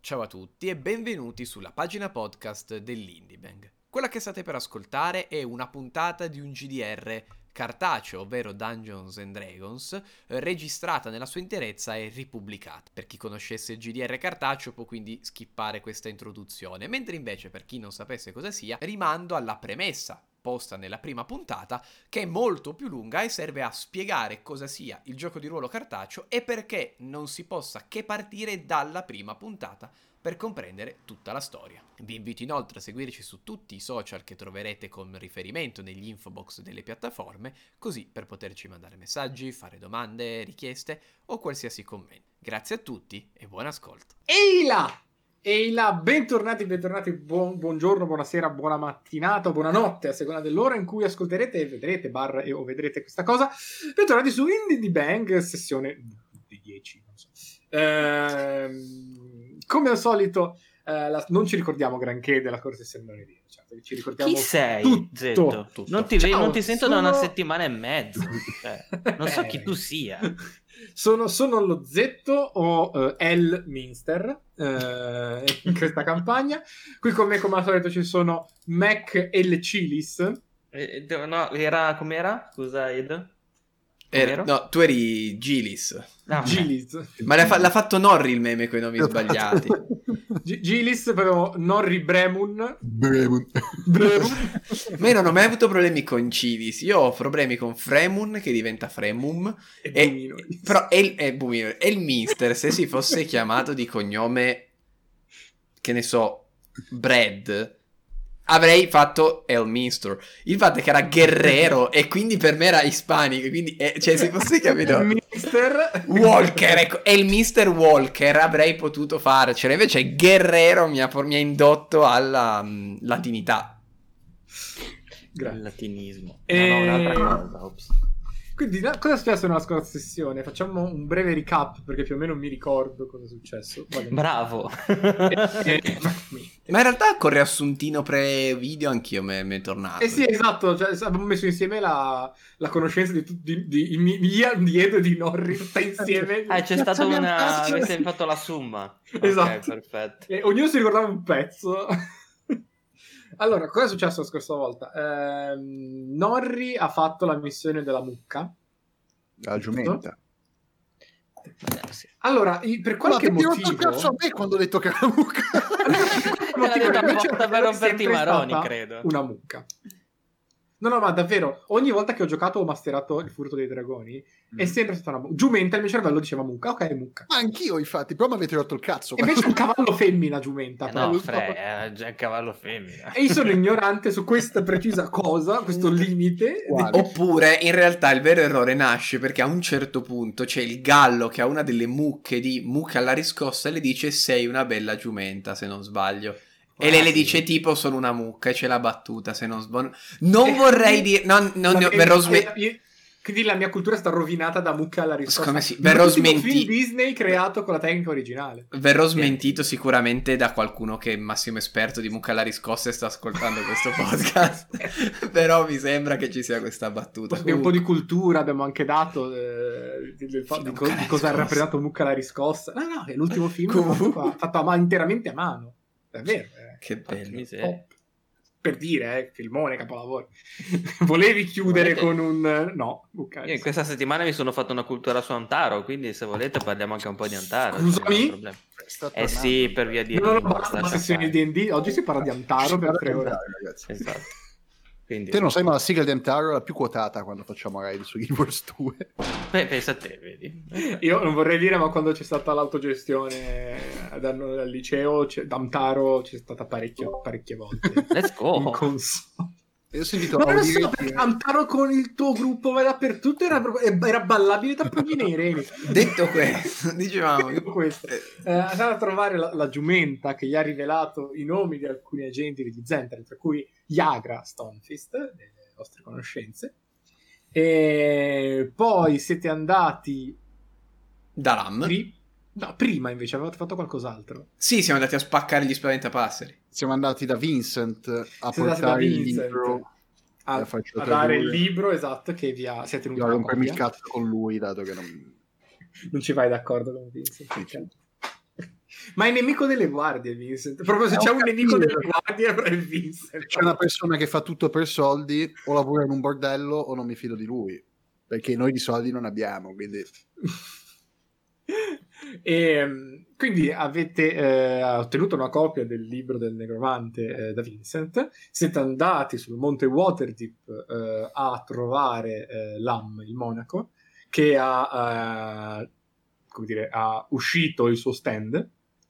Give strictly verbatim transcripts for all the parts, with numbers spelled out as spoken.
Ciao a tutti e benvenuti sulla pagina podcast dell'Indiebang. Quella che state per ascoltare è una puntata di un G D R cartaceo, ovvero Dungeons and Dragons, registrata nella sua interezza e ripubblicata. Per chi conoscesse il G D R cartaceo può quindi skippare questa introduzione, mentre invece per chi non sapesse cosa sia, rimando alla premessa posta nella prima puntata, che è molto più lunga e serve a spiegare cosa sia il gioco di ruolo cartaceo e perché non si possa che partire dalla prima puntata per comprendere tutta la storia. Vi invito inoltre a seguirci su tutti i social che troverete con riferimento negli infobox delle piattaforme, così per poterci mandare messaggi, fare domande, richieste o qualsiasi commento. Grazie a tutti e buon ascolto. Ehi là! Ehi là, bentornati, bentornati, buon, buongiorno, buonasera, buona mattinata, buonanotte, a seconda dell'ora in cui ascolterete e vedrete, barra, e, o vedrete questa cosa. Bentornati su Indiebang, sessione di dieci, non so. Ehm, come al solito, eh, la, non ci ricordiamo granché della scorsa sessione di certo, ci ricordiamo Chi sei, tutto, Zetto? tutto. Non ti, Ciao, non ti sento sono... da una settimana e mezza, cioè, non so eh, chi tu sia. Sono, sono lo Zetto o uh, El Minster uh, in questa campagna. Qui con me, come al solito, ci sono Mac e le Chilis. Eh, no, era com'era? Scusa, Ed. Er, no, tu eri Gilis. Ah, Gilis. Ma l'ha, fa- l'ha fatto Norri il meme con i nomi sbagliati. G- Gilis, però Norri Bremun. Bremun. Bremun. Ma io non ho mai avuto problemi con Cilis. Io ho problemi con Fremun che diventa Fremum. E, e però è il, è, Bumino, è il Minster. Se si fosse chiamato di cognome, che ne so, Brad, avrei fatto Elminster. Il fatto è che era guerrero e quindi per me era ispanico. Quindi, eh, cioè, se fosse capito, Mister Walker, ecco, è il Mister Walker. Avrei potuto farcela. Invece, guerrero mi ha, mi ha indotto alla um, latinità. il latinismo. E... No, no, un'altra cosa. Ops. Quindi, no, cosa è successo nella scorsa sessione? Facciamo un breve recap perché più o meno mi ricordo cosa è successo. Vale. Bravo. e, e, Ma in realtà con riassuntino pre-video anch'io mi è tornato. Eh sì, esatto, cioè, abbiamo messo insieme la, la conoscenza di tutti di, di, di, di Edo e di Norri tutta insieme. Ah, c'è stata una... avete fatto la somma. Esatto. Ok, perfetto. E ognuno si ricordava un pezzo. Allora, cosa è successo la scorsa volta? Eh, Norri ha fatto la missione della mucca. La giumenta. Eh, sì. Allora, per qualche Ma motivo... Ma cazzo a me quando ho detto che era una mucca? L'ha detto apposta per romperti i maroni, credo. Una mucca. No, no, ma davvero, ogni volta che ho giocato o masterato il furto dei dragoni, mm. è sempre stata una mucca. Giumenta, il mio cervello diceva mucca, ok, mucca. Ma anch'io, infatti, però mi avete rotto il cazzo. E invece è un cavallo femmina, Giumenta. Eh no, Fre, era già il cavallo femmina. E io sono ignorante su questa precisa cosa, questo limite. Quale? Oppure, in realtà, il vero errore nasce perché a un certo punto c'è il gallo che ha una delle mucche di mucca alla riscossa e le dice sei una bella giumenta, se non sbaglio. E lei le dice tipo sono una mucca e c'è la battuta se non sbaglio. Non eh, vorrei dire non, non ne ho, verrò smen- quindi la mia cultura sta rovinata da mucca alla risposta. Come si? Verrò smentito. Film Disney creato con la tecnica originale. Verrò smentito yeah. sicuramente da qualcuno che è massimo esperto di mucca alla riscossa e sta ascoltando questo podcast. Però mi sembra che ci sia questa battuta. Abbiamo un po' di cultura, abbiamo anche dato eh, di, di, di, co- di cosa ha rappresentato mucca alla riscossa. No, no, è l'ultimo film fatto, fatto a, interamente a mano. Davvero, eh. Che bello. Oh, per dire, eh, filmone, capolavoro. Volevi chiudere volete? Con un... No, okay. Io in questa settimana mi sono fatto una cultura su Antaro, quindi se volete parliamo anche un po' di Antaro. Scusami? Eh sì, per via di... No, no, no, basta la sessione di D and D. Oggi si parla di Antaro per tre ore. Ragazzi. Esatto. Quindi... Te non sai, ma la sigla di Antaro è la più quotata quando facciamo raid su Guild Wars due. Beh, pensa a te, vedi. Io non vorrei dire, ma quando c'è stata l'autogestione dal liceo, da Antaro c'è stata parecchie, parecchie volte. Let's go! In console. Io ho sentito ma non so perché Antaro con il tuo gruppo va dappertutto, era, era ballabile da progini neri. Detto questo, dicevamo questo. Eh, andare a trovare la, la giumenta che gli ha rivelato i nomi di alcuni agenti di Zentral, tra cui Yagra Stonefist, delle vostre conoscenze. E poi siete andati da Ram. Pri- no, prima invece avevate fatto qualcos'altro. Sì, siamo andati a spaccare gli spaventapasseri. Siamo andati da Vincent a siete portare il Vincent. libro a, a dare il libro, esatto, che vi ha siete tenuti a rompermi il cazzo con lui, dato che non non ci vai d'accordo con Vincent. Ma è nemico delle guardie, Vincent. Proprio se Eh, c'è ho un capito. nemico delle guardie è il Vincent. C'è una persona che fa tutto per soldi, o lavora in un bordello o non mi fido di lui, perché noi di soldi non abbiamo, quindi... E, um, quindi avete eh, ottenuto una copia del libro del necromante eh, da Vincent, siete andati sul monte Waterdeep eh, a trovare eh, Lam, il monaco, che ha, eh, come dire, ha uscito il suo stand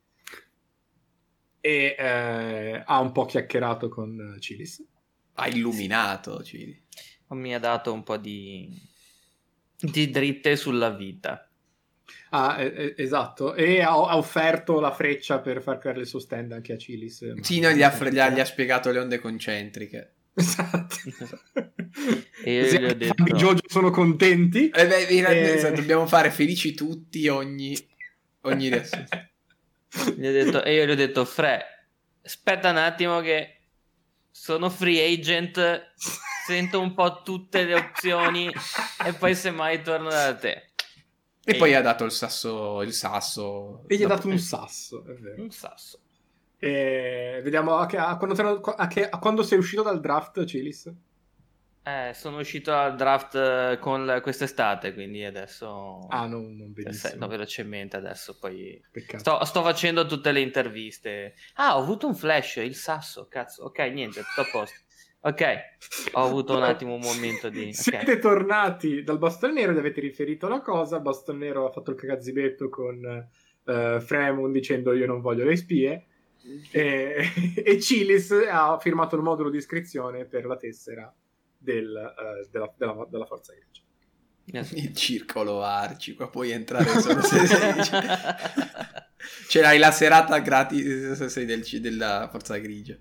e eh, ha un po' chiacchierato con Cilis. Ha illuminato, Cili. Mi ha dato un po' di, di dritte sulla vita. Ah, eh, esatto, e ha, ha offerto la freccia per far creare il suo stand anche a Cilis. Sì, no, gli ha, gli ha- gli ha spiegato le onde concentriche. Esatto. E io Così gli ho i fan di detto... Jojo sono contenti. Eh beh, in realtà, E- dobbiamo fare felici tutti ogni, ogni riassunto. Gli ho detto, e io gli ho detto, Fre, aspetta un attimo che sono free agent, sento un po' tutte le opzioni e poi semmai torno da te. E E- poi ha dato il sasso, il sasso. E gli ha dopo- dato un sasso, è vero. Un sasso. E vediamo a, che- a quando, te- a che- a quando sei uscito dal draft, Cilis. Eh, sono uscito al draft eh, con la- quest'estate, quindi adesso... Ah, no, non Eh, benissimo. no, velocemente adesso, poi... Peccato. Sto, sto facendo tutte le interviste. Ah, ho avuto un flash, il sasso, cazzo. Ok, niente, tutto a posto. Ok, ho avuto un attimo un momento di... ok. Siete tornati dal Bastone Nero ed avete riferito la cosa. Bastone Nero ha fatto il cagazzibetto con eh, Fremon dicendo io non voglio le spie. E, e Cilis ha firmato il modulo di iscrizione per la tessera del, eh, della, della, della Forza Grigia. Il circolo Arci, qua puoi entrare solo se sei... Ce l'hai la serata gratis se sei del, della Forza Grigia.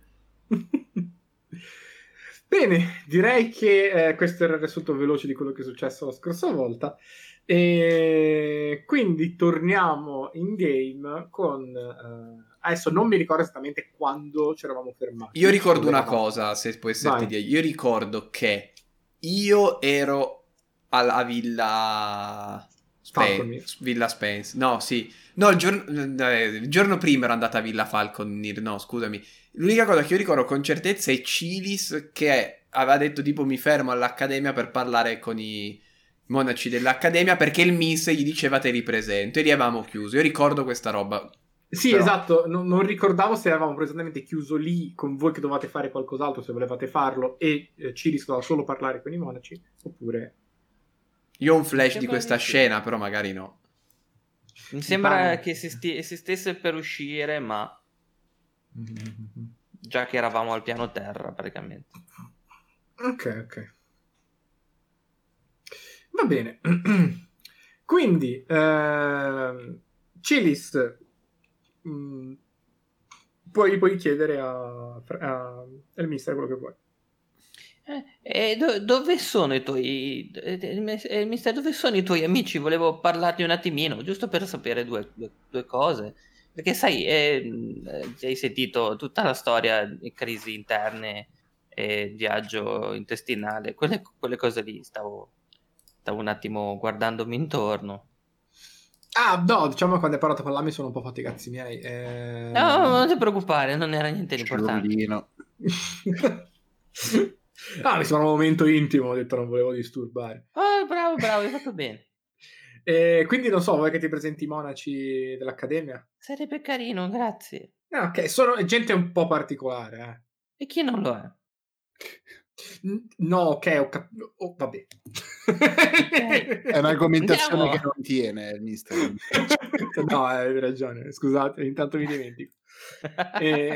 Bene, direi che eh, questo era il riassunto veloce di quello che è successo la scorsa volta. E quindi torniamo in game con... eh, adesso non mi ricordo esattamente quando ci eravamo fermati. Io ricordo una Dovevamo- cosa, se può esserti Vai. di... Io ricordo che io ero alla villa Falconir. Spence, Villa Spence. No, sì. No, il giorno, eh, il giorno prima ero andata a Villa Falconir. No, scusami. L'unica cosa che io ricordo con certezza è Cilis che aveva detto tipo mi fermo all'accademia per parlare con i monaci dell'accademia perché il Miss gli diceva te li presento e li avevamo chiuso. Io ricordo questa roba. Sì, Però- esatto, non, non ricordavo se eravamo presentemente chiuso lì con voi che dovevate fare qualcos'altro, se volevate farlo, e eh, Cilis doveva solo parlare con i monaci, oppure... Io ho un flash di Sembra questa di sì. scena, però magari no. Mi sembra Vai. che si, sti- si stesse per uscire, ma già che eravamo al piano terra praticamente. Ok, ok. Va bene. Quindi, ehm, Cilis, mh, puoi, puoi chiedere a, a, al mister quello che vuoi. Eh, e do- dove sono i tuoi eh, eh, mister, dove sono i tuoi amici? Volevo parlarti un attimino, giusto per sapere due, due- due cose. Perché sai, eh, mh, hai sentito tutta la storia di crisi interne e viaggio intestinale, quelle, quelle cose lì. Stavo, stavo un attimo guardandomi intorno. Ah, no, diciamo che quando hai parlato con l'Ami sono un po' fatti i cazzi miei. ehm. No, non ti preoccupare, non era niente di importante. Cirollino. Ah, mi sembra un momento intimo, ho detto non volevo disturbare. Oh, bravo, bravo, hai fatto bene. E quindi non so, vuoi che ti presenti i monaci dell'Accademia? Sarebbe carino, grazie. Ah, ok, sono gente un po' particolare, E chi non lo è? eh. N- No, ok, ho capito. Oh, vabbè. È un'argomentazione Andiamo. che non tiene il mister. No, hai ragione, scusate, intanto mi dimentico. Eh,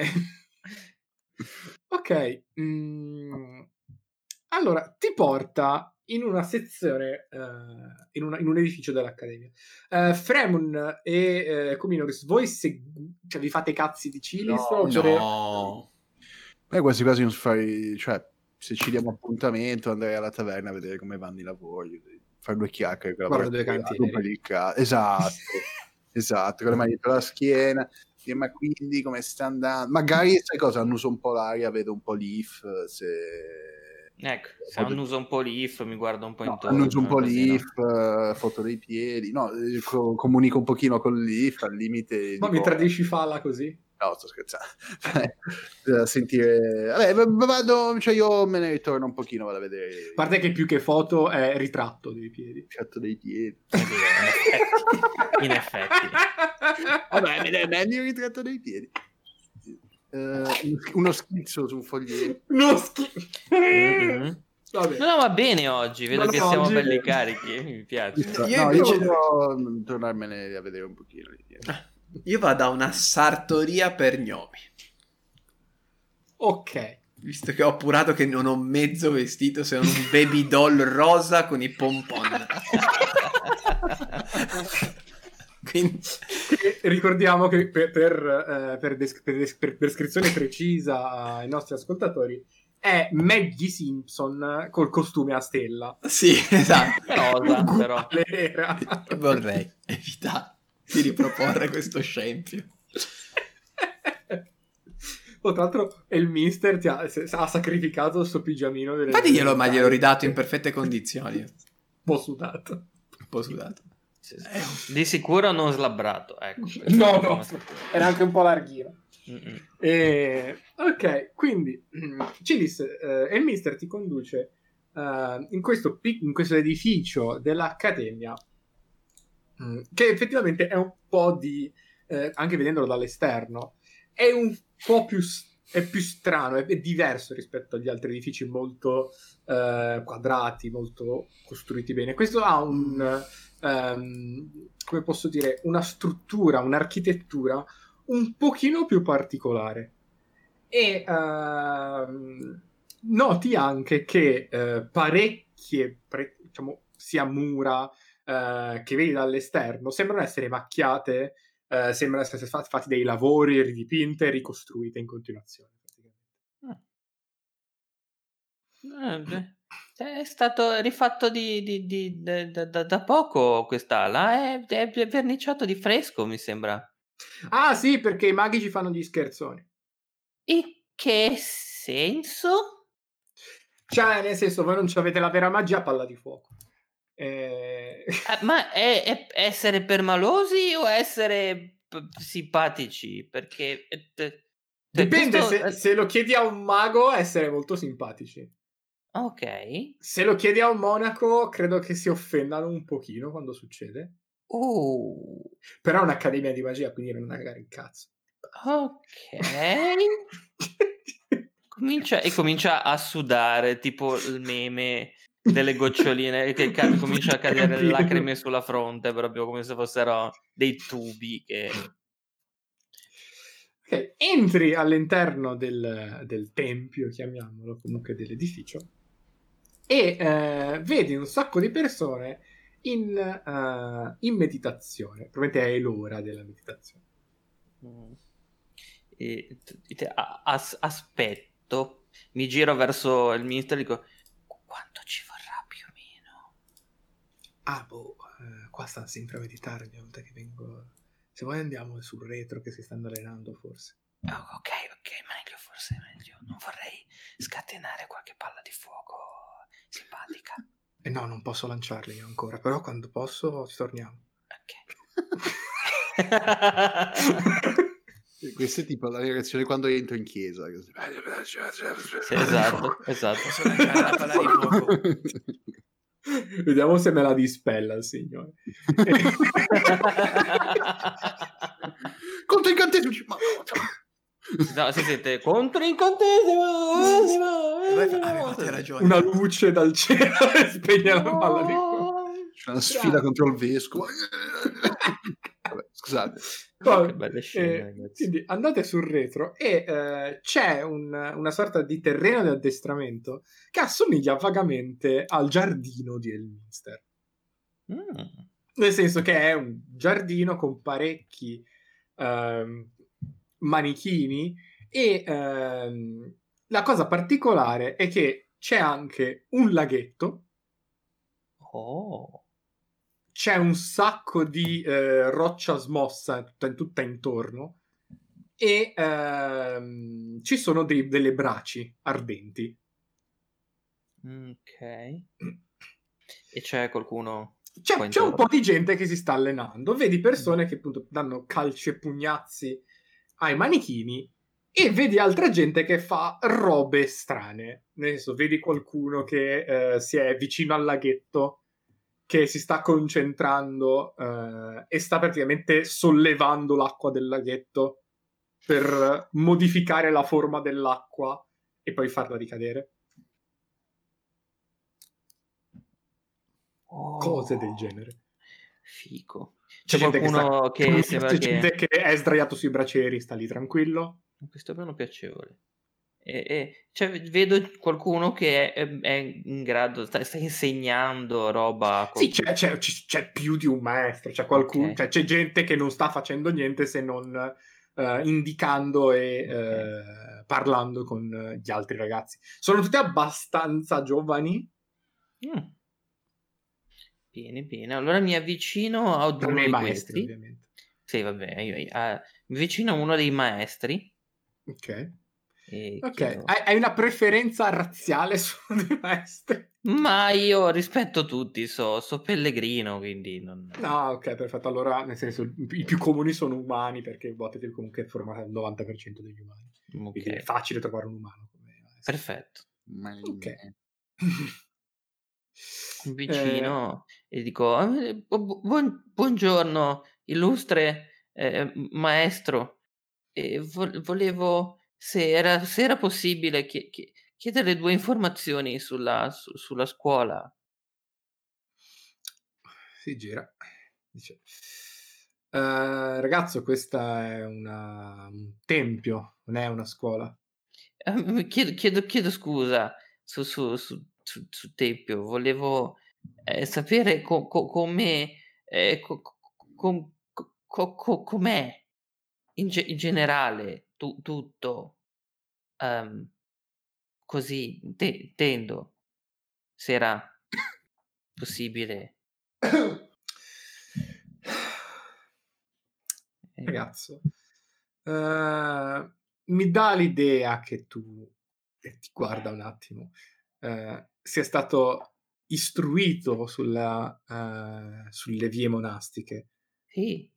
Ok, mm, allora ti porta in una sezione, eh, in, una- in un edificio dell'Accademia. Eh, Fremun e eh, Cominoris, voi se, cioè, vi fate i cazzi di Cilis? No, oppure... No. Beh, quasi quasi non fai, cioè, se ci diamo appuntamento, andrei alla taverna a vedere come vanno i lavori, fare due chiacchiere con la Guarda due portiera, cantieri. rompere il ca- Esatto, esatto, con le mani per la schiena. E ma quindi come sta andando? Magari sai cosa? Annuso un po' l'aria, vedo un po' l'I F se, Ecco, se annuso un po' l'I F, mi guardo un po' no, intorno. annuso un po' così, l'I F, no? Foto dei piedi, no, co- comunico un pochino con l'I F, al limite... Ma dico, mi tradisci falla così? no, sto scherzando. Da sentire... Vabbè, vado, cioè io me ne ritorno un pochino, vado a vedere... A parte che più che foto è ritratto dei piedi. Il piatto dei piedi. È vero, in effetti. In effetti. Vabbè, me ne prendi il ritratto dei piedi. Uh, uno schizzo su un foglietto. Uno schifo. Mm-hmm. Vabbè. No, no, va bene oggi, vedo No, che no, siamo oggi- belli carichi, mi piace. Io no, invece- io voglio tornarmene a vedere un pochino. Io vado a una sartoria per gnomi. Ok. Visto che ho appurato che non ho mezzo vestito se non un baby doll rosa con i pompon. Quindi... E ricordiamo che per, per, eh, per, des- per des- per descrizione precisa ai nostri ascoltatori è Maggie Simpson col costume a stella. Sì, esatto. Rosa, però. Era. Vorrei evitare di riproporre questo scempio. Oh, tra l'altro il mister ti ha, se- ha sacrificato il suo pigiamino delle, Infatti glielo, ma gliel'ho ridato in per perfette condizioni. Un un po' sudato. po' sudato. Sì, sì. Di sicuro non slabbrato, ecco. No, no, era anche un po' larghino. Mm-mm. E, ok, quindi Cilis, eh, e il mister ti conduce eh, in, questo, pic- in questo edificio dell'Accademia, mh, che effettivamente è un po' di, eh, anche vedendolo dall'esterno, è un po' più, s- è più strano, è, è diverso rispetto agli altri edifici molto eh, quadrati, molto costruiti bene. Questo ha un, ehm, come posso dire, una struttura, un'architettura un pochino più particolare. E ehm, noti anche che eh, parecchie, pre- diciamo, sia mura eh, che vedi dall'esterno sembrano essere macchiate, eh, sembrano essere fat- fatti dei lavori ridipinte e ricostruite in continuazione. Eh, beh, è stato rifatto di, di- di- da, da- da poco quest'ala, è, è verniciato di fresco, mi sembra. Ah sì, perché i maghi ci fanno gli scherzoni. In che senso? Cioè, nel senso, voi non avete la vera magia a palla di fuoco. Eh... Eh, ma è, è essere permalosi o essere p- simpatici? Perché eh, t- Dipende, questo- se, se lo chiedi a un mago, essere molto simpatici. Ok. Se lo chiedi a un monaco, credo che si offendano un pochino quando succede. Uh, Però è un'accademia di magia, quindi non magari il cazzo. ok. Comincia, e comincia a sudare, tipo il meme delle goccioline che cade, comincia a cadere le lacrime sulla fronte, proprio come se fossero dei tubi che... Ok, entri all'interno del, del tempio, chiamiamolo, comunque dell'edificio, e eh, vedi un sacco di persone in, eh, in meditazione. Probabilmente è l'ora della meditazione. Mm. E, t- te- a- as- aspetto, mi giro verso il ministro e dico: quanto ci vorrà più o meno? Ah, boh, eh, qua stanno sempre a meditare ogni volta che vengo. Se vuoi andiamo sul retro che si stanno allenando, forse. Oh, ok, ok, meglio, forse meglio. Non vorrei scatenare qualche palla di fuoco simpatica. E no, non posso lanciarli io ancora, però quando posso ci torniamo. Ok. Questa è tipo la reazione quando entro in chiesa. Sì, esatto, esatto. Posso lanciare la palla di fuoco? Vediamo se me la dispella il signore. Contro incantesimo. Ma- No, si sente contro incantesimo. Avevate ragione. Una luce dal cielo e spegne la palla di fuoco. C'è una sfida contro il vescovo. Vabbè, scusate. Vabbè, Che belle scene, eh, ragazzi. quindi andate sul retro e eh, c'è un- una sorta di terreno di addestramento che assomiglia vagamente al giardino di Elminster. Mm. Nel senso che è un giardino con parecchi ehm, manichini e ehm, la cosa particolare è che c'è anche un laghetto, Oh. c'è un sacco di eh, roccia smossa tutta, tutta intorno e ehm, ci sono dei- delle braci ardenti. Ok. E c'è qualcuno C'è, qua c'è un intorno? po' di gente che si sta allenando. Vedi persone che appunto danno calci e pugnazzi ai manichini e vedi altra gente che fa robe strane. Nel senso, vedi qualcuno che eh, si è vicino al laghetto, che si sta concentrando eh, e sta praticamente sollevando l'acqua del laghetto per modificare la forma dell'acqua e poi farla ricadere. Oh, Cose del genere. fico. C'è C'è gente che sta qualcuno che sembra c'è gente che... che è sdraiato sui bracieri, sta lì tranquillo. Questo è piano piacevole. E, e cioè, vedo qualcuno che è, è in grado, sta, sta insegnando roba a Sì, qualcuno. c'è, c'è, c'è- c'è più di un maestro, c'è, qualcuno, Ok. cioè, c'è gente che non sta facendo niente se non eh, indicando e Ok. eh, parlando con eh, gli altri ragazzi. Sono tutti abbastanza giovani, Mm. Bene, bene. Allora mi avvicino ad tranne uno i di maestri, questi. ovviamente. Sì, vabbè, io, io- ah, mi avvicino a uno dei maestri Ok. e Ok. chiedo... Hai, hai una preferenza razziale su dei maestri? Ma io rispetto tutti, so, so pellegrino, quindi non... No, ok, perfetto. Allora, nel senso, i più comuni sono umani perché Battlefield comunque è formato al novanta per cento degli umani. Quindi è Ok, facile trovare un umano come maestro. perfetto. Ok. Eh, Vicino e dico: "Eh, bu- buon- buongiorno, illustre eh, maestro. E vo- volevo, se era, se era possibile, chie- chie- chiedere due informazioni sulla, su- sulla scuola." si gira. Dice, "Eh, ragazzo, questa è una- un tempio, non è una scuola." Eh, chiedo, chiedo- chiedo scusa su, su, su, su- su Tempio. Volevo eh, sapere co- co- come, eh, co- co- com- co- co- com'è in, ge- in generale tu- tutto. Ehm, Così inte intendo, se era possibile. Ehm, Ragazzo, eh, mi dà l'idea che tu, e ti guarda un attimo, eh, sia stato istruito sulla, eh, sulle vie monastiche. sì,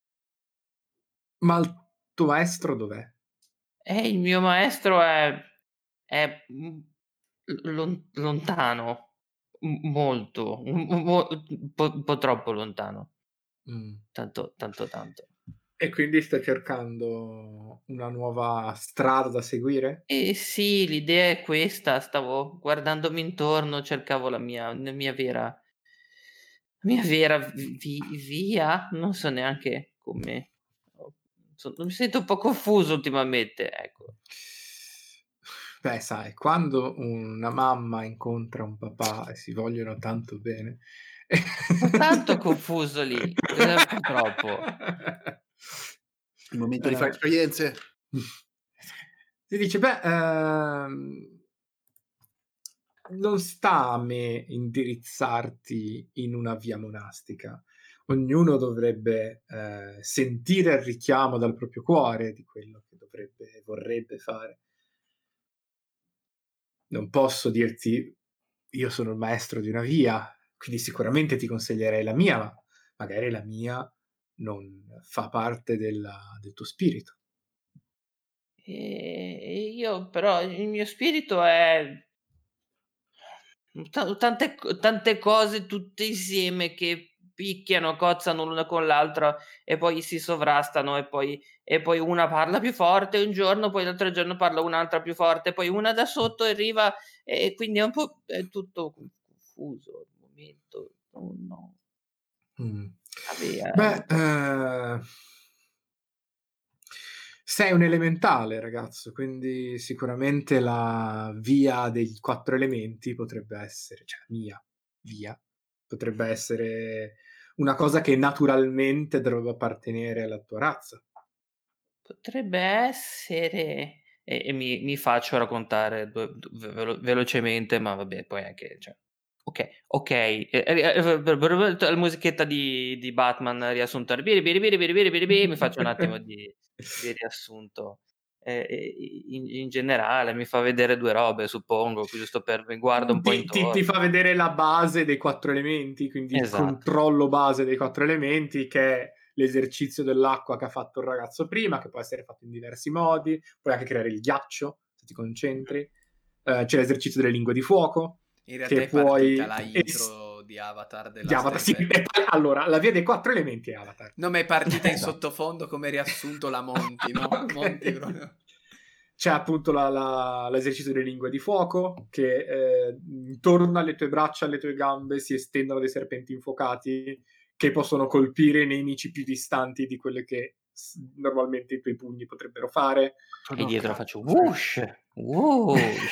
Ma il tuo maestro dov'è? eh, il mio maestro è è, mhmm, lon lontano, m molto, m mo un po' un po' troppo lontano, Mm. tanto, tanto, tanto. E quindi stai cercando una nuova strada da seguire? Eh sì, l'idea è questa, stavo guardandomi intorno, cercavo la mia la mia vera la mia vera vi vi via? Non so neanche come o so mi sento un po' confuso ultimamente, ecco. Beh, sai, quando una mamma incontra un papà e si vogliono tanto bene... Sto tanto confuso lì, è un po' troppo. Il momento di fare Eh, esperienze. si dice, beh, ehm, non sta a me indirizzarti in una via monastica. Ognuno dovrebbe eh, sentire il richiamo dal proprio cuore di quello che dovrebbe, vorrebbe fare. Non posso dirti, io sono il maestro di una via, quindi sicuramente ti consiglierei la mia, ma magari la mia non fa parte della- del tuo spirito. E io però il mio spirito è ta tante c tante cose tutte insieme che picchiano, cozzano l'una con l'altra e poi si sovrastano e poi e poi una parla più forte un giorno, poi l'altro giorno parla un'altra più forte, poi una da sotto arriva e quindi è un po' è tutto con confuso al momento. Oh no. Mm. Avea Beh, un po'. eh, sei un elementale, ragazzo, quindi sicuramente la via dei quattro elementi potrebbe essere, cioè la mia via, potrebbe essere una cosa che naturalmente dovrebbe appartenere alla tua razza. Potrebbe essere e e mi mi faccio raccontare due d ve velo velocemente, ma vabbè poi anche cioè okay, okay, e e e la musichetta di di Batman riassunto biri biri biri biri biri biri mi faccio un attimo di di riassunto. eh, in, in generale mi fa vedere due robe, suppongo, giusto per mi guardo un po' Ti, ti, intorno. ti fa vedere la base dei quattro elementi, quindi il Esatto. controllo base dei quattro elementi, che è l'esercizio dell'acqua che ha fatto il ragazzo prima, che può essere fatto in diversi modi, puoi anche creare il ghiaccio, se ti concentri. Eh, c'è l'esercizio delle lingue di fuoco, In realtà che è partita puoi... la es- intro di Avatar di della Avatar, sì. Stelle. E poi, allora, la via dei quattro elementi è Avatar. No, ma è partita in Esatto. sottofondo come riassunto la Monti, no? Ok. Monti proprio. C'è appunto la- la- l'esercizio delle lingue di fuoco, che eh, intorno alle tue braccia, alle tue gambe si estendono dei serpenti infuocati che possono colpire i nemici più distanti di quelle che s- normalmente i tuoi pugni potrebbero fare. E dietro cazzo, faccio cioè- whoosh, whoosh.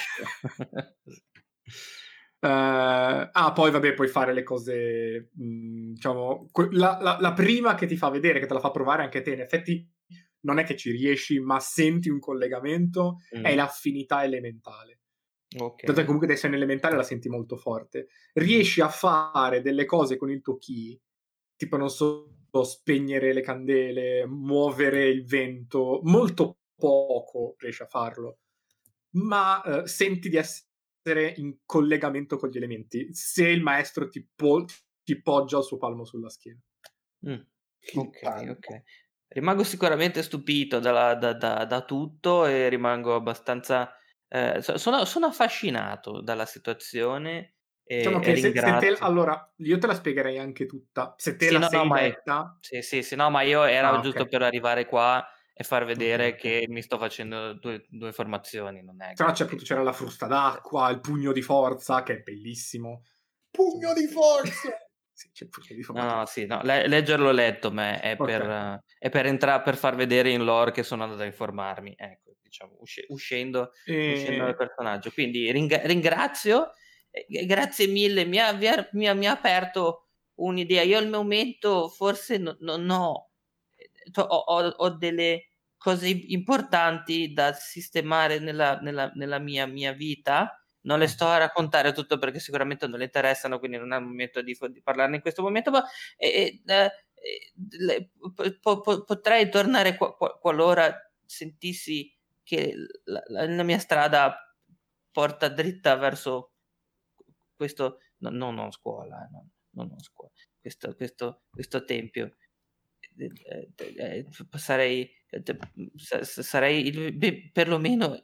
Eh, ah, poi vabbè, puoi fare le cose, mh, diciamo, que- la, la- la prima che ti fa vedere, che te la fa provare anche te, in effetti non è che ci riesci, ma senti un collegamento, è Mm, l'affinità elementale. ok. Dato che comunque adesso in elementare la senti molto forte. Riesci a fare delle cose con il tuo ki, tipo non so, spegnere le candele, muovere il vento, molto poco riesci a farlo, ma eh, senti di essere in collegamento con gli elementi, se il maestro ti, po- ti poggia il suo palmo sulla schiena. Mm, Il ok, palmo. ok. Rimango sicuramente stupito dalla- da, da- da tutto e rimango abbastanza... eh, so- sono, sono affascinato dalla situazione e, Diciamo e che se, se te, ringrazio. allora, io te la spiegherei anche tutta. Se te Sì, la no, no, sei ma è- letta... sì, sì, sì, no, ma io era Ah, giusto ok. per arrivare qua e far Ok, vedere ok. che mi sto facendo due, due informazioni, non è Se no che... c'è, appunto, c'era la frusta d'acqua, il pugno di forza, che è bellissimo. Pugno di forza! Sì, c'è il pugno di No, forza. no, sì, no, le- leggerlo letto, ma è per, Ok. eh, è per entrare, per far vedere in lore che sono andato a informarmi, ecco, diciamo, usci- uscendo, uscendo dal E... personaggio. Quindi ringa- ringrazio, eh, grazie mille, mi ha, vi ha- mi ha- mi ha aperto un'idea. Io al momento forse no- non ho, ho, ho- ho delle cose importanti da sistemare nella, nella- nella mia, mia vita. Non le sto a raccontare tutto perché sicuramente non le interessano, quindi non è il momento di, di parlarne in questo momento, ma eh, eh, eh, le- po- po- potrei tornare qua- qua- qualora sentissi che la, la- la mia strada porta dritta verso questo, no, no, non scuola, eh, no, no, non scuola, questo, questo, questo tempio. Eh, eh, eh, sarei, eh, sa- sa- sarei il- be- perlomeno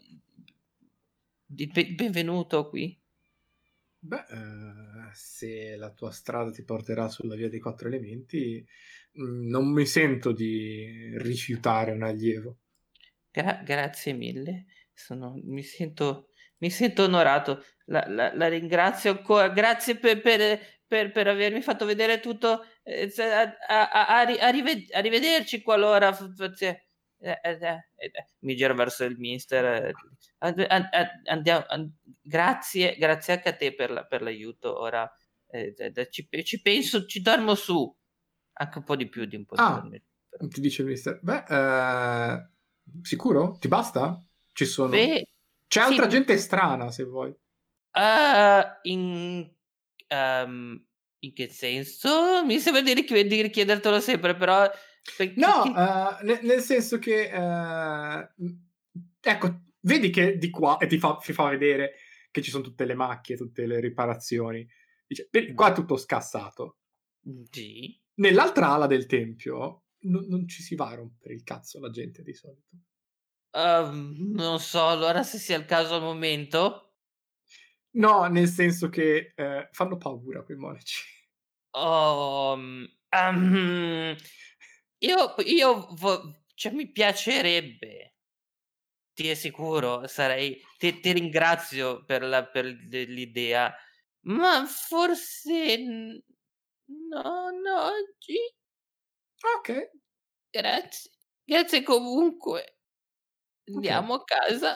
il be- benvenuto qui. Beh, eh, se la tua strada ti porterà sulla via dei quattro elementi, mh, non mi sento di rifiutare un allievo. Gra- grazie mille, sono, mi sento, mi sento onorato, la, la- la ringrazio ancora, grazie per, per- per- per avermi fatto vedere tutto, eh, se- a- a- a- arri- arrive- arrivederci qualora f- f- se- eh, eh, eh, eh, mi giro verso il mister, eh, and- and- and- andiamo, and- grazie, grazie anche a te per, la- per l'aiuto, ora eh, eh, eh, ci, ci penso, ci dormo su, anche un po' di più di un po' di Ah, dormire. però. ti dice il mister. Beh, eh, sicuro? Ti basta? Ci sono... Beh, C'è sì. altra gente strana, se vuoi. Ah, in, ehm, in che senso? Mi sembra di, richied- di richiedertelo sempre, però... per- chi- No, chi- eh, ne- nel senso che... eh, ecco, vedi che di qua, e ti fa, ti fa vedere che ci sono tutte le macchie, tutte le riparazioni. Dice, vedi, qua è tutto scassato. Sì. Nell'altra ala del tempio non, non ci si va a rompere il cazzo la gente di solito. Ehm, non so, allora se sia il caso al momento. No, nel senso che eh, fanno paura quei monaci. Oh, mm, ehm, io, io vo- cioè, mi piacerebbe, ti assicuro, sarei, ti, ti ringrazio per, la, per l'idea, ma forse n- non oggi. Ok, Grazie. Grazie comunque. ok. Andiamo a casa.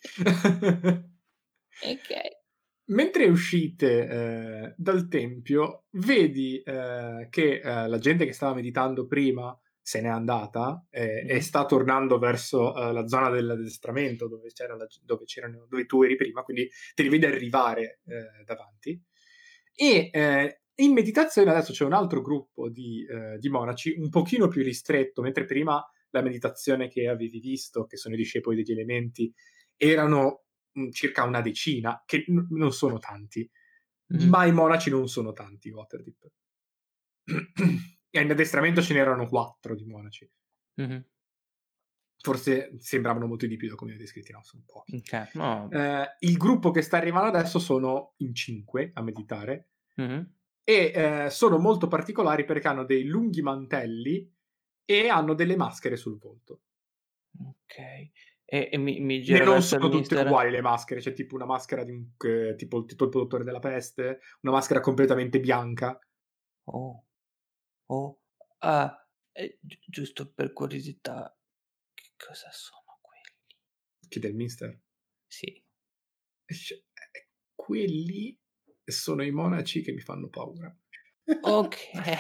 Ok. Mentre uscite eh, dal tempio, vedi eh, che eh, la gente che stava meditando prima se n'è andata eh, e Mhm. sta tornando verso eh, la zona dell'addestramento dove, c'era la- dove, c'erano, dove tu eri prima, quindi te li vedi arrivare eh, davanti. E eh, in meditazione adesso c'è un altro gruppo di, eh, di monaci, un pochino più ristretto, mentre prima la meditazione che avevi visto, che sono i discepoli degli elementi, erano mh, circa una decina, che n- non sono tanti, Mhm. ma i monaci non sono tanti, Waterdeep. E in addestramento ce n'erano quattro di monaci. Mhm. Forse sembravano molto di più da come li ho descritti, no, sono pochi. Ok, no. Eh, il gruppo che sta arrivando adesso sono in cinque a meditare Mhm. e eh, sono molto particolari perché hanno dei lunghi mantelli e hanno delle maschere sul volto. Ok. E, e mi, mi E giro non verso il sono tutte mister. uguali le maschere, c'è tipo una maschera di un, eh, tipo il tipo il dottore della peste, una maschera completamente bianca. Oh, oh. Ah, eh, gi- giusto per curiosità, che cosa sono quelli? Chiede il mister. Sì. Cioè, eh, quelli sono i monaci che mi fanno paura. Ok.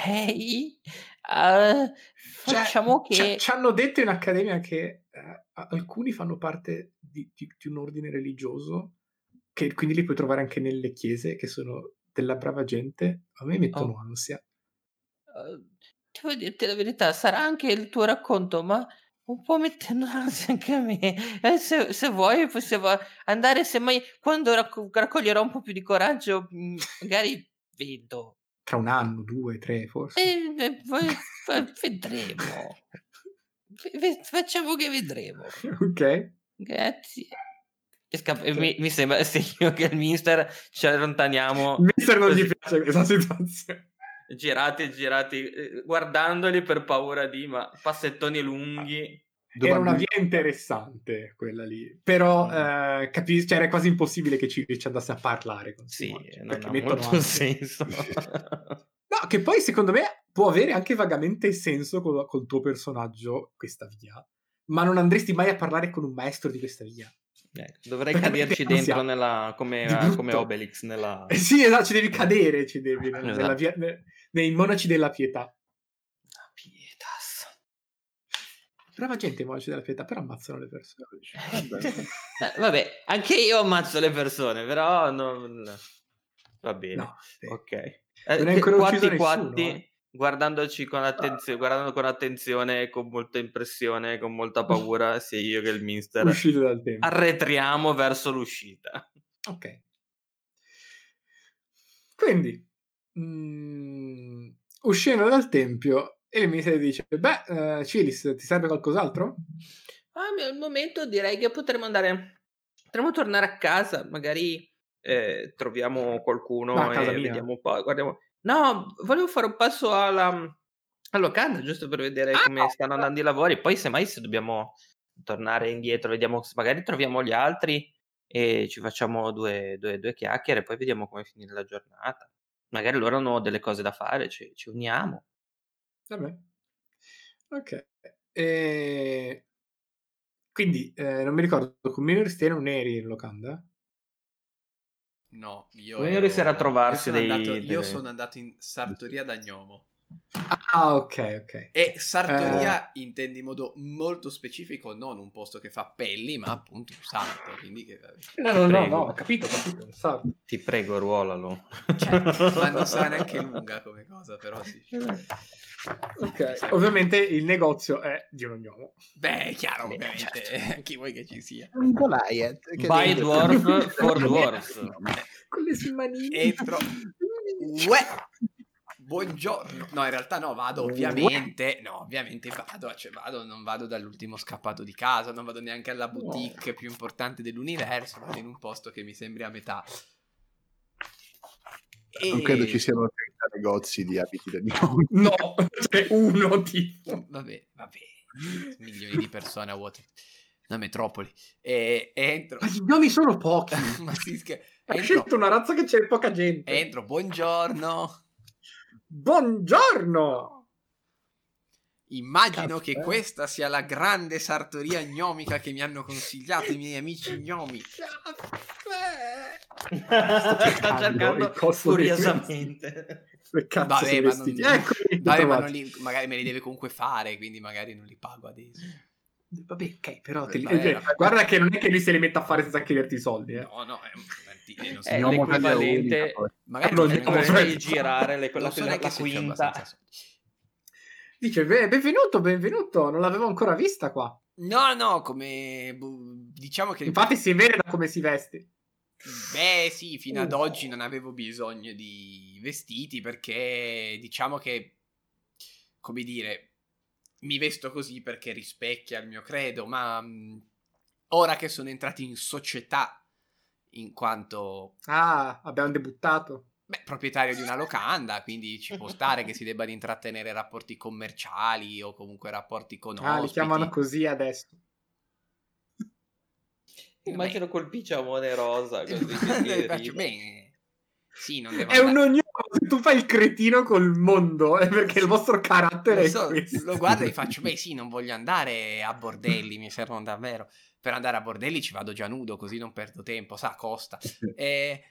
Ah, Cioè, facciamo ci che... ci hanno detto in accademia che eh, alcuni fanno parte di, di- di un ordine religioso, che quindi li puoi trovare anche nelle chiese, che sono della brava gente. A me mettono Oh. ansia. Uh, devo dirti la verità, sarà anche il tuo racconto, ma un po' mettendo l'ansia anche a me. Eh, se, se vuoi possiamo andare, semmai quando racco- raccoglierò un po' più di coraggio, mh, magari vedo. Tra un anno, due, tre, forse. Eh, eh, poi fa- vedremo. Ve- ve- facciamo che vedremo. Ok. Grazie. E scappa- e Ok. mi, mi sembra segno che il mister ci allontaniamo. Il mister non gli così. piace questa situazione. Girati e girati, eh, guardandoli per paura di, ma passettoni lunghi. Era una Domandina. via interessante quella lì, però Mm. eh, capisci, cioè, era quasi impossibile che ci, ci andasse a parlare con Sì, Simone, non perché ha mettono molto ansia. senso. No, che poi secondo me può avere anche vagamente senso col, col tuo personaggio questa via, ma non andresti mai a parlare con un maestro di questa via. Ecco, dovrei Perché caderci mette ansia, dentro nella, di come, brutto. come Obelix nella... Eh sì, esatto, ci devi cadere, ci devi, nel- nella Esatto. via, ne- nei monaci della pietà. Pietas. Brava gente i monaci della pietà, però ammazzano le persone. Eh, vabbè, anche io ammazzo le persone, però non... va bene. No, sì. Ok. Non Eh, hai ancora quatti ucciso nessuno, quatti, eh? guardandoci con attenzione, guardando con attenzione, con molta impressione, con molta paura, sia io che il mister Uscito dal tempo. arretriamo verso l'uscita. Ok. Quindi, mm, uscendo dal tempio, il mister dice, beh, eh, Cilis, ti serve qualcos'altro? Ah, al momento direi che potremmo andare, potremmo tornare a casa, magari eh, troviamo qualcuno No, a casa e mia. vediamo un po', guardiamo. No, volevo fare un passo alla, alla locanda, giusto per vedere Ah, come stanno andando i lavori, poi semmai se dobbiamo tornare indietro, vediamo se magari troviamo gli altri e ci facciamo due, due, due chiacchiere, poi vediamo come finire la giornata. Magari loro hanno delle cose da fare, ci, ci uniamo. Vabbè. Ok. E... Quindi, eh, non mi ricordo, con Minor te non eri in locanda? No, io Come ero... riuscire a io trovarsi sono andato, dei... io delle- sono andato in sartoria da gnomo. Ah, ok, ok. E Eh, sartoria intendi in modo molto specifico, non un posto che fa pelli, ma appunto un sarto. Quindi che... no, no, no, prego. no, ho capito, ho capito, un sarto. Ti prego, ruolalo. Cioè, ma non sarà neanche lunga come cosa, però sì. Ok, ovviamente il negozio è di un gnomo. Beh, è chiaro, Beh, ovviamente, certo. chi vuoi che ci sia. Un Goliath. che By deve- dwarf for dwarfs. Con le manine. Entro. Uè. Buongiorno. No, in realtà no, vado ovviamente. No, ovviamente vado, cioè vado, non vado dall'ultimo scappato di casa, non vado neanche alla boutique più importante dell'universo, vado in un posto che mi sembri a metà. E... Non credo ci siano trenta negozi di abiti da gnomi. No, c'è uno tipo. Vabbè, vabbè, milioni di persone a Water. Una metropoli. E entro. Ma gli gnomi sono pochi. Ma si scher- Hai entro, scelto una razza che c'è poca gente. entro, buongiorno. Buongiorno. Immagino Caffè. che questa sia la grande sartoria gnomica che mi hanno consigliato i miei amici gnomi. Caffè. Sta cercando il costo furiosamente. Che cazzo Vabbè, sono ma vestiti? non- Eccoli, li ho Vabbè, ma trovati. non li, magari me li deve comunque fare, quindi magari non li pago adesso. Vabbè, ok, però te li- Vabbè, eh, vabbè. guarda che non è che lui se li mette a fare senza chiederti i soldi, eh. No, no, è un eh, non so, È Gnomo l'equivalente, tagliato, magari non non dico so neanche- l'equivalente di girare le, non la, so la, neanche la se c'è quinta. abbastanza soldi. Dice, "Beh, benvenuto, benvenuto, non l'avevo ancora vista qua." No, no, come diciamo che Infatti si vede da come si veste. Beh, sì, fino ad Uh. oggi non avevo bisogno di vestiti perché diciamo che, come dire, mi vesto così perché rispecchia il mio credo, ma mh, ora che sono entrati in società, in quanto Ah, abbiamo debuttato. beh, proprietario di una locanda, quindi ci può stare che si debbano intrattenere rapporti commerciali o comunque rapporti con Ah, li ospiti. chiamano così adesso. Immagino col pigiamone rosa così. Beh, faccio bene. Sì, non devo È un andare. ognuno, se tu fai il cretino col mondo, è perché il vostro carattere Lo è so, questo. lo guardo e gli faccio, beh sì, non voglio andare a bordelli, mi servono davvero. Per andare a bordelli ci vado già nudo, così non perdo tempo, sa, costa. E...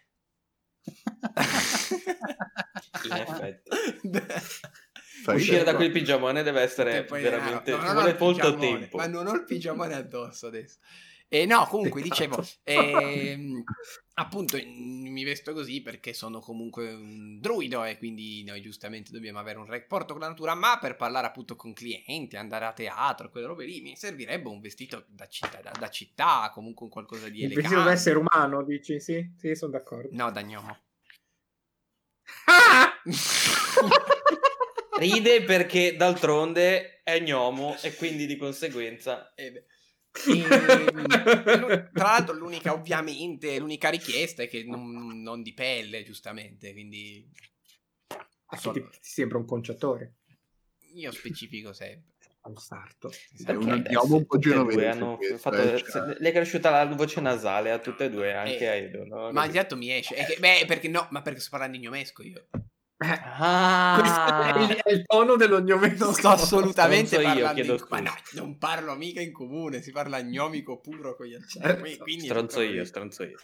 In effetti. Fai Uscire idea. da quel pigiamone deve essere Poi, veramente... no, ci non ho vuole il molto pigiamone, tempo. ma non ho il pigiamone addosso adesso. E no, comunque dicevo, ehm, appunto mm, mi vesto così perché sono comunque un druido e quindi noi giustamente dobbiamo avere un rapporto con la natura, ma per parlare appunto con clienti, andare a teatro, quelle robe lì, mi servirebbe un vestito da città, da, da città, comunque un qualcosa di Il elegante. vestito da essere umano, dici? Sì, sì, sono d'accordo. No, da gnomo. Ah! Ride perché d'altronde è gnomo e quindi di conseguenza... Eh beh. E, tra l'altro l'unica ovviamente l'unica richiesta è che non, non di pelle, giustamente, quindi Ti, ti sembra un conciatore. io specifico sempre Un sarto. È un Perché gnomo un po' tutte e due genovese hanno questo, fatto, eh, cioè. le è cresciuta la voce nasale a tutte e due, anche Eh, a Edo, no? ma esatto, mi esce è che, beh, perché no, ma perché sto parlando in gnomesco io. Ah, Questo è il, è il tono dell'ognomesco. Non sto assolutamente Stronzo io, parlando chiedo in... ma no, scusa. non parlo mica in comune, si parla gnomico puro con gli accenti. Certo. Quindi Stronzo io, proprio- stronzo io.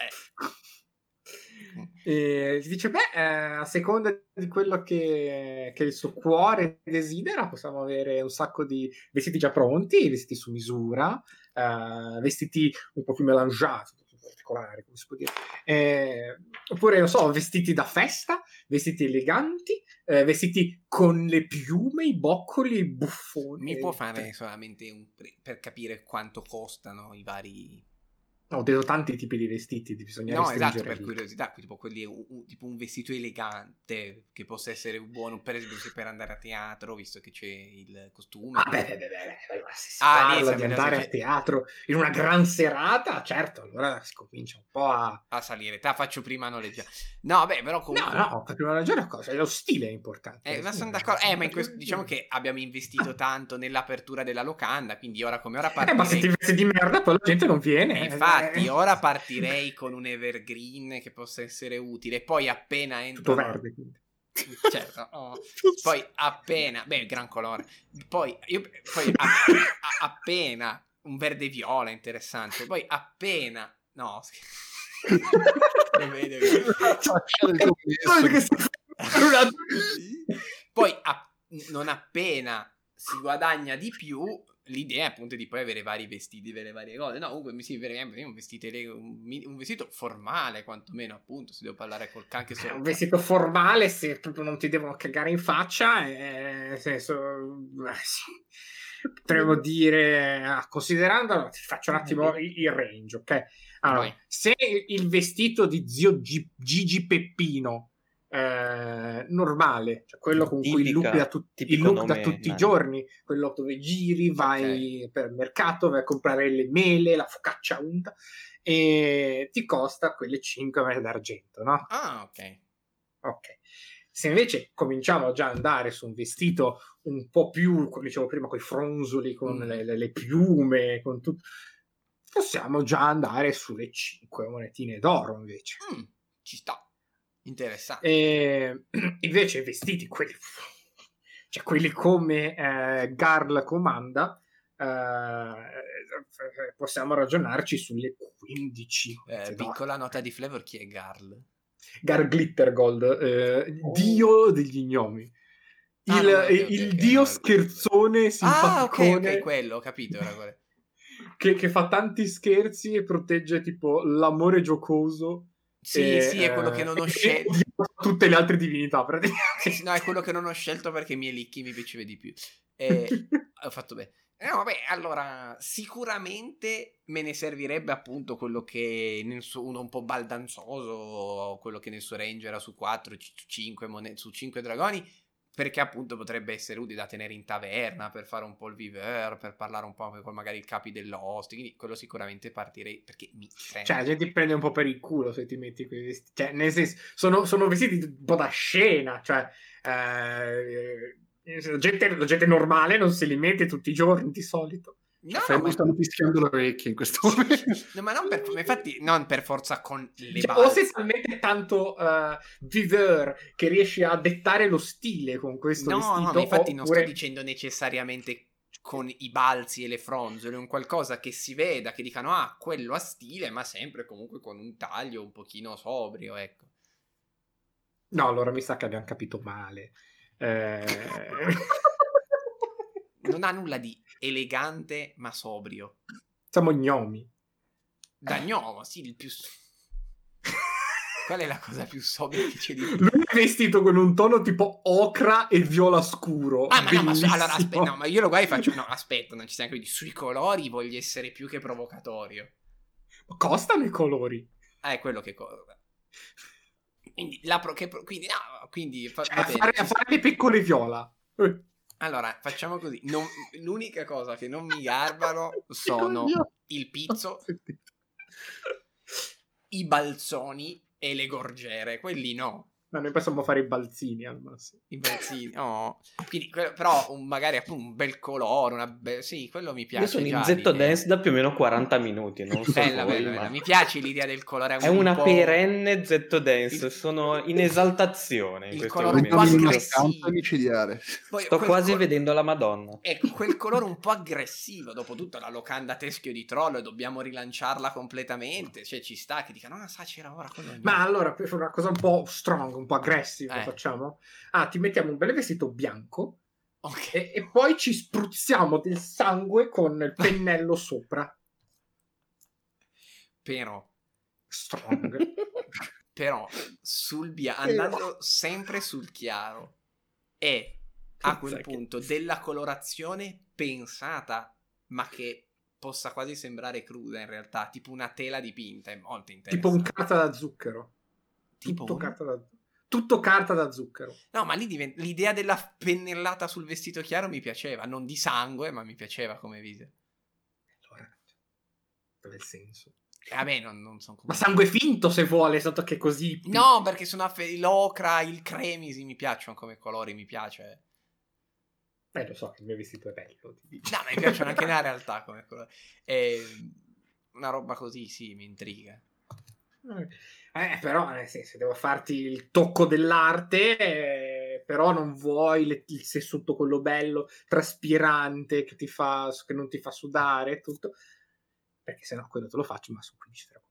Eh. E ti dice, beh, eh, a seconda di quello che, che il suo cuore desidera, possiamo avere un sacco di vestiti già pronti, vestiti su misura, eh, vestiti un po' più melangiati, un po' più particolari, come si può dire. Eh, oppure, non so, vestiti da festa, vestiti eleganti, eh, vestiti con le piume, i boccoli, i buffoni. Mi può fare solamente un pre- per capire quanto costano i vari... Ho detto tanti tipi di vestiti, bisogna No, esatto, restringere per lì. curiosità, tipo quelli, un, un- tipo un vestito elegante che possa essere buono, per esempio, se per andare a teatro, visto che c'è il costume. Ah, beh, beh, beh, beh, ma se si Ah, lì parla di sapete, andare se a c'è- teatro in una gran serata, certo, allora si comincia un po' a... A salire, te la faccio prima noleggiare. No, beh, però comunque... No, no, per prima ragione cosa? Lo stile è importante. Eh, ma Sì, sono d'accordo. Eh, ma in questo, eh, diciamo che abbiamo investito tanto nell'apertura della locanda, quindi ora come ora Eh, ma se ti partirei... vesti di merda, poi la gente non viene. Eh, eh. infatti, ora partirei con un evergreen che possa essere utile. Poi appena Tutto entrano... verde, quindi. Certo, oh. Poi appena... Beh, gran colore. Poi, io, poi a- a- appena... Un verde viola interessante. Poi appena... No, scherzo. Lo vedo che- Faccia del Quello che commesso. sta- una- Poi a- non appena si guadagna di più, l'idea è appunto di poi avere vari vestiti per le varie cose. No, comunque mi si verrebbe un vestito, ele- un, mi- un vestito formale, quantomeno, appunto, se devo parlare col can che un sono... vestito formale, se proprio non ti devono cagare in faccia, eh, nel senso, eh, sì. Potremmo dire, ah, considerando, allora, ti faccio un attimo il, il range, ok? Allora, Vai. se il vestito di zio Gi- Gigi Peppino eh, normale, cioè quello con cui il look, Tipica- da, tu- il tipico look da nome, tutti i Nani. giorni, quello dove giri, vai per il mercato, vai a comprare le mele, la focaccia unta, e ti costa quelle cinque monete d'argento, no? Ah, ok. Ok. Se invece cominciamo già ad andare su un vestito un po' più, come dicevo prima, con i fronzoli, con Mm. le, le- le piume, con tutto, possiamo già andare sulle cinque monetine d'oro invece. Mm, ci sta. Interessante. E invece i vestiti, quelli, cioè quelli come eh, Garl comanda, eh, possiamo ragionarci sulle quindici Eh, monete d'oro. piccola nota di flavor, chi è Garl? Gar Glittergold, eh, Oh. dio degli gnomi. Il, Ah, no, ok, ok, il ok, dio no. scherzone Ah, ok, simpaticone ok, quello, ho capito. Ora qual è. che, che fa tanti scherzi e protegge tipo l'amore giocoso. Sì, e, sì, è quello che eh, non ho e- scelto. e tutte le altre divinità praticamente. Sì, sì, no, è quello che non ho scelto perché Mielicchi mi piaceva di più. E ho fatto bene. No, vabbè, allora sicuramente me ne servirebbe appunto quello che nel suo, uno un po' baldanzoso, quello che nel suo range era su quattro, cinque monete, su cinque dragoni, perché appunto potrebbe essere utile da tenere in taverna per fare un po' il vivere, per parlare un po' con magari il capi dell'host, quindi quello sicuramente partirei perché mi sento. Cioè la gente ti prende un po' per il culo se ti metti quei vestiti, cioè nel senso sono, sono vestiti un po' da scena, cioè eh, la, gente, la gente normale non se li mette tutti i giorni di solito. No, Cioè, no, mi stanno fischiando le orecchie in questo momento. No, ma non per, infatti non per forza con le Cioè, balze. o sei talmente tanto uh, viveur che riesci a dettare lo stile con questo no, vestito, no, ma infatti oppure... non sto dicendo necessariamente con i balzi e le fronzole, un qualcosa che si veda, che dicano ah, quello ha stile, ma sempre comunque con un taglio un pochino sobrio, ecco. No, allora mi sa che abbiamo capito male. Eh... Non ha nulla di elegante ma sobrio. Siamo gnomi. Da gnomo, sì, il più... Qual è la cosa più sobria che c'è di più? Lui è vestito con un tono tipo ocra e viola scuro. Ah, ma no, ma Bellissimo. allora aspetta, no, ma io lo guardo e faccio no, aspetta, non ci stiamo capendo. Sui colori voglio essere più che provocatorio. Costano i colori. Ah, è quello che costa. Quindi, la pro, che pro, quindi, no, quindi fa, Cioè, va a bene, fare, ci a sta. fare le piccole viola. Eh. Allora, facciamo così. Non, l'unica cosa che non mi garbano sono il pizzo, i balzoni e le gorgiere. Quelli no. Ma noi possiamo fare i balzini al massimo. I balzini, no. Quindi, quello, però, un, magari appunto un bel colore, una be- sì, quello mi piace. Io sono già in Zetto l'idea. Dance da più o meno quaranta minuti, non so Bella, voi, bella, ma... bella. Mi piace l'idea del colore. È un una po'... perenne Zetto Dance, Il- sono in esaltazione in il questo colore un po' momento. Una aggressivo. stampa micidiale. Poi Sto quel quasi col- vedendo la Madonna. Ecco, quel colore un po' aggressivo. Dopotutto la locanda teschio di Troll, dobbiamo rilanciarla completamente. Cioè, ci sta che dicano, ah, sa, c'era ora quello. Ma allora, per fare una cosa un po' strong, un po' aggressiva, Eh. facciamo? Ah, ti mettiamo un bel vestito bianco Ok. e, e poi ci spruzziamo del sangue con il pennello sopra. Però, Strong. però, sul bianco, andando sempre sul chiaro, è a quel Pensa che- punto della colorazione pensata, ma che possa quasi sembrare cruda in realtà, tipo una tela dipinta, è molto Tipo un interessante. carta da zucchero. Tipo Tutto un- carta da tutto carta da zucchero. No, ma lì diventa... l'idea della pennellata sul vestito chiaro mi piaceva, non di sangue, ma mi piaceva come visione. Allora, per il senso. E vabbè, non, non sono Ma sangue finto se vuole, sotto che così. No, perché sono affe- l'ocra, il cremisi mi piacciono come colori, mi piace. Eh, lo so che il mio vestito è bello. Ti dico. No, mi piacciono anche nella realtà come colori. E una roba così, sì, mi intriga. Eh, però, nel senso, devo farti il tocco dell'arte, eh, però non vuoi le- il sessotto quello bello, traspirante, che ti fa, che non ti fa sudare, tutto. Perché sennò quello te lo faccio, ma sono quindici dragoni.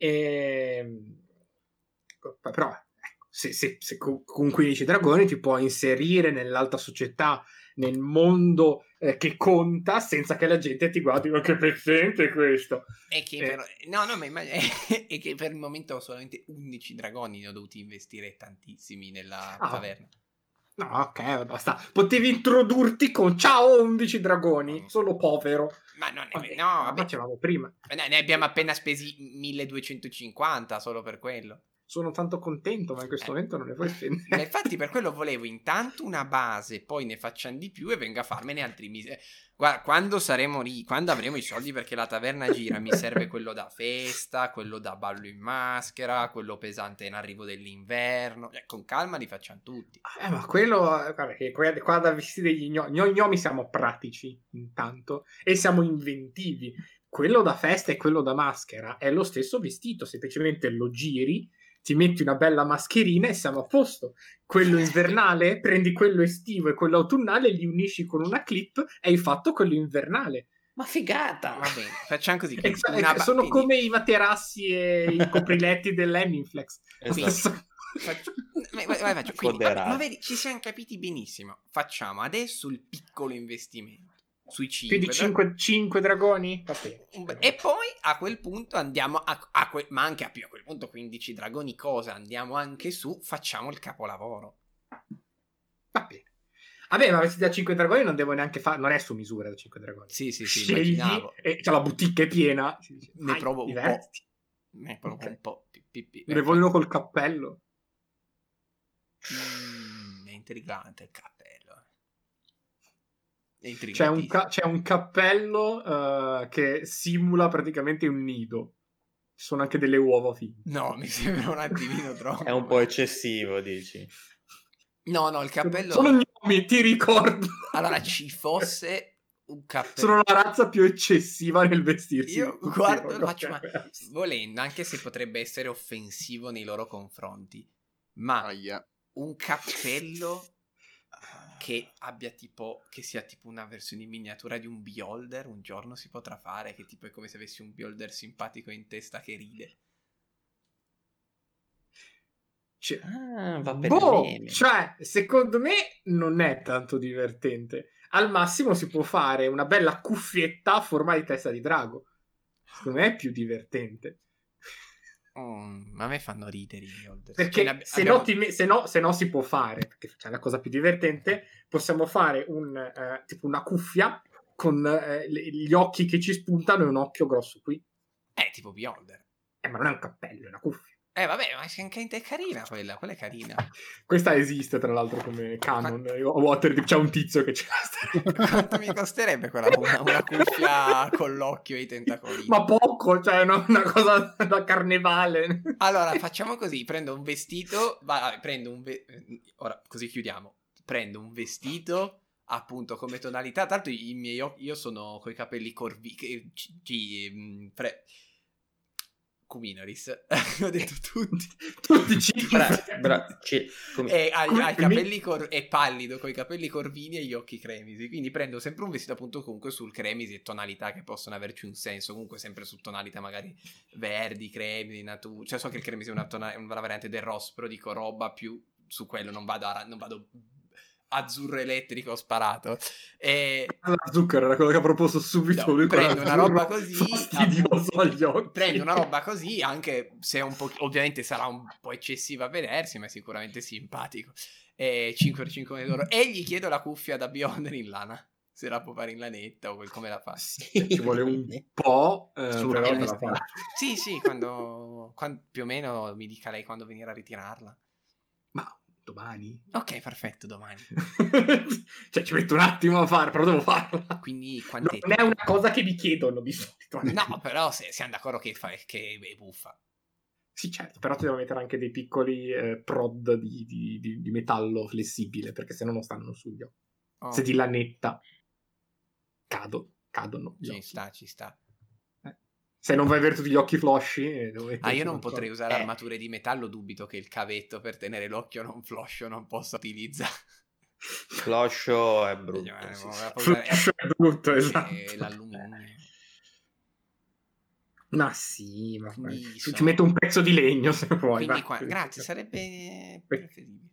Ehm, però, ecco, se, se, se con con quindici dragoni ti puoi inserire nell'alta società, nel mondo eh, che conta, senza che la gente ti guardi, ma che pezzente è questo. E che Eh. per... No, no, ma immag- e che per il momento ho solamente undici dragoni, ne ho dovuti investire tantissimi nella Ah. taverna. No, ok, basta. Potevi introdurti con ciao undici dragoni, sono povero. Ma non è... Vabbè, no, lo vabbè. facevamo prima. Ne ne abbiamo appena spesi milleduecentocinquanta solo per quello. Sono tanto contento, ma in questo Eh. momento non ne puoi Ma spendere. infatti per quello volevo intanto una base, poi ne facciamo di più e venga a farmene altri mesi. Guarda, quando saremo lì, quando avremo i soldi perché la taverna gira, mi serve quello da festa, quello da ballo in maschera, quello pesante in arrivo dell'inverno. Cioè, con calma li facciamo tutti. Eh, ma quello, eh, guarda, che qua, qua da vestire degli gnomi, noi gnomi siamo pratici, intanto, e siamo inventivi. Quello da festa e quello da maschera è lo stesso vestito, semplicemente lo giri, ti metti una bella mascherina e siamo a posto. Quello invernale, prendi quello estivo e quello autunnale, li unisci con una clip e hai fatto quello invernale. Ma figata! Va bene, facciamo così. E- Una ba- sono quindi- come i materassi e i copriletti dell'Hemingflex. Esatto. Faccio... vai, vai, vai, faccio. Quindi, vabbè, Foderato. ma vedi, ci siamo capiti benissimo. Facciamo adesso il piccolo investimento sui Più cinque. di cinque, cinque dragoni? Va bene. E poi a quel punto andiamo a, a que- ma anche a più a quel punto quindici dragoni cosa? Andiamo anche su, facciamo il capolavoro. Va bene. Vabbè, ma vestiti da cinque dragoni non devo neanche fare, non è su misura da cinque dragoni. Sì, sì, sì, Scegli immaginavo. e cioè, la boutique è piena. Si dice, Ne vai, provo un divertiti. po'. Ne provo Ok. un po'. Pi, pi, pi. Ne vuoi uno col cappello? Mm, è intrigante il cappello. È C'è un, intrigantissimo. ca- c'è un cappello uh, che simula praticamente un nido. Ci sono anche delle uova finte. No, mi sembra un attimino troppo. È un po' eccessivo, dici. No, no, il cappello... Sono gnomi, ti ricordo. Allora, ci fosse un cappello... Sono la razza più eccessiva nel vestirsi. Io Tutti guardo, i lo faccio, rock ma and roll. volendo, anche se potrebbe essere offensivo nei loro confronti, ma Aia. un cappello che abbia tipo, che sia tipo una versione in miniatura di un beholder, un giorno si potrà fare, che tipo è come se avessi un beholder simpatico in testa che ride. Cioè, Ah, va per boh, le meme. cioè, secondo me non è tanto divertente. Al massimo si può fare una bella cuffietta a forma di testa di drago. Secondo me è più divertente. Mm, ma a me fanno ridere i beholder. Perché Cioè, ne ab- se, abbiamo- no ti me- se, no, se no si può fare, perché c'è la cosa più divertente, possiamo fare un eh, tipo una cuffia con eh, le- gli occhi che ci spuntano e un occhio grosso qui. Eh, tipo beholder. Eh, ma non è un cappello, è una cuffia. Eh, vabbè, ma è anche è carina quella, quella è carina. Questa esiste, tra l'altro, come canon. Waterdeep c'è un tizio che c'è. Quanto mi costerebbe quella una, una cuffia con l'occhio e i tentacoli? Ma poco, cioè no, una cosa da carnevale. Allora, facciamo così, prendo un vestito, va, vabbè, prendo un ve- ora così chiudiamo. Prendo un vestito appunto come tonalità, tanto i miei occhi, io sono coi capelli corvi che ci, ci mh, pre- Cuminoris, ho detto tutti. Tutti ci Bra- bra- ci- come- E ha, Come- ha i capelli cor- è pallido, con i capelli corvini e gli occhi cremisi. Quindi prendo sempre un vestito appunto comunque sul cremisi e tonalità che possono averci un senso. Comunque sempre su tonalità magari verdi, cremisi, natura. Cioè so che il cremisi è una, tona- una variante del rosso, però dico roba più su quello, non vado, a, non vado azzurro elettrico sparato. E La zucchero era quello che ha proposto subito no, lui. prendo una roba così fastidioso agli occhi. prendo una roba così, anche se è un po', ovviamente sarà un po' eccessiva a vedersi, ma è sicuramente simpatico. E cinque per cinque d'oro. E gli chiedo la cuffia da Beholder in lana, se la può fare in lanetta o quel come la fa. Ci vuole un po', eh, Su però che te ne la stai? fa. Sì, sì, quando, quando più o meno mi dica lei quando venire a ritirarla. Ma domani? Ok, perfetto, domani. Cioè ci metto un attimo a fare, però devo farla. Quindi quant'è? Non è una cosa che vi chiedono di solito. No, però se, siamo d'accordo che, fa, che è buffa. Sì, certo, però ti devo mettere anche dei piccoli eh, prod di, di- di- di metallo flessibile, perché se no non stanno sugli occhi. Oh, Se di lanetta cado, cadono gli ci occhi. sta, ci sta. Se non vai a avere tutti gli occhi flosci... eh, devo Ah, metterci io non qualcosa. potrei usare Eh, armature di metallo, dubito che il cavetto per tenere l'occhio non floscio non possa utilizzare. Floscio è brutto. Eh, sì, ma sì. la puoi usare- floscio è brutto, esatto. è l'alluminio. Ma sì, ma Quindi ci, sono- ci metto un pezzo di legno se vuoi. Quindi va. qua- grazie, sarebbe preferibile.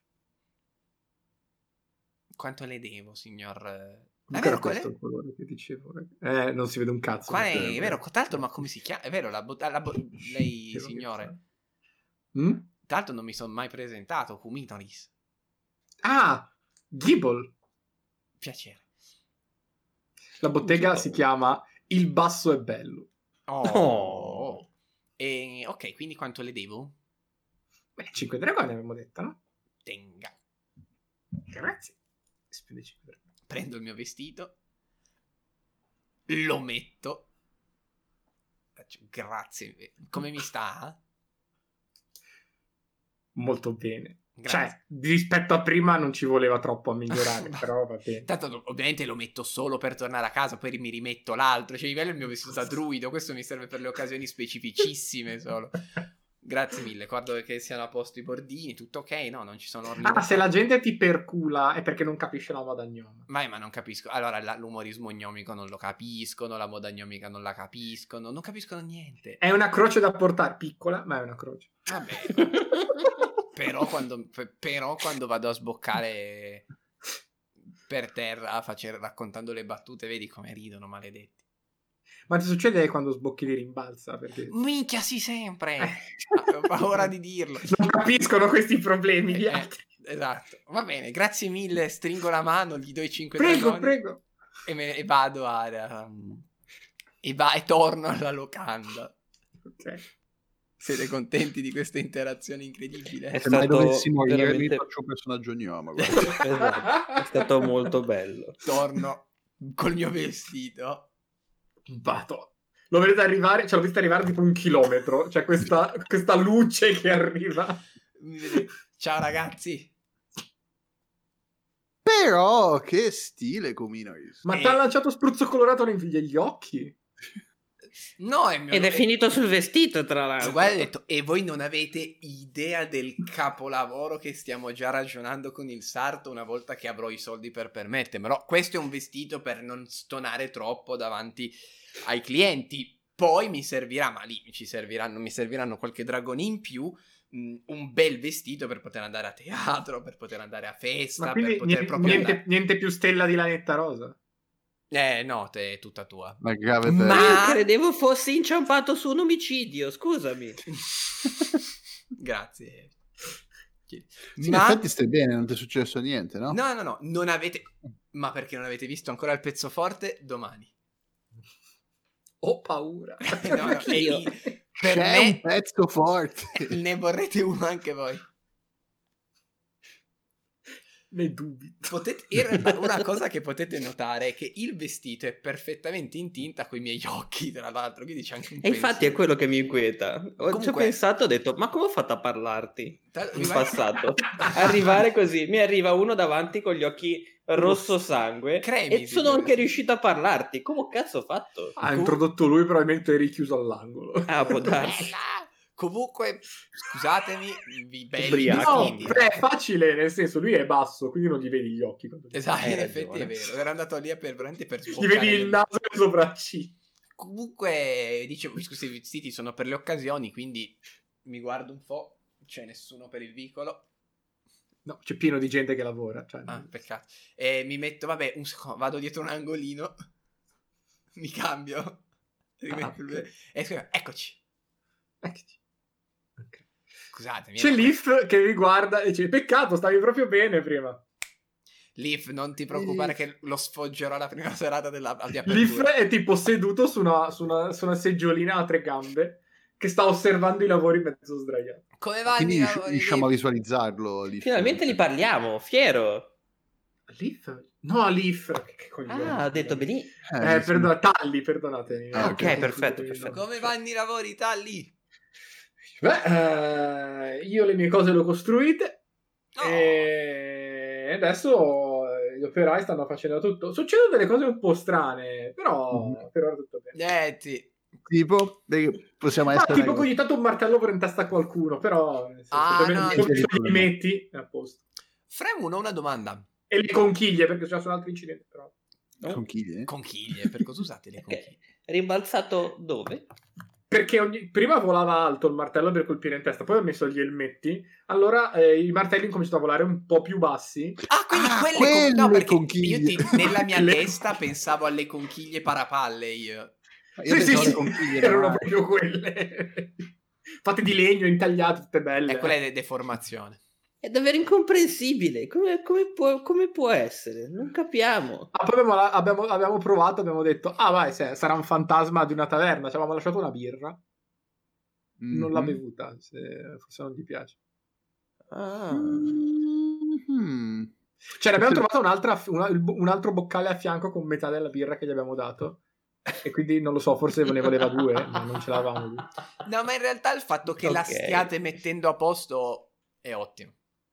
Quanto le devo, signor? È Comunque vero, era qual questo è? il colore che dicevo. Eh, non si vede un cazzo. Qua è, perché- è vero, tra l'altro, ma come si chiama? È vero, la, bo- la bo- lei, Devo signore. Mm? Tra l'altro non mi sono mai presentato, Kumitoris. Ah, Gibble. Piacere. La bottega Gibble. si chiama Il Basso è Bello. Oh. Oh. E, ok, quindi quanto le devo? Beh, cinque dragoni abbiamo detto, no? Tenga. Grazie. Spende cinque dragoni. Prendo il mio vestito, lo metto. Faccio, grazie. Come mi sta? Molto bene. Grazie. Cioè, rispetto a prima non ci voleva troppo a migliorare, No. però va bene. Tanto ovviamente lo metto solo per tornare a casa, poi mi rimetto l'altro. Cioè, quello è il mio vestito da druido. Questo mi serve per le occasioni specificissime solo. Grazie mille. Guardo che siano a posto i bordini, tutto ok. No, non ci sono ormi. Ah, se la gente ti percula è perché non capisce la moda gnoma. Ma, ma non capisco. Allora, la- l'umorismo gnomico non lo capiscono, la moda gnomica non la capiscono, non capiscono niente. È una croce da portare, piccola, ma è una croce. Vabbè. Però quando, pe- però quando vado a sboccare per terra face- raccontando le battute, vedi come ridono, maledetti. Ma ti succede quando sbocchi di rimbalza? Perché Minchia, sì, sempre. Eh. Ho paura di dirlo. non capiscono questi problemi gli Eh, altri. Esatto, va bene, grazie mille, stringo la mano, gli do i cinque Prego, dragoni prego. e, me, e vado a... Um, e, va, e torno alla locanda. Ok. Siete contenti di questa interazione incredibile? È Se mai stato dovessi morire veramente- mi faccio un personaggio gnoma, guarda. Esatto, è stato molto bello. Torno col mio vestito. Vado. Lo vedete arrivare, cioè lo vedete arrivare tipo un chilometro. C'è questa, questa luce che arriva. Mi vede- Ciao ragazzi. Però che stile Cominoris. Ma Eh. ti ha lanciato spruzzo colorato negli occhi? No, è mio Ed è finito sul vestito, tra l'altro. Guarda, ho detto, e voi non avete idea del capolavoro che stiamo già ragionando con il sarto una volta che avrò i soldi per permettermelo. Questo è un vestito per non stonare troppo davanti ai clienti. Poi mi servirà, ma lì ci serviranno, mi serviranno qualche dragone in più, mh, un bel vestito per poter andare a teatro, per poter andare a festa, Ma per quindi poter niente, proprio niente, andare... niente più stella di lanetta rosa? Eh, no, te è tutta tua. Ma grave per... Ma- Ah, credevo fossi inciampato su un omicidio, scusami. Grazie. Sì, in Ma... effetti stai bene, non ti è successo niente, no? No, no, no, non avete... Ma perché non avete visto ancora il pezzo forte? Domani. Ho paura. No, no, Anch'io. e- per C'è me un pezzo forte. ne vorrete uno anche voi. Ne dubito. Potete, in realtà, una cosa che potete notare è che il vestito è perfettamente in tinta con i miei occhi, tra l'altro, quindi c'è anche un E infatti è pensiero. quello che mi inquieta. Ho- Ci ho Comunque- pensato, ho detto, ma come ho fatto a parlarti Tra- in passato? Arrivare così, mi arriva uno davanti con gli occhi rosso sangue Cremi, e sono sì, anche sì. riuscito a parlarti. Come cazzo ho fatto? Ha introdotto lui, probabilmente eri chiuso all'angolo. Ah, può darsi. Bella! Comunque, scusatemi, vi belli Ubriaco. No, vestiti. beh, è facile, nel senso, lui è basso, quindi non gli vedi gli occhi. quando- Esatto, Hai in effetti ragione. è vero. Ero andato lì per veramente per Gli sboccare vedi il le- naso e le sopracciglia. Comunque, dicevo, questi vestiti sono per le occasioni, quindi mi guardo un po', c'è nessuno per il vicolo. No, c'è pieno di gente che lavora. Cioè... Ah, peccato. E mi metto, vabbè, un secondo, vado dietro un angolino, mi cambio, rimetto il- ok. e scusa, eccoci. Eccoci. Ok. Scusatemi. C'è no, Leaf che vi guarda e dice: peccato, stavi proprio bene prima. Leaf, non ti preoccupare che lo sfoggerò alla prima serata della di Leaf apertura. è tipo seduto su una, su una, su una seggiolina a tre gambe che sta osservando i lavori mezzo sdraiato. Come vanno Quindi i rius- lavori, riusciamo a Leaf? visualizzarlo. lì. Finalmente li parliamo, fiero. Leaf? No, Leaf. Che, che coglione. Ah, ha detto benissimo. Eh, perdono, Talli, perdonatemi. Ah, ok, perfetto, perfetto. Come vanno i lavori, Talli? Beh, eh, io le mie cose le ho costruite No. e adesso gli operai stanno facendo tutto. Succedono delle cose un po' strane, però Mhm. per ora tutto bene. Eh, sì. Tipo, beh, possiamo Ma essere... tipo che ogni tanto un martello per in testa a qualcuno, però nel senso, Ah, se no, me- niente se di li metti è a posto. Fremuno, una domanda. E le conchiglie, perché c'è su un altro incidente, però. No? Conchiglie? Conchiglie, per cosa usate le conchiglie? Rimbalzato dove? Perché ogni- prima volava alto il martello per colpire in testa, poi ho messo gli elmetti, allora eh, i martelli hanno cominciato a volare un po' più bassi. Ah, quindi Ah, quelle, quelle con- no, perché conchiglie. io ti- nella mia Le- testa pensavo alle conchiglie parapalle io. Io Sì, sì, pensavo alle sì, conchiglie erano normali. proprio quelle. Fatte di legno, intagliate, tutte belle. E quella è de- deformazione. È davvero incomprensibile. Come, come può, come può essere? Non capiamo. Ah, poi abbiamo, abbiamo, abbiamo provato, abbiamo detto, ah vai, se- sarà un fantasma di una taverna, ci avevamo lasciato una birra, non l'ha Mhm. bevuta, se, forse non gli piace. Ah. Mhm. Cioè, ne abbiamo trovato un'altra, una- un altro boccale a fianco con metà della birra che gli abbiamo dato. E quindi non lo so, forse ne voleva due, ma non ce l'avevamo due. No, ma in realtà il fatto che la Ok. stiate mettendo a posto è ottimo.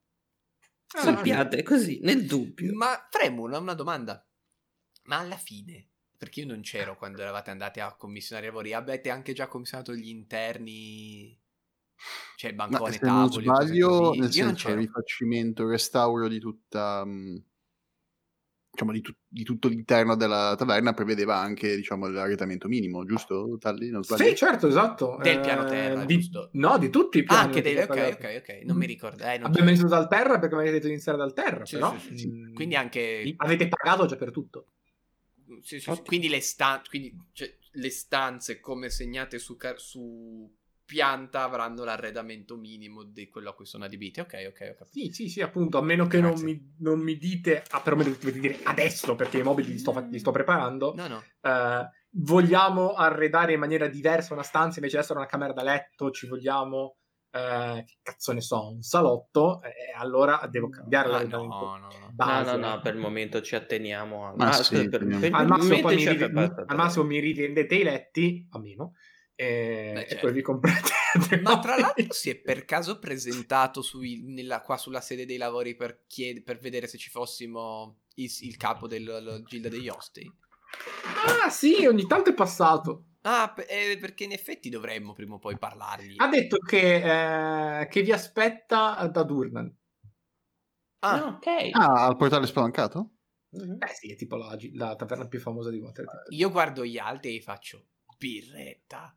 Sappiate, così, nel dubbio. Ma Fremula, una domanda. Ma alla fine, perché io non c'ero quando eravate andati a commissionare i lavori, avete anche già commissionato gli interni? Cioè il Ma bancone, se non tavoli, cose sbaglio, così? nel Io non senso, c'ero. rifacimento, restauro di tutta... mh, diciamo, di, tu- di tutto l'interno della taverna prevedeva anche, diciamo, l'arredamento minimo, giusto, Talli? Non sbaglio? Sì, certo, esatto. Del Eh, piano terra, di- giusto? No, di tutti i piani. Ah, anche dei... della Ok, taverna. ok, ok. Non mi ricordo. Eh, non Abbiamo c'ero. iniziato dal terra perché mi avete detto di iniziare dal terra, Sì, però... sì, sì, sì. mm, Quindi anche... avete pagato già per tutto. Sì, sì, sì. Quindi le stanze, quindi cioè, le stanze come segnate su, car- su pianta avranno l'arredamento minimo di quello a cui sono adibiti. Ok, ok, ho capito. Sì, sì, sì, appunto, a meno che non Grazie. mi, non mi dite, ah, però me lo dovete dire adesso, perché i mobili li sto, fa- li sto preparando, No, no. eh, vogliamo arredare in maniera diversa una stanza, invece di essere una camera da letto, ci vogliamo, eh, che cazzo ne so, un salotto, eh, allora devo cambiare Ah, l'arredamento no, no, no. No, base. no, no, per il momento ci atteniamo a... Ma ah, sì, scusa, per, teniamo- per Al il massimo, momento poi mi, ci rive- aspetta, al massimo mi rivendete i letti, a meno, e, Beh, e certo. poi vi comprate altri Ma tra mobili. l'altro si è per caso presentato sui- nella- qua sulla sede dei lavori per, chied- per vedere se ci fossimo il, il capo del Gilda degli Osti? Ah, sì, ogni tanto è passato. Ah, pe- eh, perché in effetti dovremmo prima o poi parlargli. Ha detto che, eh, che vi aspetta da Durnan. Ah, Ah, ok. Ah, al portale spalancato? Mhm. Eh sì, è tipo la, la taverna più famosa di Waterdeep. io guardo gli altri e gli faccio birretta.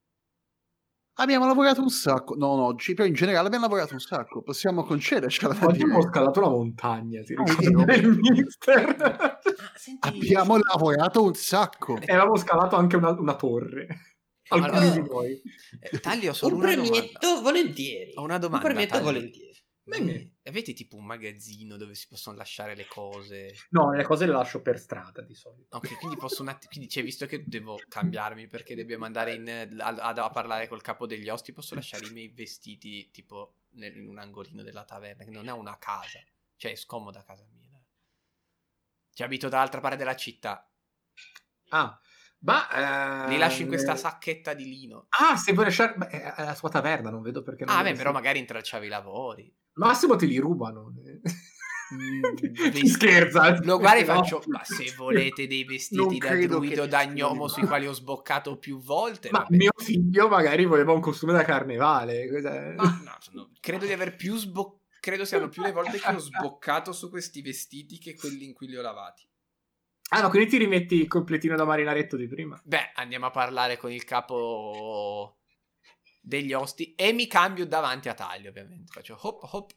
Abbiamo lavorato un sacco. No, no, oggi, però in generale abbiamo lavorato un sacco. Possiamo concedercela. da Oggi dire. abbiamo scalato la montagna, ti Ah, ricordi io- il mister? Ah, senti, Abbiamo lavorato un sacco. E avevamo scalato anche una, una torre. Alcuni Allora, di noi. eh, Taglio, ho solo Un una domanda. premietto volentieri. Ho una domanda, Un premietto Tagli. volentieri. Eh, avete tipo un magazzino dove si possono lasciare le cose? No, le cose le lascio per strada di solito. Ok, quindi posso un attimo. Quindi, cioè, visto che devo cambiarmi perché dobbiamo andare in, a, a- a parlare col capo degli osti, posso lasciare i miei vestiti tipo nel- in un angolino della taverna, che non è una casa. Cioè, è scomoda casa mia. dai. Cioè, abito dall'altra parte della città. Ah, ma... eh, Li lascio in questa sacchetta di lino. Ah, se vuoi lasciare... Beh, è la sua taverna, non vedo perché non Ah, lo beh, lasci. però magari intralciavi i lavori. Massimo te li rubano. Mm, Ti vedi- scherza. Lo guardo e No. faccio, ma se volete dei vestiti Non da credo druido, che da nessuno gnomo li sui quali ho sboccato più volte. Ma vabbè. mio figlio magari voleva un costume da carnevale. Cos'è? Ma no, sono- credo di aver più sboccato. Credo siano più le volte che ho sboccato su questi vestiti che quelli in cui li ho lavati. Ah no, quindi ti rimetti il completino da marinaretto di prima. Beh, andiamo a parlare con il capo degli osti e mi cambio davanti a Taglio, ovviamente. Faccio hop hop.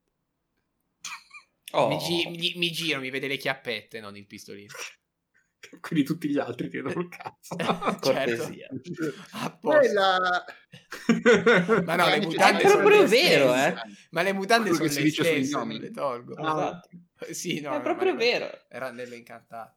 Oh. Mi, gi- mi- mi giro, mi vede le chiappette, non il pistolino. Quindi tutti gli altri ti vedono il cazzo. Cortesia. A posto. Quella... Ma no, le È mutande È sono proprio le vero, stesse. eh. Ma le mutande Quello sono che si le dice sugli stesse, non uomini. le tolgo. Ah, Esatto. Sì, no, È no, proprio ma- vero. Era nelle incantate.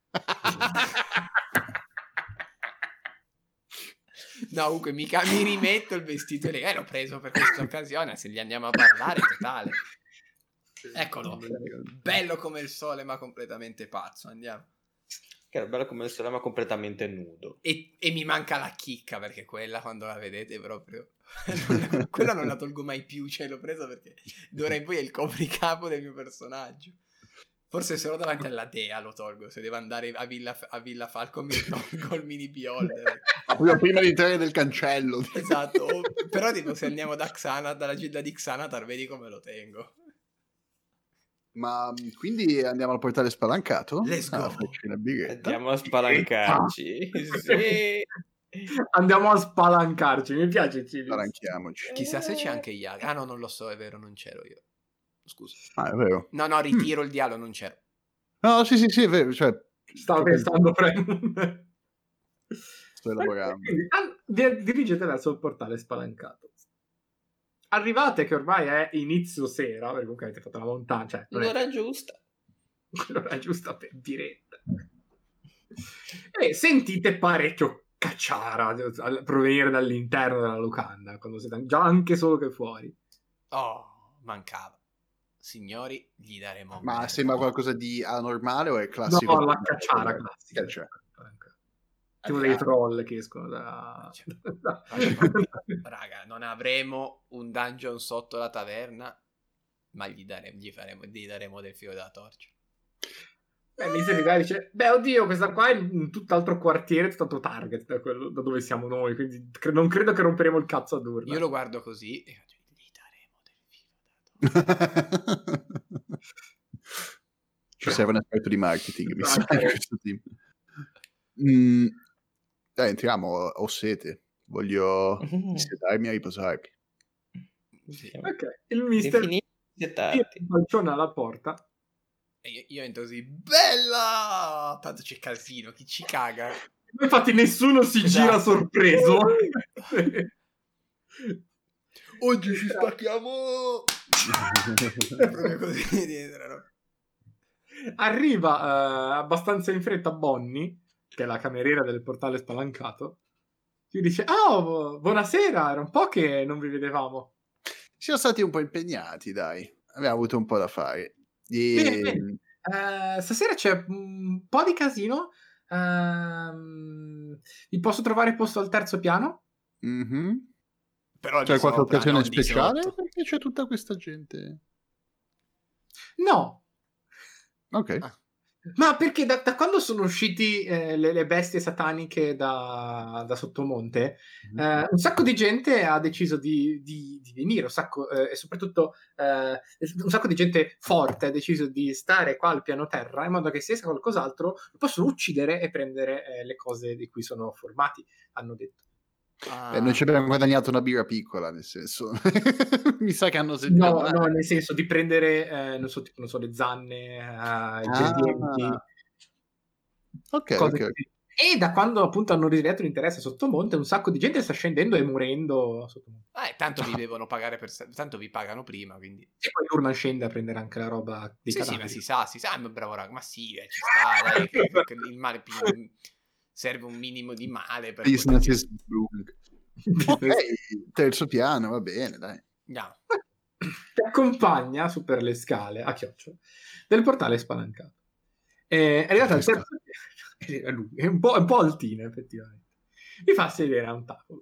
No, comunque mi, ca- mi rimetto il vestito lì. Eh, l'ho preso per questa occasione. Se gli andiamo a parlare, totale. Eccolo. Bello come il sole, ma completamente pazzo. Andiamo. Che era bello come il sole, ma completamente nudo. E, e mi manca la chicca, perché quella, quando la vedete, proprio... non la- quella non la tolgo mai più. Cioè, l'ho presa perché d'ora in poi è il copricapo del mio personaggio. Forse solo davanti alla dea lo tolgo. Se devo andare a Villa, a Villa Falco mi tolgo il mini beholder. Prima, prima di entrare nel cancello. Esatto. O- però tipo se andiamo da Xana, dalla gilda di Xanatar, vedi come lo tengo. Ma mh, quindi andiamo al portale spalancato? Let's go. Ah, facci la birretta. Andiamo a spalancarci. Sì. Andiamo a spalancarci. Mi piace Cilis. Spalanchiamoci. Chissà se c'è anche Iago. Ah no, non lo so, è vero, non c'ero io. Scusa. Ah, è vero. No, no, ritiro il dialogo, non c'ero. No, sì, sì, sì, è vero. Cioè, Stavo pensando prima. sto elaborando. Quindi, an- di- dirigete verso il portale spalancato. Arrivate che ormai è inizio sera, perché comunque avete fatto la montagna, cioè non è L'ora giusta. l'ora giusta per diretta. E sentite parecchio cacciara al- provenire dall'interno della locanda, quando siete già anche solo che fuori. Oh, mancava. Signori, gli daremo... Ma merda. sembra qualcosa di anormale o è classico? No, la cacciara classica. Cacciara. Tipo dei troll che escono da... da- Raga, non avremo un dungeon sotto la taverna, ma gli daremo, gli faremo, gli daremo del filo della torcia. Beh, mi sembra dice, beh, oddio, questa qua è in tutt'altro quartiere, tutt'altro target da, quello, da dove siamo noi, quindi cre- non credo che romperemo il cazzo a Durna. Io lo guardo così e faccio, gli daremo del filo della torcia. Ci serve un esperto di marketing, mi sa, Anche- in questo team. Mm, dai, entriamo, ho sete. Voglio sedarmi a riposarmi. Sì. Ok, il mister Definiti tira tardi. il balcione alla porta. E io, io entro così, bella! Tanto c'è casino, chi ci caga? Infatti nessuno si Esatto. gira sorpreso. Oggi ci spacchiamo! È proprio così dietro, no? Arriva eh, abbastanza in fretta Bonnie, che è la cameriera del portale spalancato, ti dice: oh, buonasera, era un po' che non vi vedevamo. Siamo stati un po' impegnati, dai. Abbiamo avuto un po' da fare. E... Bene, bene. Uh, stasera c'è un po' di casino. Uh, vi posso trovare posto al terzo piano? Mm-hmm. Però c'è qualche sopra, occasione non di speciale? sotto. Perché c'è tutta questa gente? No. Ok. Ah. Ma perché da, da quando sono usciti eh, le, le bestie sataniche da, da Sottomonte, mm-hmm. eh, un sacco di gente ha deciso di, di, di venire, un sacco, eh, e soprattutto eh, un sacco di gente forte ha deciso di stare qua al piano terra, in modo che se esca qualcos'altro lo possono uccidere e prendere eh, le cose di cui sono formati, hanno detto. Ah. Beh, noi ci abbiamo guadagnato una birra piccola, nel senso mi sa che hanno sentito no, male. no, nel senso di prendere eh, non so, tipo, non so, le zanne, uh, i gradienti, ah. ok, cose ok, così. E da quando appunto hanno risvegliato l'interesse a Sottomonte, un sacco di gente sta scendendo e morendo a Sottomonte. Ah, tanto vi devono pagare per tanto vi pagano prima, quindi. E poi Urman scende a prendere anche la roba dei sì, cadaveri. Sì, ma si sa, si sa, ma bravo raga, ma sì, eh, ci sta, dai, che, che, che il male più, serve un minimo di male per business is booming. Ok, terzo piano, va bene, dai. No. Ti accompagna su per le scale a chiocciola del portale spalancato. È arrivato al terzo piano, è, lui, è un po', un po' altino effettivamente. Mi fa sedere a un tavolo.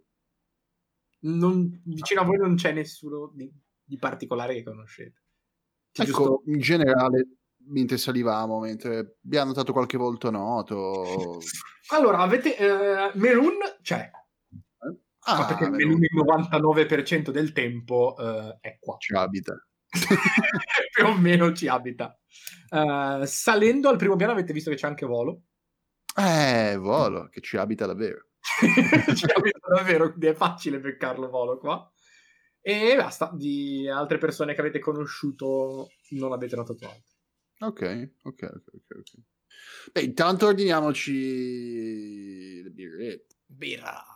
Non, vicino a voi non c'è nessuno di, di particolare che conoscete. C'è ecco, giusto... in generale, mentre salivamo, mentre abbiamo notato qualche volto noto. Allora, avete eh, Melun c'è. Ah, ma perché Melun il novantanove per cento del tempo uh, è qua. Ci abita. Più o meno ci abita. Uh, salendo al primo piano avete visto che c'è anche Volo. Eh, Volo, che ci abita davvero. Ci abita davvero, quindi è facile beccarlo Volo qua. E basta, di altre persone che avete conosciuto non avete notato altro. Ok, ok, ok, ok. Beh, intanto ordiniamoci le birrette. Birra.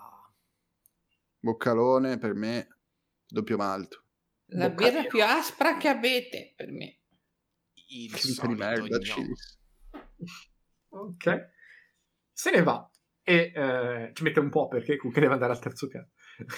Boccalone per me, doppio malto. La Boccalone. Birra più aspra che avete per me. Il Finta di merda, ok. Se ne va e eh, ci mette un po' perché comunque deve andare al terzo piano.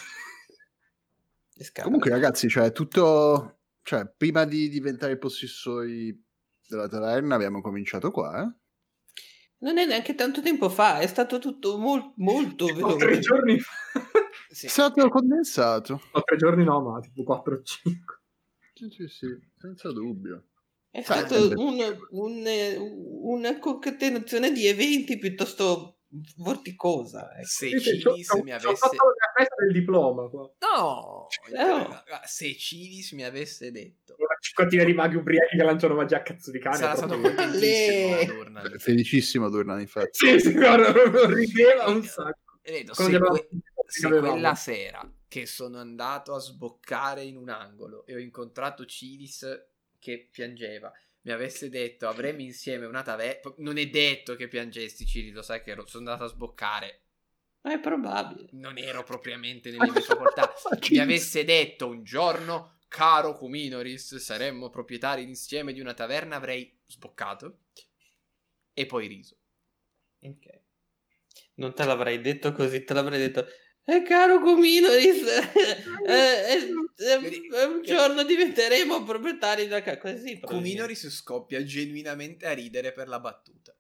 Comunque ragazzi, cioè tutto, cioè prima di diventare possessori della taverna abbiamo cominciato qua, eh? Non è neanche tanto tempo fa, è stato tutto mol- molto veloce. Tre giorni fa. Sì. È stato condensato. No, tre giorni no, ma tipo quattro o cinque. Sì, sì, sì, senza dubbio. È stato un, un, una concatenazione di eventi piuttosto vorticosa. Ecco. Se Cilis mi avesse... Ho fatto la festa del diploma qua. No! no. Se Cilis mi avesse detto... Una cinquantina di maghi ubriachi che lanciano magia a cazzo di cane. Sarà stato contentissimo Durnan. Felicissimo Durnan, infatti. Sì, sì, guarda, rideva un sacco. Vedo, se, que- se quella sera che sono andato a sboccare in un angolo e ho incontrato Cilis che piangeva, mi avesse detto avremo insieme una taverna, non è detto che piangesti Cilis, lo sai che ero, sono andato a sboccare, ma è probabile, non ero propriamente nelle mie facoltà, mi avesse detto un giorno caro Kuminoris saremmo proprietari insieme di una taverna, avrei sboccato e poi riso. Ok. Non te l'avrei detto così, te l'avrei detto eh, caro Kuminoris eh, eh, eh, un giorno diventeremo proprietari della casa. Così Kuminoris scoppia genuinamente a ridere per la battuta.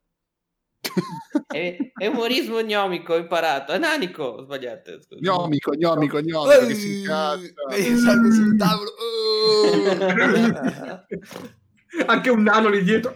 È, è umorismo gnomico, ho imparato. Ananico, ho sbagliato. Scusa. Gnomico, gnomico, gnomico, che si incazza. Vedi, salgo sul tavolo. Anche un nano lì dietro.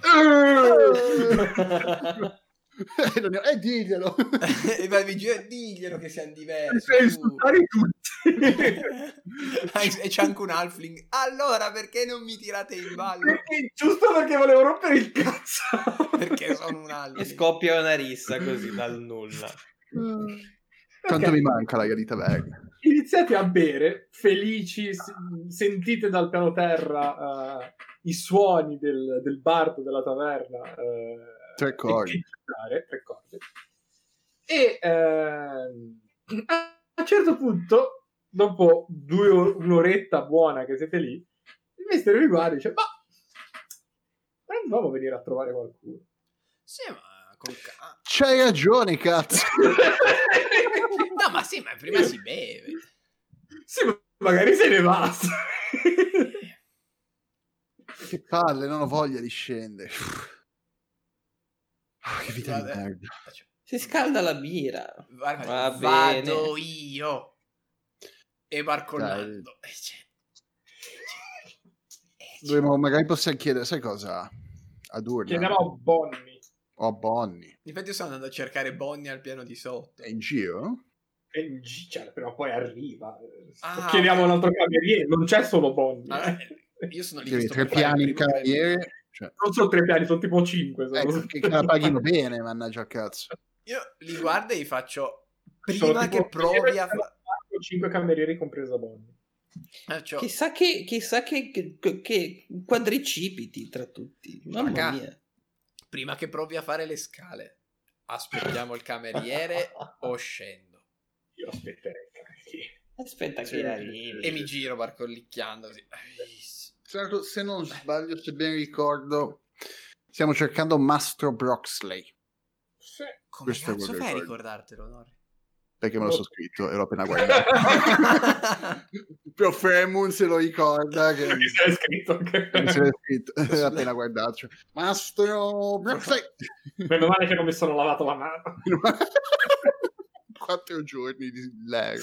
Eh, diglielo. E vai in giro e diglielo che siamo diversi. Per insultare tutti. E c'è anche un halfling. Allora, perché non mi tirate in ballo? Perché, giusto perché volevo rompere il cazzo. Perché sono un halfling. E scoppia una rissa così dal nulla. Quanto okay. Mi manca la di taverna. Iniziate a bere, felici, sentite dal piano terra uh, i suoni del, del bardo della taverna. Uh, Tre corde. E, tre corde. E uh, a un certo punto dopo due or- un'oretta buona che siete lì, il mister vi guarda e dice, ma proviamo a venire a trovare qualcuno. Sì, ma col ca- C'hai ragione, cazzo. No, ma sì, ma prima si beve. Sì, ma magari se ne va. Che palle, non ho voglia di scendere. Ah, che vita di Vabbè. merda. Si scalda la birra. Guarda, Va vado bene. io e Barcollando. Eh, cioè, eh, cioè, Dovremmo, magari possiamo chiedere, sai cosa? A Durna Chiediamo a Bonnie. o a Bonnie. Infatti io sto andando a cercare Bonnie al piano di sotto. È in giro? E in G- cioè, prima o poi arriva. Ah, Chiediamo ok. un altro cameriere, non c'è solo Bonnie. Allora, io sono lì Devi giusto tre per fare il piani in primo cameriere. Cioè, Non sono tre piani, sono tipo cinque. Sono... ecco, che la paghino bene, mannaggia al cazzo. Io li guardo e gli faccio Sono prima tipo- che provi a fare. cinque camerieri compresa Bonnie. Chissà che, chissà che, che, che quadricipiti tra tutti. Mamma Raga. mia. Prima che provi a fare le scale, aspettiamo il cameriere o scendo. Io aspetterei il cameriere. Aspetta Sì, che arrivi. E mi giro barcollicchiando così. Certo, se non sbaglio, se ben ricordo, stiamo cercando Mastro Broxley. Sì. Come Questo è cazzo quello che fai a ricordo. ricordartelo, Nori? Perché me lo No. so scritto e l'ho appena guardato. Però Fremun se lo ricorda che Mi sei scritto anche. che se l'è scritto, l'ho appena guardato. Cioè, Mastro Broxley. Meno male che non mi sono lavato la mano. Quattro giorni di lag.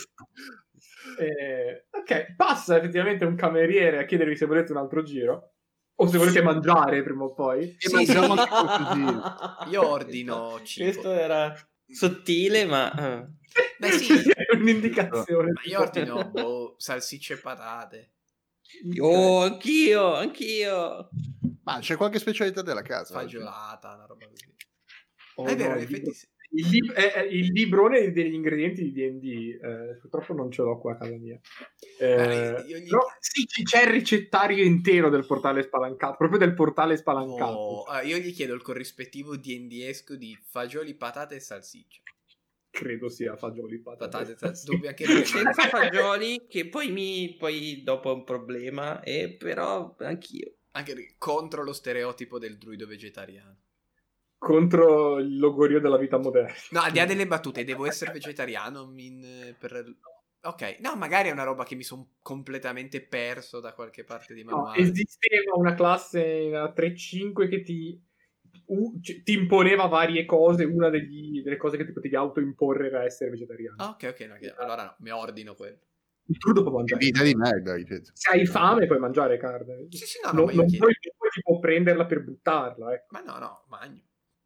Eh, ok, passa effettivamente un cameriere a chiedervi se volete un altro giro o se volete mangiare prima o poi. E Sì, mangiamo sì. anche qualcosina. Io ordino cibo. Questo era sottile, ma... eh. Beh, sì. È un'indicazione. Ma io ordino boh, salsicce e patate. Oh, anch'io, anch'io. Ma c'è qualche specialità della casa? oggi? Fagiolata, una roba così. Oh, è vero, no, in il, effetti libro- sì. il, lib- è- è il librone degli ingredienti di D and D, eh, purtroppo non ce l'ho qua a casa mia. Eh, Eh, io gli- però sì, c- c'è il ricettario intero del portale spalancato, proprio del portale spalancato. Oh, ah, io gli chiedo il corrispettivo D and D-esco di fagioli, patate e salsicce. Credo sia fagioli patate. Patate e salsicce. Dubbio anche perché- Senza fagioli, che poi mi poi dopo è un problema, e però anch'io. Anche perché contro lo stereotipo del druido vegetariano. Contro il logorio della vita moderna. No, al di là delle battute, devo essere vegetariano in- per... Ok, no, magari è una roba che mi sono completamente perso da qualche parte di No, manuale. esisteva una classe in tre cinque che ti, u- cioè, ti imponeva varie cose. Una degli- delle cose che ti potevi autoimporre era essere vegetariano. Ah, ok, ok, no, che- allora no, mi ordino quello. Tu dopo Che mangiare. vita di merda, ripeto. Se hai fame puoi mangiare carne. Sì, sì, no, no, non, ma io non chiedo. puoi, non puoi tipo prenderla per buttarla. Ecco. Ma no, no, magno.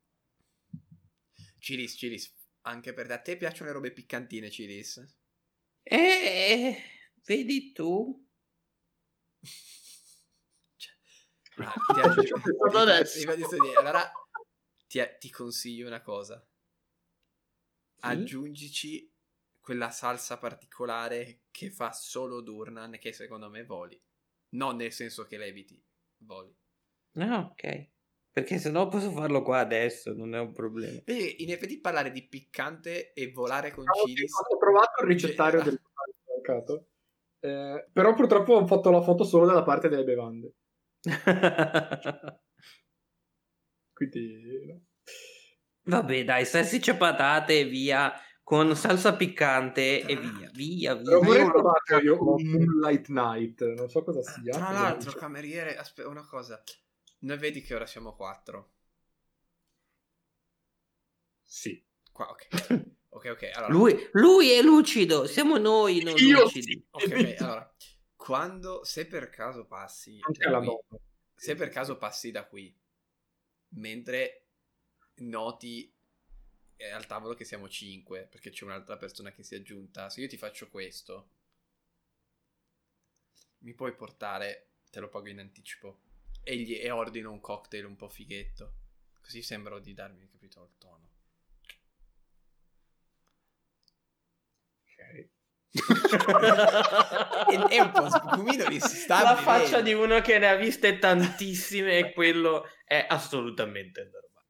Ciris, Ciris, anche per te. A te piacciono le robe piccantine, Ciris? Eh, vedi tu? Cioè, ah, ti aggiungo- Cosa adesso? ti- ti- ti- ti- allora ti, ti consiglio una cosa. Aggiungici quella salsa particolare che fa solo Durnan, che secondo me voli. Non nel senso che leviti, voli. Ah, ok. Perché sennò posso farlo qua adesso, non è un problema. Vedi, in effetti parlare di piccante e volare con Ho, Ciris... ho trovato il ricettario genera- del portale spalancato. Eh, però purtroppo ho fatto la foto solo della parte delle bevande. Quindi no. Vabbè, dai, salsicce e patate e via, con salsa piccante e via, via, Però via. vorrei io- provare io un Moonlight Night, non so cosa sia. Tra cosa l'altro, dice. cameriere, aspetta una cosa. Noi vedi che ora siamo quattro. Sì. Qua, ok. Ok, ok, allora. Lui, lui è lucido, siamo noi non Io lucidi. sì. Ok, ok, allora. Quando, se per caso passi Anche da la qui, donna. se per caso passi da qui, mentre noti eh, al tavolo che siamo cinque, perché c'è un'altra persona che si è aggiunta, se io ti faccio questo, mi puoi portare, te lo pago in anticipo, e, gli, e ordino un cocktail un po' fighetto, così sembro di darmi, capito, il tono. Ok. è, è un po' spucumino che si sta La bevendo. faccia di uno che ne ha viste tantissime e quello è assolutamente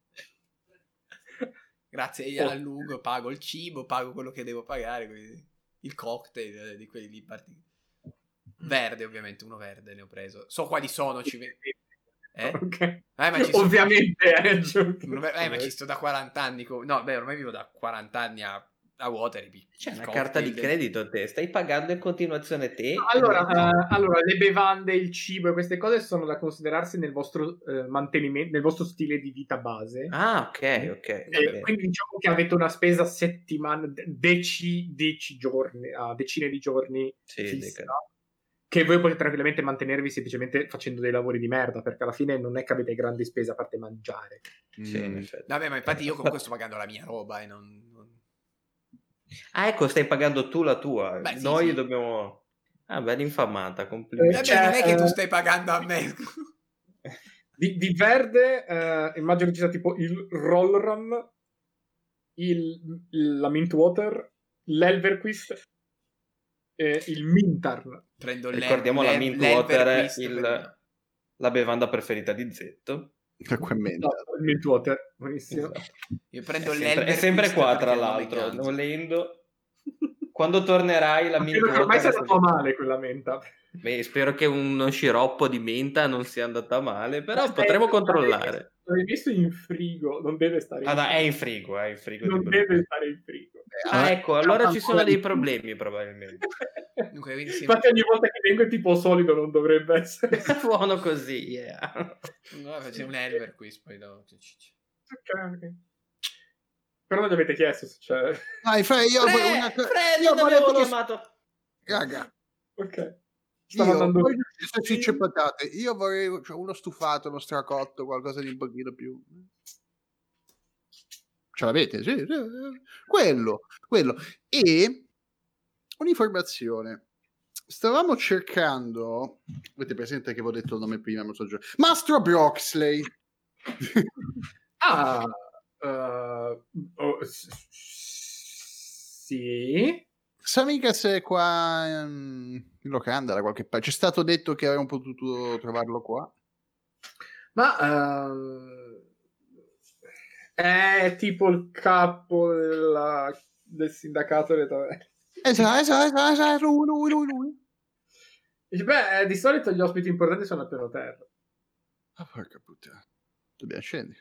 normale. Grazie, io allungo, pago il cibo, pago quello che devo pagare, quindi... il cocktail di quelli lì parti- verde, ovviamente, uno verde ne ho preso. So quali sono, ci ve- eh? Ok. Eh, ma ci sto- Ovviamente hai aggiunto. Uno ver- eh, ma ci sto da quaranta anni. co- No, beh, ormai vivo da quaranta anni a, a Waterby. C'è Il una cocktail carta di del- credito a te, stai pagando in continuazione te. Allora, eh, allora, le bevande, il cibo e queste cose sono da considerarsi nel vostro eh, mantenimento, nel vostro stile di vita base. Ah, ok, ok. Eh, ok. quindi diciamo che avete una spesa settimana, deci, deci giorni, a decine di giorni Sì, fissa, dica. che voi potete tranquillamente mantenervi semplicemente facendo dei lavori di merda, perché alla fine non è che avete grandi spese a parte mangiare. Sì, in Mm. effetti. Vabbè, ma infatti io comunque sto pagando la mia roba e non... non- Ah, ecco, stai pagando tu la tua. Beh, sì, Noi sì. dobbiamo... Ah, beh, l'infamata, complimenti. Vabbè, Cioè, non è che tu eh, stai pagando a me. Di, di verde, eh, immagino ci sia tipo il Rollram, il, la Mintwater, l'Elverquist e il Mintarn. Prendo Ricordiamo la l'El- Mintwater, l'Elverquist il- per- la bevanda preferita di Zetto. Acqua in mente. No, il Mintwater, buonissimo. Esatto. Io prendo È sempre, è l'Elverquist sempre qua, perché tra il nome l'altro, ganza. volendo. Quando tornerai la Credo che ormai sia Mintwater... andato a male quella menta. Beh, spero che uno sciroppo di menta non sia andata male, però Aspetta, potremo controllare. L'avevi messo in frigo, non deve stare in Ah, no, è frigo. in frigo, è in frigo. Non di deve brutto. stare in frigo. Ah, ecco, allora ci sono dei Ancora di- problemi probabilmente. Dunque, quindi sì, Infatti ogni volta che vengo è tipo solido, non dovrebbe essere. Buono così, yeah. no, facciamo un Elverquist poi dopo. Ok, ok. Però non gli avete chiesto se c'è... Dai, Fre, io Fre- una co- Fred, io non avevo volevo lo- chiamato. Raga, Ok. Stavo io andando... voglio salsicce e patate. Io vorrei cioè, uno stufato, uno stracotto, qualcosa di un pochino più. Ce l'avete? Sì, sì, sì. Quello, quello. E un'informazione. Stavamo cercando. Avete presente che vi ho detto il nome prima? Non so già. Mastro Broxley. Ah, uh, oh, s- sì. Sa mica se è qua um, in locanda da qualche parte. C'è stato detto che avremmo potuto trovarlo qua. Ma uh, è tipo il capo della, del sindacato delle taverne. Esatto, esatto, esatto, lui, lui, lui, lui. Dice, beh, di solito gli ospiti importanti sono al piano terra. Ah, porca puttana. Dobbiamo scendere.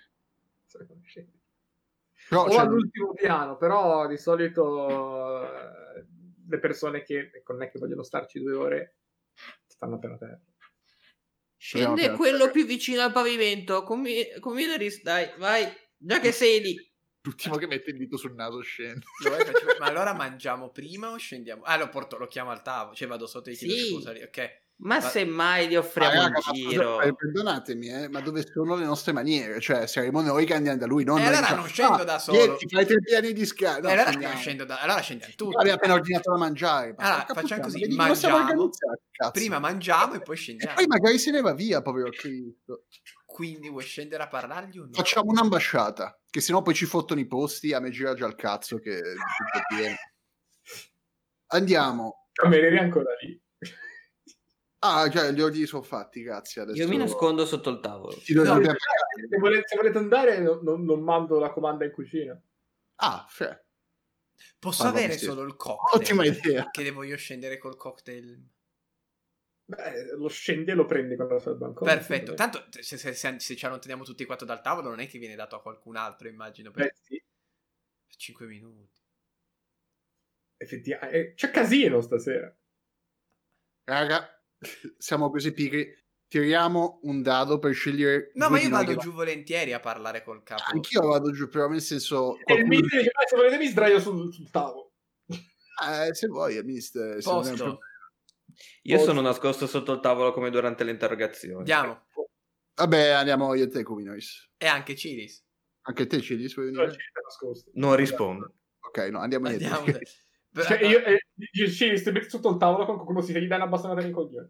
O Però, cioè, all'ultimo piano, però di solito eh, le persone che non è che vogliono starci due ore stanno al piano terra. Scende Abbiamo- quello più vicino al pavimento. Convi- Convideris, dai, vai. Già che sei lì. l'ultimo che mette il dito sul naso scende. Lo vuoi faccio- Ma allora mangiamo prima o scendiamo? Ah, lo porto, lo chiamo al tavolo. Cioè vado sotto e gli chiedo Sì. scusa. Ok. Ma Ma- semmai gli Ah, offriamo raga, un ma giro. scusa, eh, perdonatemi, eh, ma dove sono le nostre maniere? Cioè, saremo noi che andiamo da lui, non E noi allora che non scendo da solo. Vieni, ti fai tre piani di scala. No, E allora scendiamo. non scendo da... Allora scendiamo tutti. Abbiamo appena ordinato da mangiare. Ma Allora, porca facciamo puttana, così, vedi come siamo mangiamo, organizzati, cazzo. Prima mangiamo e poi E scendiamo. poi magari se ne va via, povero Cristo. Quindi vuoi scendere a parlargli o no? Facciamo un'ambasciata, che sennò poi ci fottono i posti, a me gira già il cazzo che è tutto pieno. Andiamo. Camerieri ancora lì. Ah, cioè, gli ordini sono fatti, grazie. Adesso... Io mi nascondo sotto il tavolo. Ci dobbiamo- No, se, volete, se volete andare, non, non- non mando la comanda in cucina. Ah, fe. Posso Ah, va, avere sì. solo il cocktail? Ottima idea. Che devo io scendere col cocktail? Beh, lo scendi e lo prendi quando sei al bancone. Perfetto. Tanto se, se, se, se ci allontaniamo tutti e quattro dal tavolo non è che viene dato a qualcun altro, immagino, per Beh, sì, cinque minuti. effettivamente. eh, C'è casino stasera. Raga, siamo così pigri. Tiriamo un dado per scegliere. No, due ma di io noi vado che giù volentieri a parlare col capo. va- Anch'io vado giù, però nel senso. E il qualcuno- mister dice, "Ah, se volete mi sdraio sul, sul tavolo. Eh, se vuoi, mister. se non è un Posto. problema. Io sono nascosto sotto il tavolo come durante le interrogazioni. Andiamo. Vabbè, andiamo io e te, Cuminois. E anche Ciris. Anche te ci puoi No, venire? ci sta nascosto. Non rispondo. Ok, no, andiamo io e te. Andiamo. Cioè, io, eh, io ci sto metti sotto il tavolo con qualcuno si gli dà una bastonata nei coglioni.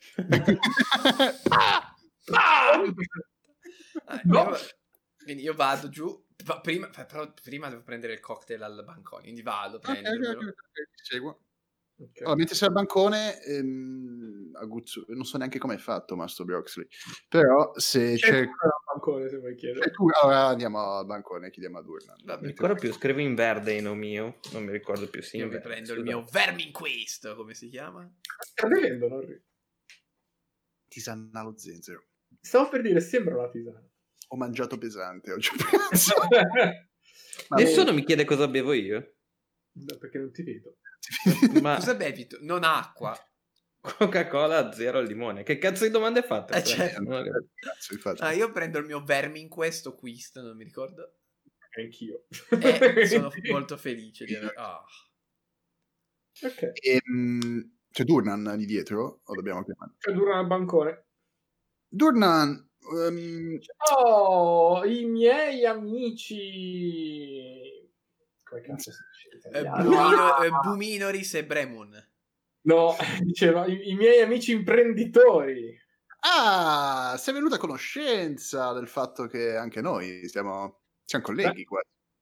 Ah! Ah! Eh, No. io- Quindi io vado giù. va- Prima, però prima devo prendere il cocktail al bancone. Quindi vado, Ok, ok, prenderlo. ok, ok, ti seguo. Ok. Allora, mentre sei al bancone, ehm, Aguzzo, non so neanche come è fatto Mastro Broxley, però se C'è c'è... una bancone se vuoi chiedere. Tu, allora andiamo al bancone, chiediamo a Durnan. Non mi ricordo più, scrivo in verde in mio, non mi ricordo più. Sì, Io in mi verde, prendo il scusa. mio Verminquist, come si chiama? Sta bevendo, non ri- Tisana allo zenzero. Stavo per dire, sembra una tisana. Ho mangiato pesante oggi a pranzo. Ma Nessuno mi chiede cosa bevo io. No, perché non ti vedo. Ma Cosa bevi tu? Non acqua. Coca-Cola zero al limone. Che cazzo di domande fate? Eh, certo. Non ho capito. Cazzo, infatti. Ah, io prendo il mio Verminquest o Quist, non mi ricordo. Anch'io. E sono molto felice di aver... Ah. Ok. Ehm, c'è Durnan lì dietro? O dobbiamo chiamare? C'è dura al bancone. Durnan, ehm, Oh, i miei amici. Come cazzo si dice in Eh, italiano? Bumino- eh, Buminoris e Bremun. No, diceva i, i miei amici imprenditori. ah, sei venuta a conoscenza del fatto che anche noi siamo, siamo colleghi qua.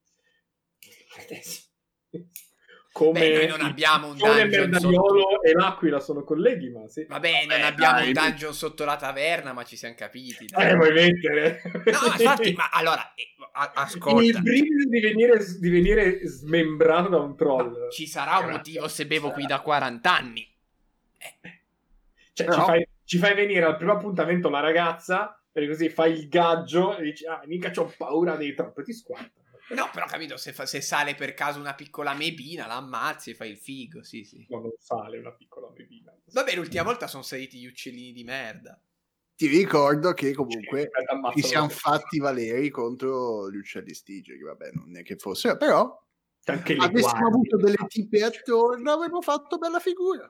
Come Beh, noi non abbiamo un il Pione dungeon Merdaiolo e l'Aquila sono colleghi, ma sì. Vabbè, non Vabbè, abbiamo dai. un dungeon sotto la taverna, ma ci siamo capiti. dai. Eh, vuoi mettere? No, infatti, ma allora, eh, a- ascolta. Il brivido di venire, di venire smembrato da un troll. Ma ci sarà un motivo se bevo qui da quaranta anni. Eh, Cioè, Però- ci, fai, ci fai venire al primo appuntamento la ragazza, e così fai il gaggio e dici, ah, mica c'ho paura dei troppi, ti squarta. No, però capito, se, fa- se sale per caso una piccola mebina, la ammazzi e fai il figo, sì, sì. Ma non sale una piccola bevina. Vabbè, l'ultima volta sono saliti gli uccellini di merda. Ti ricordo che comunque Sì, ammazzo, ci siamo lo- fatti valeri contro gli uccelli stige, che vabbè, non è che fosse, però Anche le avessimo guardie. avuto delle tipe attorno, avremmo fatto bella figura.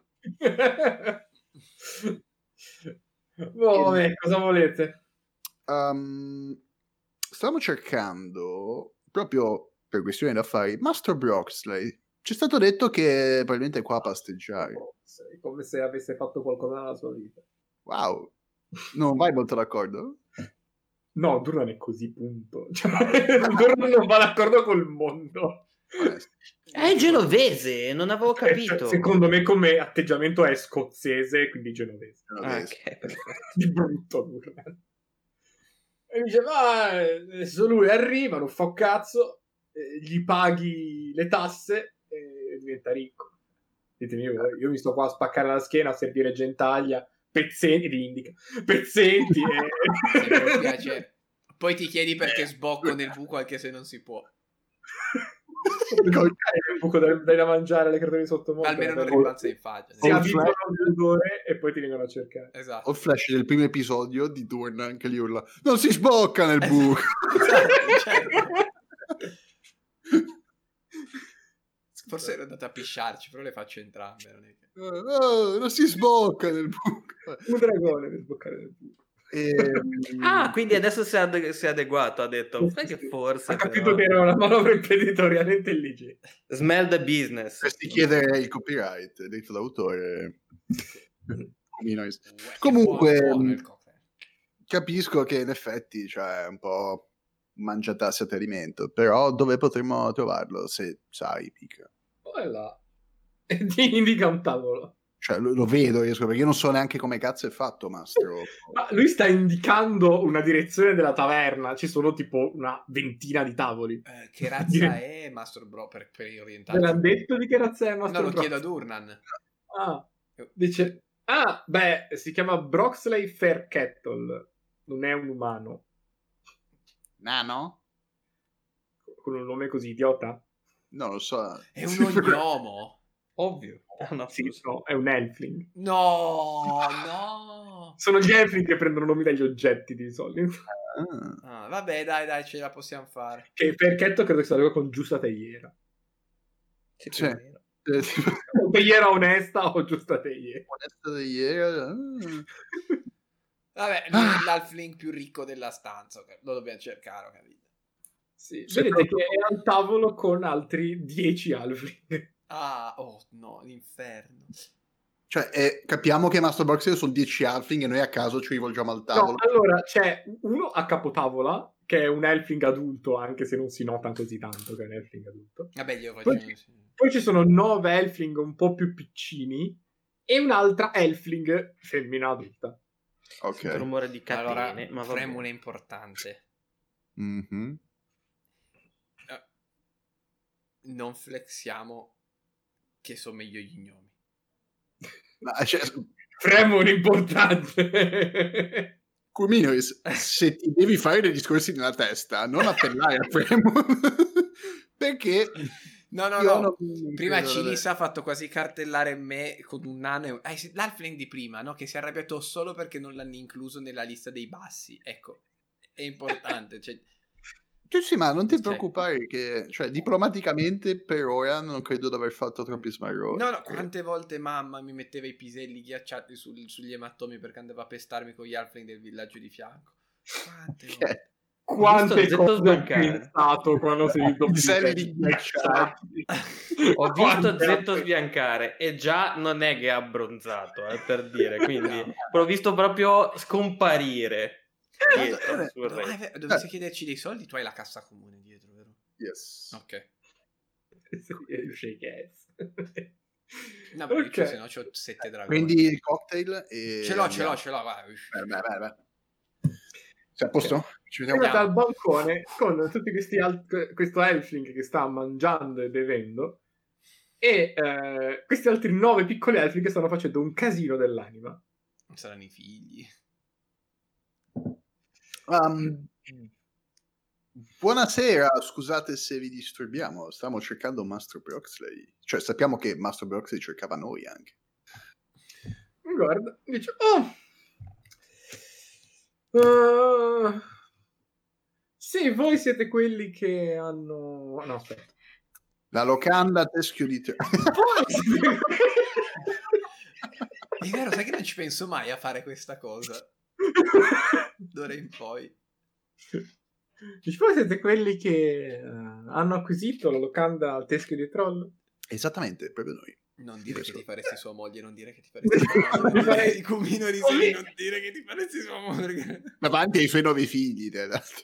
Oh, vabbè, cosa volete? Um, stavamo cercando, proprio per questioni d'affari, Mastro Broxley. Ci è stato detto che probabilmente è qua a pasteggiare. Sei come se avesse fatto qualcosa nella sua vita. Wow, non vai molto d'accordo? No, Durnan è così, punto. Cioè, Durnan non va d'accordo col mondo. È genovese, non avevo Eh, cioè, capito. secondo me come atteggiamento è scozzese, quindi genovese. Ah, ok, perfetto. Di brutto Durnan. E dice, ma adesso lui arriva, non fa un cazzo, eh, gli paghi le tasse e diventa ricco. Ditemi, io, io mi sto qua a spaccare la schiena, a servire gentaglia, pezzenti, li indica, pezzenti Se per e... piacere. Poi ti chiedi perché sbocco nel buco anche se non si può. il buco dai dai da mangiare alle creature di sottomondo. Almeno non Vabbè. rimbalza in faccia. Si Con abituano flash. all'odore e poi ti vengono a cercare. Esatto. Ho il flash del primo episodio di Durnan che gli urla non si sbocca nel buco. Esatto, certo. Forse ero andato a pisciarci, però le faccio entrambe. Non, è che... Oh, non si sbocca nel buco. Un dragone per sboccare nel buco. Ehm, Ah, quindi adesso si è, ade- si è adeguato, ha detto, sai che forse... Ha capito però- che era una manovra imprenditoriale intelligente. Smell the business. dovresti chiedere il copyright, diritto d'autore. Uè, Comunque, buono, buono il cocktail. Capisco che in effetti cioè, è un po' mangiatassi a tradimento, però dove potremmo trovarlo se sai, pica. Poi là. E ti indica un tavolo. Cioè, lo, lo vedo, riesco, perché io non so neanche come cazzo è fatto, Mastro. Ma lui sta indicando una direzione della taverna. Ci sono tipo una ventina di tavoli. Eh, che razza è Master Bro per, per Ve orientarsi? l'hanno detto di che razza è Master No, lo Brox? chiedo a Durnan. Ah, dice... Ah, beh, si chiama Broxley Fairkettle. Non è un umano. Nano? Con un nome così idiota? Non lo so. È un ognomo. Ovvio. Ah, no, Sì, scusa. no, è un elfling. No, no. Sono gli elfling che prendono nomi dagli oggetti di solito. Ah. Ah, vabbè, dai, dai, ce la possiamo fare. Che Fairkettle credo che sia una con giusta teiera. Sì, Sì. più o meno. Eh, tipo, O teiera onesta o giusta teiera. onesta di ieri, ah. Vabbè, lui è l'halfling più ricco della stanza. ok, Lo dobbiamo cercare, ho capito. Sì, Sì, vedete però- che è al tavolo con altri dieci halfling. Ah, oh no, l'inferno. Cioè, eh, capiamo che Master Boxer sono dieci halfling e noi a caso ci rivolgiamo al No, tavolo. allora c'è uno a capotavola che è un elfling adulto, anche se non si nota così tanto che è un elfing adulto. Vabbè, glielo Poi- facciamo sì. Poi ci sono nove elfling un po' più piccini e un'altra elfling femmina adulta. Ok. Sento rumore di catene, Allora, ma va Fremon è bene. importante. Mhm. Eh, Non flexiamo che sono meglio gli gnomi. Ma, cioè, Fremon importante. Kuminoris, se ti devi fare dei discorsi nella testa, non appellare a Fremon. Perché No, no, io no. non- non Prima credo Cilis da- ha fatto quasi cartellare me con un nano. e- Eh, l'Halfling di prima, no? Che si è arrabbiato solo perché non l'hanno incluso nella lista dei bassi. Ecco, è importante. Cioè, Sì, sì, ma non ti Cioè- preoccupare che, cioè, diplomaticamente per ora non credo di aver fatto troppi smarroni. no, no, quante volte mamma mi metteva i piselli ghiacciati sul- sugli ematomi perché andava a pestarmi con gli Halfling del villaggio di fianco. Quante Che- volte? Quante Visto Zetto cose ho sbancare. pensato quando sei venuto Piselli ghiacciati. Ho visto Quante Zetto altre- sbiancare e già non è che è abbronzato, eh, per dire, quindi No. l'ho visto proprio scomparire dietro Guarda, sul No, re. è vero, dovessi chiederci dei soldi, tu hai la cassa comune dietro, vero? Yes. Ok. Shake ass. No, beh, io Ok. c'ho- se no c'ho sette dragoni. Prendi il cocktail e Ce l'ho, ce andiamo. l'ho, ce l'ho, vai. Beh, beh, beh, beh. Sei a posto? Ci È vediamo. andata al balcone con tutti questi alt- questo Elfling che sta mangiando e bevendo e eh, questi altri nove piccoli Elfling che stanno facendo un casino dell'anima. Non saranno i figli. Um, buonasera, scusate se vi disturbiamo, stiamo cercando Mastro Broxley. Cioè, sappiamo che Mastro Broxley cercava noi anche. Mi guarda e dice: Oh, Uh, sì, voi siete quelli che hanno... No, aspetta. La locanda teschio di te. Voi siete... È vero, sai che non ci penso mai a fare questa cosa. D'ora in poi. Dici, voi siete quelli che uh, hanno acquisito la locanda al teschio di Troll? Esattamente, proprio noi. Non dire Questo. che ti faresti sua moglie, non dire che ti faresti sua moglie. Non dire di Cumino Riseli, non dire che ti faresti sua moglie. Davanti ai suoi nove figli, tra l'altro.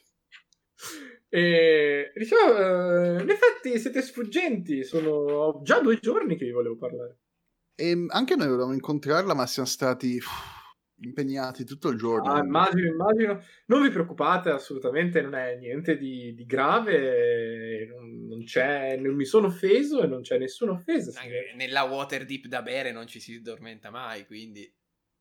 E diciamo, uh, in effetti siete sfuggenti, sono già due giorni che vi volevo parlare. E anche noi volevamo incontrarla, ma siamo stati uff, impegnati tutto il giorno. Ah, immagino, immagino. Non vi preoccupate, assolutamente non è niente di, di grave, non, non c'è, non mi sono offeso e non c'è nessuna offesa. Anche nella Waterdeep da bere non ci si addormenta mai, quindi...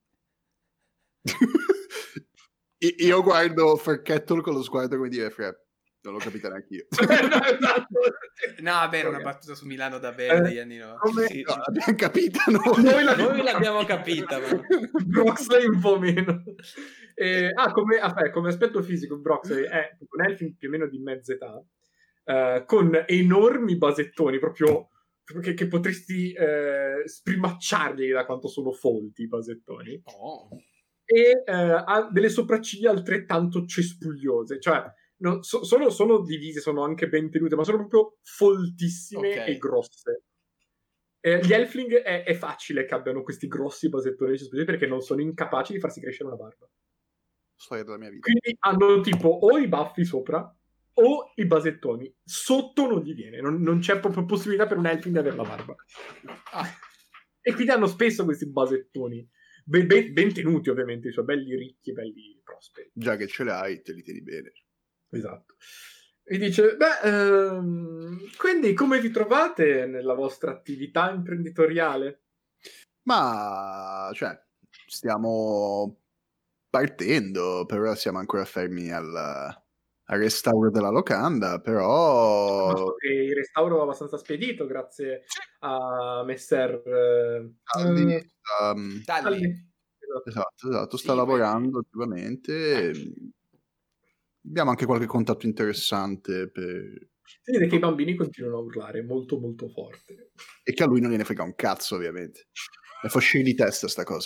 Io guardo Ferkettle con lo sguardo come dire, Fre, non l'ho capita neanche io. No, esatto. No, vabbè, era una Ok. battuta su Milano da bere Eh, degli anni novanta. come- Sì, No, sì. l'abbiamo capita noi. Noi l'abbiamo, Noi l'abbiamo capita, ma... Broxley un po' meno. Eh, ah, come, aspetta, come aspetto fisico, Broxley è un elfo più o meno di mezza età, eh, con enormi basettoni, proprio che, che potresti eh, sprimacciarli da quanto sono folti i basettoni. Oh. E eh, ha delle sopracciglia altrettanto cespugliose, cioè no, so- sono, sono divise, sono anche ben tenute, ma sono proprio foltissime Ok. e grosse. Eh, gli Elfling è, è facile che abbiano questi grossi basettoni cespugliosi perché non sono incapaci di farsi crescere una barba. Storia della mia vita. Quindi hanno tipo o i baffi sopra o i basettoni. Sotto non gli viene, non, non c'è proprio possibilità per un Elfling di avere la barba. Ah, E quindi hanno spesso questi basettoni. Ben, ben- ben tenuti ovviamente, cioè belli ricchi, belli prosperi. Già che ce l'hai, te li tieni bene. Esatto. E dice, beh, ehm, quindi come vi trovate nella vostra attività imprenditoriale? Ma, cioè, stiamo partendo, per ora siamo ancora fermi al, al restauro della locanda, però... Basta che il restauro è abbastanza spedito grazie a Messer eh, Aldi, eh, um, Talli. Aldi. Esatto. esatto, esatto, Sì, sta lavorando poi- attivamente. Abbiamo anche qualche contatto interessante per... Si vede che i bambini continuano a urlare molto molto forte. e che a lui non gliene frega un cazzo, ovviamente. È fascino di testa sta cosa.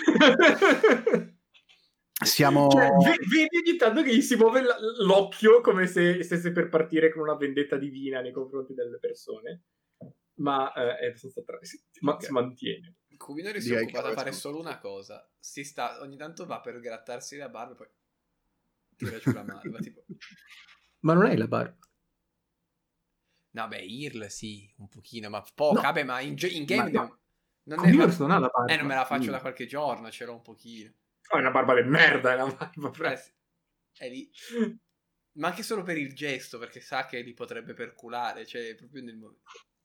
Siamo... Cioè, ve- vedi ogni tanto che gli si muove l- l'occhio come se stesse per partire con una vendetta divina nei confronti delle persone, ma eh, è abbastanza tra- si, ma Ok. si mantiene. Cubinori si è Direi che occupato a fare adesso- solo una cosa. Si sta, ogni tanto va per grattarsi la barba e poi tira giù la mano. Va tipo... Ma non hai la barba? No, beh, I R L sì, un pochino, ma poca. No. Vabbè, ma in, gio- in game... Ma no. non, non, è- Cumulus non ha la barba. eh, non me la faccio Mm. da qualche giorno, ce l'ho un pochino. Fai una barba di merda, è una barba Eh, sì. È lì. Ma anche solo per il gesto, perché sa che li potrebbe perculare, cioè proprio nel momento.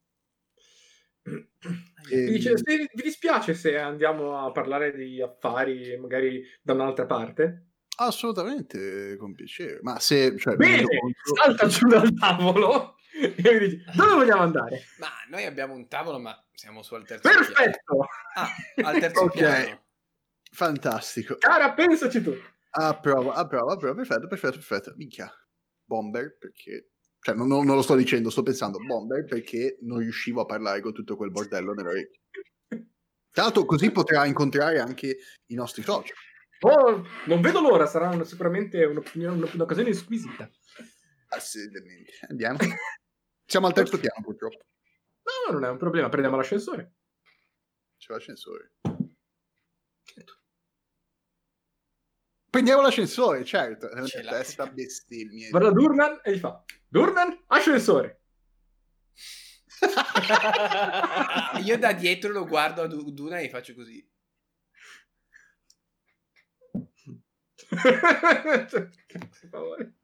E- Dice, se vi dispiace se andiamo a parlare di affari magari da un'altra parte? Assolutamente, con piacere. Ma se... Cioè, mi Bene, rendo conto- salta giù dal tavolo e mi dici, dove vogliamo andare? Ma noi abbiamo un tavolo, ma siamo su al terzo piano. Perfetto! Ah, al terzo Ok. piano. Fantastico. Cara, pensaci tu. Approvo, approvo, approvo, perfetto, perfetto, perfetto. Minchia. Bomber, perché... Cioè, non, non- non lo sto dicendo, sto pensando Bomber perché non riuscivo a parlare con tutto quel bordello nelle orecchie. Tra l'altro, così potrà incontrare anche i nostri social. Oh, non vedo l'ora, sarà una- sicuramente un'opinione- un'occasione squisita. Assolutamente. Andiamo. Siamo al terzo piano, purtroppo. No, non è un problema, prendiamo l'ascensore. C'è l'ascensore. Prendiamo l'ascensore, certo. È una Ce l'ha. testa bestemmie. Guarda Durnan e gli fa, Durnan, ascensore. Io da dietro lo guardo a Du- Duna e faccio così. Per favore.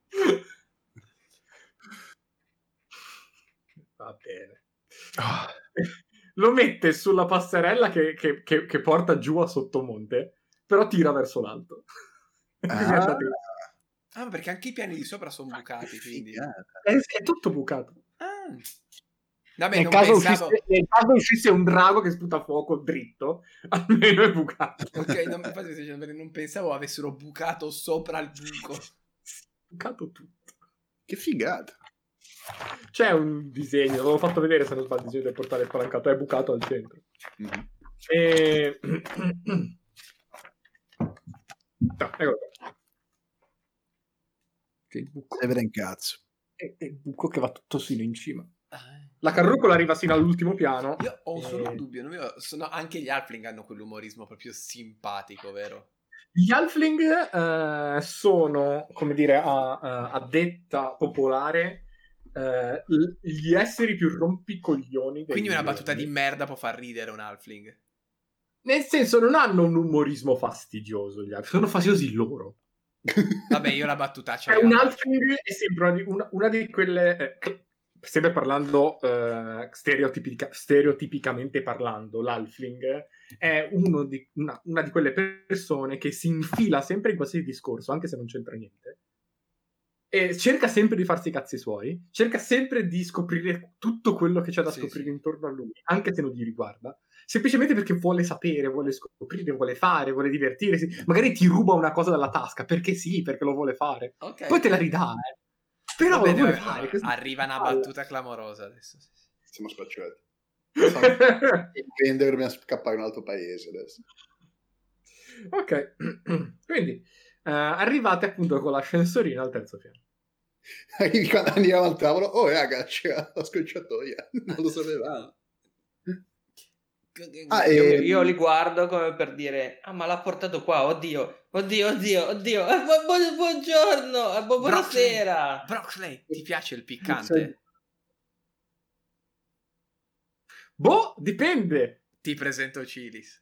Va bene. Ah. Lo mette sulla passerella che, che- che- che porta giù a Sottomonte, però tira verso l'alto. Quindi Ah. andate- Ah, ma perché anche i piani di sopra sono bucati, quindi. Figata. è, è tutto bucato. Ah. Vabbè, Nel non caso, pensavo... uscisse, nel caso uscisse un drago che sputa fuoco dritto, almeno è bucato. Ok, non, infatti sto dicendo perché non pensavo avessero bucato sopra il buco. Bucato tutto. Che figata. C'è un disegno, l'avevo fatto vedere se non sbaglio, il disegno del portale spalancato, è bucato al centro. Mhm. E... no, ecco qua. C'è il buco. Se vede un cazzo. E e il buco che va tutto sino in cima. La carrucola arriva sino all'ultimo piano. Io ho solo un Eh. dubbio, non mi- sono- anche gli Halfling hanno quell'umorismo proprio simpatico, vero? Gli Halfling eh, sono, come dire, a, a- a detta popolare, eh, l- gli esseri più rompicoglioni. dei- Quindi una battuta di merda può far ridere un Halfling. Nel senso, non hanno un umorismo fastidioso gli Halfling, sono fastidiosi loro. Vabbè, io la battuta Cioè, un Halfling è sempre una di, una- una di quelle... eh, che- sempre parlando eh, stereotipica- stereotipicamente parlando, l'Halfling è uno di, una, una di quelle persone che si infila sempre in qualsiasi discorso, anche se non c'entra niente, e cerca sempre di farsi i cazzi suoi, cerca sempre di scoprire tutto quello che c'è da Sì, scoprire sì. intorno a lui, anche se non gli riguarda, semplicemente perché vuole sapere, vuole scoprire, vuole fare, vuole divertirsi, magari ti ruba una cosa dalla tasca, perché sì, perché lo vuole fare, Ok. poi te la ridà, eh. Però Vabbè, lo vuole deve- fare. così. arriva una Palle. battuta clamorosa adesso. sì, sì. Siamo spacciati. E vendere, dobbiamo scappare in un altro paese adesso. Ok, quindi eh, arrivate appunto con l'ascensorino al terzo piano. Quando andiamo al tavolo, oh raga, c'era la scorciatoia. Non lo sapevamo. Ah, Io, e- io li guardo come per dire, ah ma l'ha portato qua, oddio, oddio, oddio, oddio, eh, bu- bu- buongiorno, eh, bu- buonasera. Broxley, ti piace il piccante? Boh, dipende. Ti presento Cilis.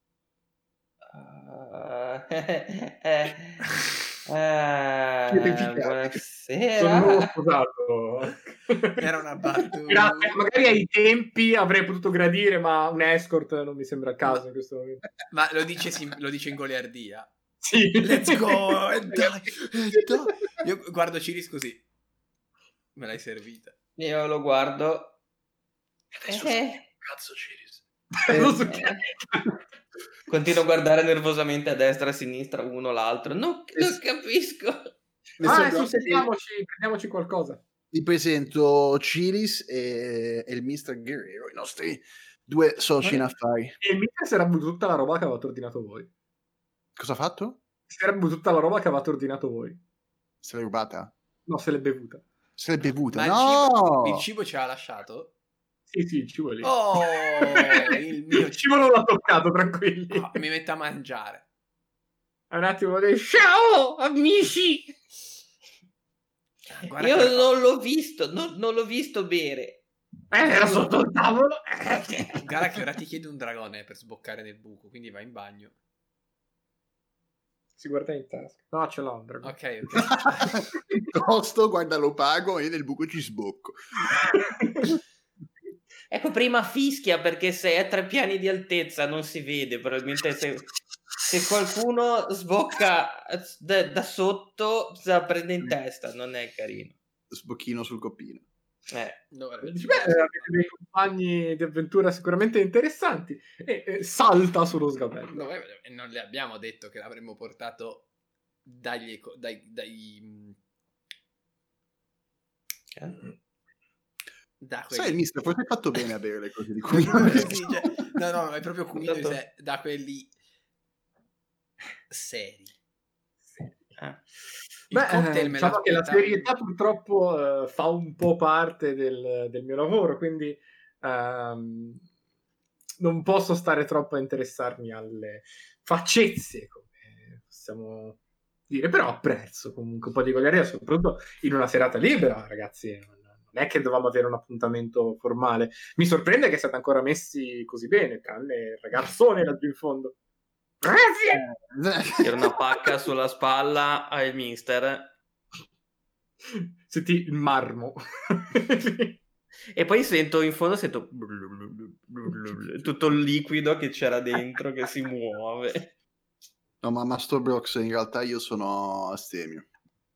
Ah, eh, eh, eh, Siete piccati. buonasera. Sono nuovo sposato. Era una battuta. Grazie, magari ai tempi avrei potuto gradire, ma un escort non mi sembra il caso in questo momento. Ma lo dice, sim- lo dice in goliardia. Sì. Let's go! eh, dai, eh, dai. Io guardo Cilis così. Me l'hai servita. Io lo guardo. Adesso Eh, cazzo Ciris. Lo so eh, che- continuo a guardare nervosamente a destra e a sinistra uno l'altro. Non, non capisco. Ah, sì, sentiamoci, prendiamoci qualcosa. Vi presento Ciris e, e il mister Guerrero, i nostri due soci in affari. E il mister si era bevuto tutta la roba che avevate ordinato voi. Cosa ha fatto? Si era bevuto tutta la roba che avevate ordinato voi. Se l'è rubata? No, se l'è bevuta. Se l'è bevuta? Ma il no! cibo, il cibo ce l'ha lasciato? Sì, sì, il cibo è lì. Oh, il mio Il cibo non l'ha toccato, tranquilli. Oh, mi metto a mangiare. È un attimo di ciao, amici! Guarda Io che- non l'ho visto, non, non l'ho visto bere. Eh, era sotto il tavolo. Eh. Guarda che ora ti chiede un dragone per sboccare nel buco, quindi vai in bagno. Si guarda in tasca. No, ce l'ho un drago. Ok, ok. Piuttosto, guarda, lo pago e nel buco ci sbocco. Ecco, prima fischia perché se è a tre piani di altezza non si vede, probabilmente se, se qualcuno sbocca da, da sotto se la prende in testa, non è carino. Sbocchino sul coppino. Eh. No, guarda, Dici, beh, avete dei compagni di avventura sicuramente interessanti e, e salta sullo sgabello. no, eh, non le abbiamo detto che l'avremmo portato dagli, eco- dai, dai mm, Eh? da Sai, quelli mister, forse hai fatto bene a bere le cose di no, cui sì, cioè, no, no, è proprio cumino Dato- se- da quelli seri. eh. Il Beh, cocktail eh, me diciamo che la l'aspettavo. serietà purtroppo eh, fa un po' parte del, del mio lavoro, quindi ehm, non posso stare troppo a interessarmi alle faccezze, come possiamo dire, però apprezzo comunque un po' di goleria, soprattutto in una serata libera, ragazzi. Non non è che dovevamo avere un appuntamento formale. Mi sorprende che siate ancora messi così bene, tranne il ragazzone laggiù in fondo. Grazie! Era una pacca sulla spalla al mister Senti il marmo. e poi sento in fondo sento tutto il liquido che c'era dentro che si muove. No, ma Master Brox, in realtà io sono astemio.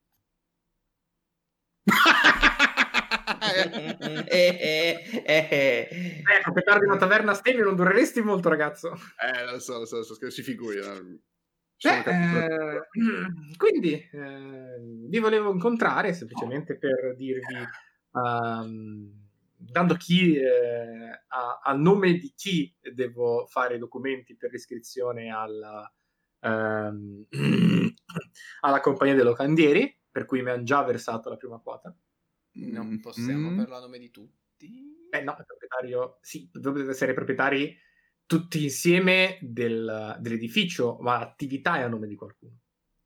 eh, eh, eh, eh. Eh, proprietario di una taverna stemio non dureresti molto, ragazzo. Eh, lo so, lo so, lo so, si figuri. No? Beh, Sono capito. eh, quindi eh, vi volevo incontrare semplicemente per dirvi, um, dando chi eh, a, a nome di chi devo fare i documenti per l'iscrizione alla, um, alla compagnia dei locandieri, per cui mi hanno già versato la prima quota. Non possiamo Mm. farlo a nome di tutti. Eh no, il proprietario, sì, dovete essere proprietari tutti insieme del, dell'edificio, ma l'attività è a nome di qualcuno.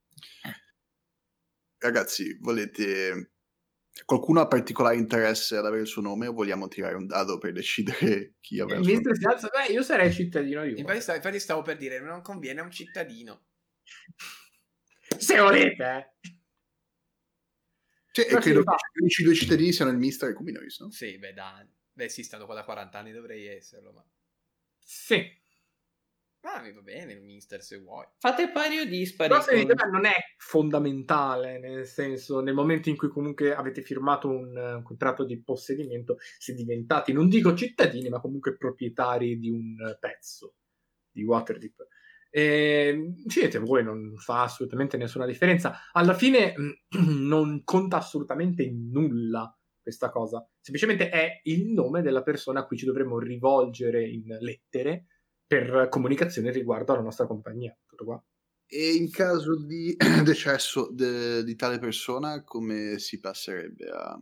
Ragazzi, volete... Qualcuno ha particolare interesse ad avere il suo nome o vogliamo tirare un dado per decidere chi avrà Il il suo mister nome? si alza, beh, io sarei cittadino di Infatti, stavo, infatti stavo per dire, non conviene a un cittadino. Se volete, eh. Cioè, Però credo sì, che gli unici due cittadini siano il mister e Cuminois, no? Sì, beh, da... beh, sì, stando qua da quaranta anni dovrei esserlo, ma... Sì. Ah, mi va bene il mister se vuoi. Fate pari o dispari Però se con... beh, non è fondamentale, nel senso, nel momento in cui comunque avete firmato un, un contratto di possedimento, si diventati, non dico cittadini, ma comunque proprietari di un pezzo di Waterdeep. E, siete voi, non fa assolutamente nessuna differenza. Alla fine non conta assolutamente in nulla questa cosa. Semplicemente è il nome della persona a cui ci dovremmo rivolgere in lettere per comunicazione riguardo alla nostra compagnia. Tutto qua. E in caso di decesso de- di tale persona, come si passerebbe a...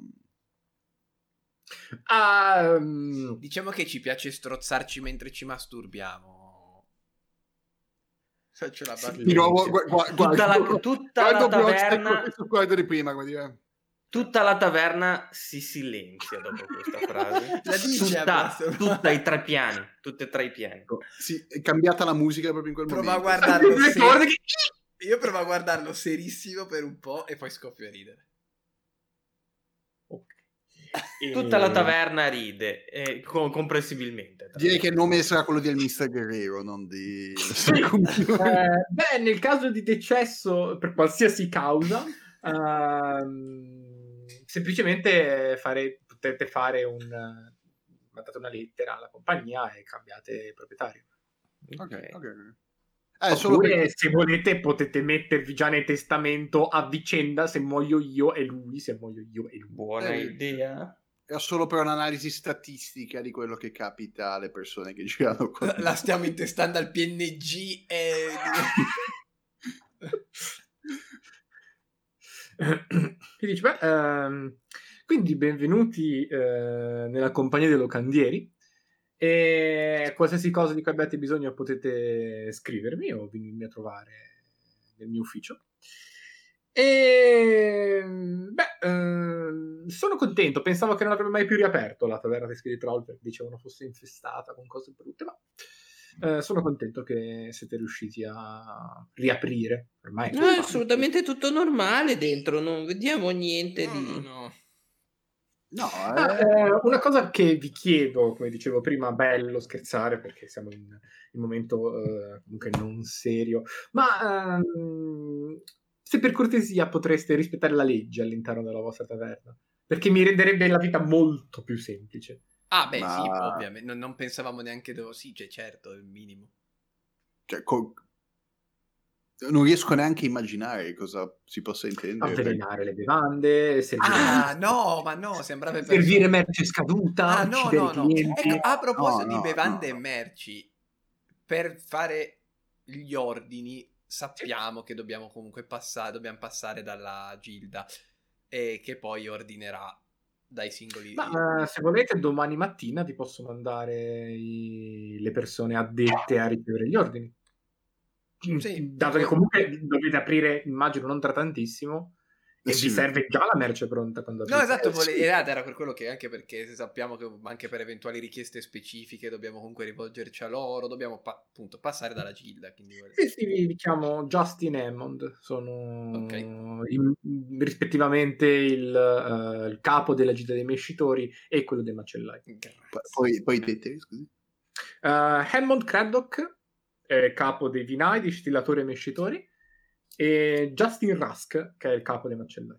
Um, Diciamo che ci piace strozzarci mentre ci masturbiamo. Faccio la battuta. Di nuovo, gu- gu- Tutta la- guardo- tutta la guardo Brox, taverna- ecco, sul quadro di prima, come dire. Tutta la taverna si silenzia dopo questa frase. La dice tutta, adesso. tutta i tre piani, tutte e tre i piani. Sì, è cambiata la musica proprio in quel Prova a momento. guardarlo Guarda ser- che- Io provo a guardarlo serissimo per un po' e poi scoppio a ridere. Tutta la taverna ride, eh, com- comprensibilmente. tra Direi che il l'altro. nome sarà quello di mister Guerrero, non di... Eh, beh, nel caso di decesso per qualsiasi causa, ehm, semplicemente fare, potete fare un mandate una lettera alla compagnia e cambiate proprietario. Ok, ok, ok. Eh, solo Oppure, perché... se volete, potete mettervi già nel testamento a vicenda se muoio io e lui, se muoio io e lui. Buona Eh, idea. Era solo per un'analisi statistica di quello che capita alle persone che girano con... La stiamo intestando al P N G e... Che dici, beh, ehm, quindi benvenuti eh, nella compagnia dei locandieri e qualsiasi cosa di cui abbiate bisogno potete scrivermi o venirmi a trovare nel mio ufficio. E beh, ehm, sono contento, pensavo che non avrebbe mai più riaperto la taverna dei Spirit Troll perché dicevano fosse infestata con cose brutte, ma eh, sono contento che siete riusciti a riaprire. Ormai No, è assolutamente tutto normale dentro, non vediamo niente No, di... no, no. No, Ah, eh, eh, una cosa che vi chiedo, come dicevo prima, bello scherzare perché siamo in un momento eh, comunque non serio, ma ehm, se per cortesia potreste rispettare la legge all'interno della vostra taverna, perché mi renderebbe la vita molto più semplice. Ah, beh, Ma- sì, ovviamente. Non, non pensavamo neanche dove... Sì, cioè, certo, è il minimo. cioè, co- non riesco neanche a immaginare cosa si possa intendere. per- Avvelenare le bevande, servire, Ah, merce, no, ma no, sembrava per... servire merce scaduta, Ah, no, uccidere no, i no. clienti. Ecco, a proposito No, di no, bevande no, e no. merci, per fare gli ordini sappiamo che dobbiamo comunque passare, dobbiamo passare dalla Gilda e che poi ordinerà dai singoli... Ma eh, se volete, domani mattina vi posso mandare i- le persone addette a ricevere gli ordini. Sì, Dato che poi- comunque dovete aprire, immagino, non tra tantissimo, Eh e vi sì. serve già la merce pronta quando No, aprite. esatto, Eh, vole- sì. esatto, era per quello che anche perché sappiamo che anche per eventuali richieste specifiche dobbiamo comunque rivolgerci a loro, dobbiamo pa- appunto passare dalla Gilda, quindi vole- Sì, sì, vi vi chiamo Justin e Hammond, sono Ok. in- rispettivamente il, eh, il capo della gita dei mescitori e quello dei macellai. Grazie. Poi, poi, poi dite, scusi. Uh, Hammond Craddock, è capo dei vinai, distillatori e mescitori, e Justin Rusk, che è il capo dei macellai.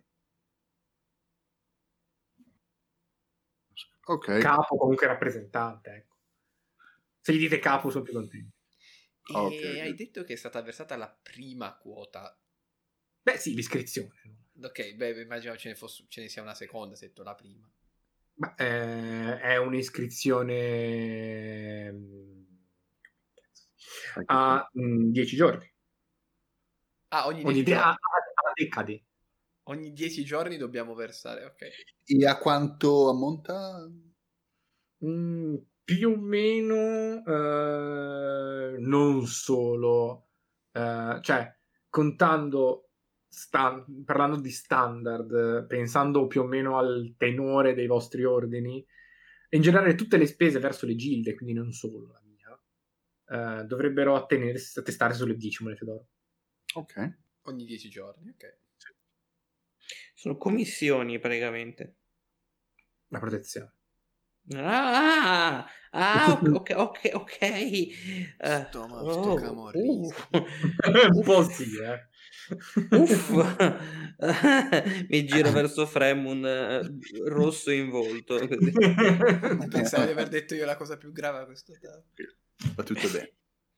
Ok. Capo comunque rappresentante, ecco. Se gli dite capo sono più contenti. E Ok. hai detto che è stata versata la prima quota. Beh sì, l'iscrizione. Ok, beh, immagino ce ne, fosse, ce ne sia una seconda, se detto la prima. Beh, eh, è un'iscrizione mm, a mm, dieci giorni. Ah, ogni Ogni, dieci de- a, giorni. a- a decade. Ogni dieci giorni dobbiamo versare, ok. E a quanto ammonta? Mm, più o meno eh, non solo, eh, cioè contando, stan- parlando di standard, pensando più o meno al tenore dei vostri ordini, in generale tutte le spese verso le gilde, quindi non solo la mia, eh, dovrebbero attenersi, attestare sulle dieci monete d'oro. Ok. Ogni dieci giorni, ok. Sono commissioni praticamente. La protezione. Ah, ah, ok, ok, ok. ok. Eh, Sto, ma- oh, sto camorrista. uh. Un po' sì, eh. Uff. Mi giro verso Fremun eh, rosso in volto. così. Pensavo di aver detto io la cosa più grave a questo tempo. Va tutto bene.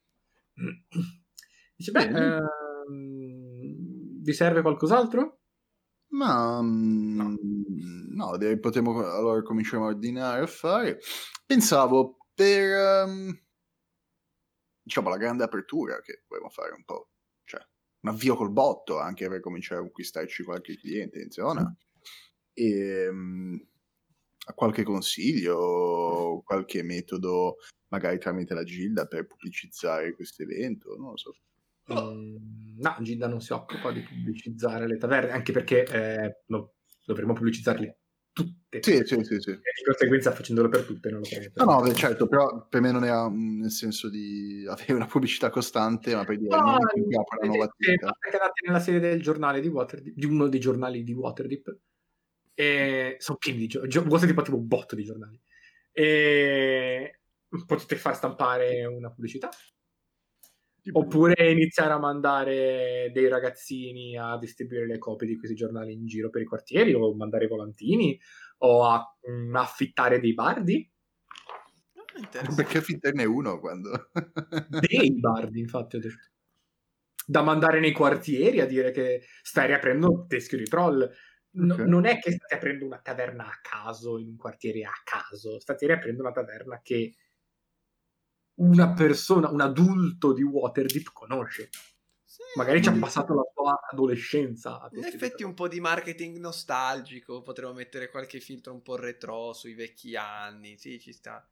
Dice, beh, Bene. ehm, vi serve qualcos'altro? Ma mm, No. no, direi potremmo allora cominciamo a ordinare a fare. Pensavo per ehm, diciamo la grande apertura che vogliamo fare un po', cioè un avvio col botto anche per cominciare a conquistarci qualche cliente in zona. E mm, qualche consiglio, qualche metodo magari tramite la Gilda per pubblicizzare questo evento, non lo so. Mm, no, Gilda non si occupa di pubblicizzare le taverne, anche perché eh, no, dovremmo pubblicizzarle tutte. Sì, sì, sì, sì. E di conseguenza facendolo per tutte non lo faremo per No, no, tutte. beh, certo, però per me non era mm, nel senso di avere una pubblicità costante, ma per dire il No, momento in cui apre una nuova vedete, attività. basta che andate nella sede del giornale di Waterdeep, di uno dei giornali di Waterdeep, e sono pieni di giornali, Waterdeep ha tipo un botto di giornali, e potete far stampare una pubblicità. Tipo, Oppure iniziare a mandare dei ragazzini a distribuire le copie di questi giornali in giro per i quartieri, o mandare volantini, o a mm, affittare dei bardi. Ah, interessante. perché affitterne uno quando... Dei bardi, infatti, ho detto. Da mandare nei quartieri a dire che stai riaprendo un teschio di troll. No- Ok. Non è che state aprendo una taverna a caso in un quartiere a caso, state riaprendo una taverna che una persona, un adulto di Waterdeep conosce. Sì, Magari ci ha Mm. passato la sua adolescenza a in teschio di effetti troll. un po' di marketing nostalgico, potremmo mettere qualche filtro un po' retro sui vecchi anni, sì, ci sta.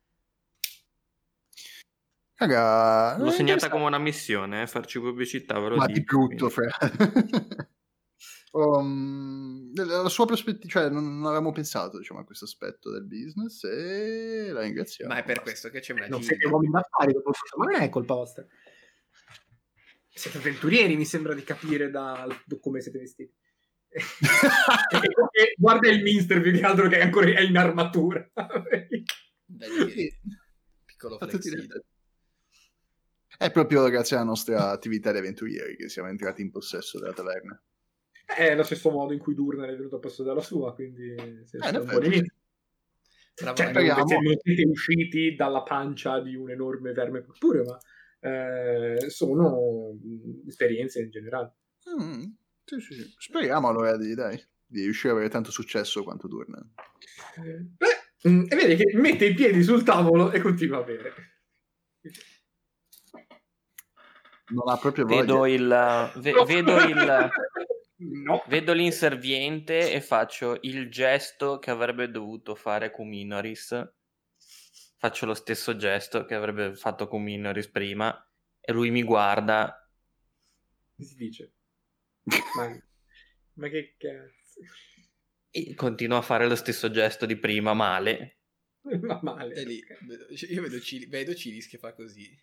Raga, L'ho eh, segnata interessante. come una missione, eh, farci pubblicità, ve lo Ma di dico. brutto, quindi. fra. Um, la sua prospettiva, cioè non, non avevamo pensato, diciamo, a questo aspetto del business e la ringraziamo. Ma è per questo che c'è una Non siete gilda. uomini d'affari, dopo tutto, ma non è colpa vostra. Siete avventurieri, mi sembra di capire da, da come siete vestiti. E guarda il Minster più che altro che è ancora è in armatura. Vedi che piccolo Fa tutti flexito. le- È proprio grazie alla nostra attività di avventurieri che siamo entrati in possesso della taverna. È lo stesso modo in cui Durnan è venuto a posto dalla sua, quindi sì, Eh, in è un buon effetti, inizio. Bravo Cioè, non, speriamo. non siete usciti dalla pancia di un enorme verme purpureo, ma eh, sono mh, esperienze in generale. Mm, sì, sì, sì. Speriamo allora di, dai, di riuscire ad avere tanto successo quanto Durnan. Beh, mh, e vedi che mette i piedi sul tavolo e continua a bere. Non ha proprio voglia. Vedo il, ve- vedo il, No. vedo l'inserviente e faccio il gesto che avrebbe dovuto fare Kuminoris. Faccio lo stesso gesto che avrebbe fatto Kuminoris prima e lui mi guarda. Mi si dice. Ma, ma che cazzo? E continua a fare lo stesso gesto di prima, male. Ma male. E lì, vedo- io vedo, Cili, vedo Cilis che fa così.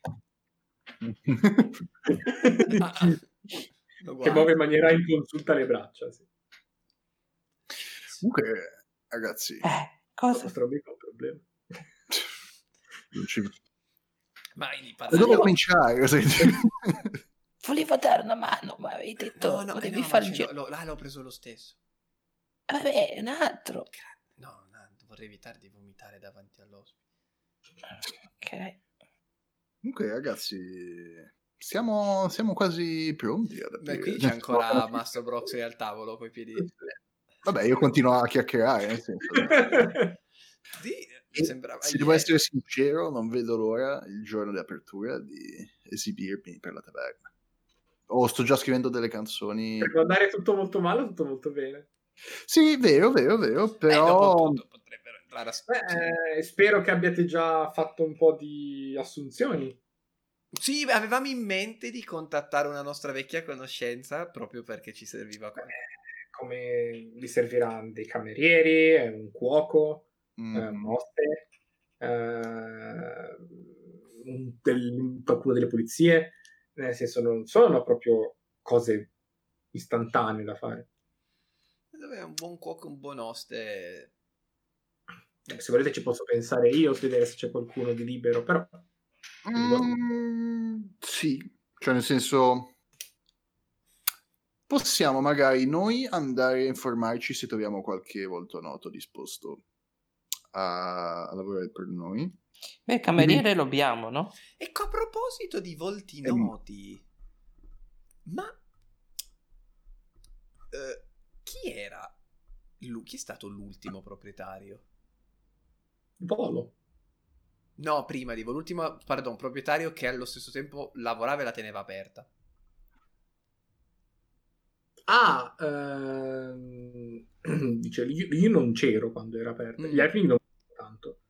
Ah, ah. Lo Che guardo. muove in maniera inconsulta le braccia. Sì. Comunque, ragazzi, Eh, Il cosa? nostro amico ha un problema. non ci... Ma quindi da parliamo- dove cominciare? Cosa dici? Volevo dare una mano, ma avevi detto No, no, eh, volevi no, fare ma il ce giro. l'ho- l'ho- là l'ho preso lo stesso. Vabbè, un altro. No, no, vorrei evitare di vomitare davanti all'ospite. Ok. Comunque, ragazzi, siamo, siamo quasi pronti ad Beh, aprire. qui c'è ancora Mastro Broxley al tavolo coi piedi. Vabbè, io continuo a chiacchierare, nel senso. Sì, E sembrava se devo ieri. essere sincero, non vedo l'ora, il giorno di apertura, di esibirmi per la taverna. Oh, sto già scrivendo delle canzoni. Per andare tutto molto male o tutto molto bene? Sì, vero, vero, vero, Eh, però... dopo tutto potrebbero entrare a... Beh, eh, spero che abbiate già fatto un po' di assunzioni. Sì, avevamo in mente di contattare una nostra vecchia conoscenza proprio perché ci serviva qua. Eh, come vi serviranno dei camerieri, eh, un cuoco, Mhm. eh, un oste, eh, un- del- qualcuno delle polizie. Nel senso, non sono proprio cose istantanee da fare. Dove un buon cuoco, un buon oste. Eh, Se volete ci posso pensare io, vedere se c'è qualcuno di libero, però... Mm, sì, cioè nel senso... Possiamo magari noi andare a informarci se troviamo qualche volto noto disposto a, a lavorare per noi. Beh, cameriere lo abbiamo, no? Ecco, a proposito di volti Ehm. noti, ma eh, chi era? Lu- chi è stato l'ultimo proprietario? Volo. No, prima di l'ultimo, pardon, proprietario che allo stesso tempo lavorava e la teneva aperta. Ah, ehm, dice, io, io non c'ero quando era aperta, Mm. gli altri non tanto.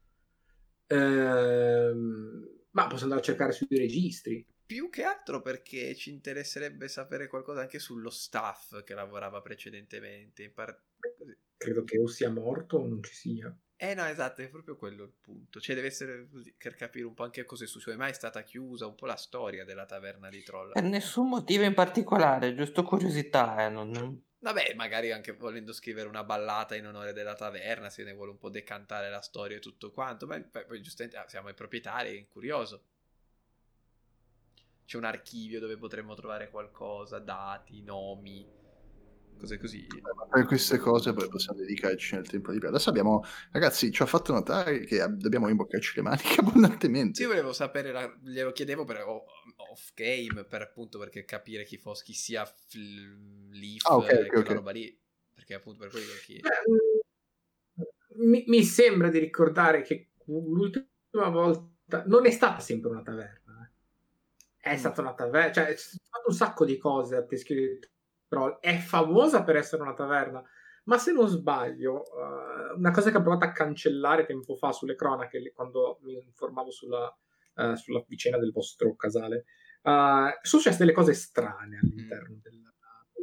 Ehm, ma posso andare a cercare sui registri. Più che altro perché ci interesserebbe sapere qualcosa anche sullo staff che lavorava precedentemente. In par- così. Credo che o sia morto o non ci sia. Eh no, esatto, è proprio quello il punto. Cioè deve essere così, per capire un po' anche cosa è successo. Mai è stata chiusa un po' la storia della taverna di Troll. Per nessun motivo in particolare, giusto curiosità, eh, non... Vabbè, magari anche volendo scrivere una ballata in onore della taverna, se ne vuole un po' decantare la storia e tutto quanto. Ma poi, poi giustamente ah, siamo i proprietari, è curioso. C'è un archivio dove potremmo trovare qualcosa, dati, nomi, cose così. Per queste cose poi possiamo dedicarci nel tempo libero. Adesso abbiamo, ragazzi, ci ha fatto notare che ab- dobbiamo rimboccarci le maniche abbondantemente. Sì, io volevo sapere, la- glielo chiedevo per o- off game, per appunto perché capire chi fosse, chi sia Fl- Leaf Ah, ok, e ok, quella ok. roba lì. Perché appunto per quello che... Beh, mm, mi, mi sembra di ricordare che l'ultima volta non è stata sempre una taverna. eh. È Mm. stata una taverna, cioè è fatto un sacco di cose a Teschio di Troll. È famosa per essere una taverna, ma se non sbaglio, eh, una cosa che ho provato a cancellare tempo fa sulle cronache, le- quando mi informavo sulla, eh, sulla vicenda del vostro casale, eh, sono successe delle cose strane all'interno del, del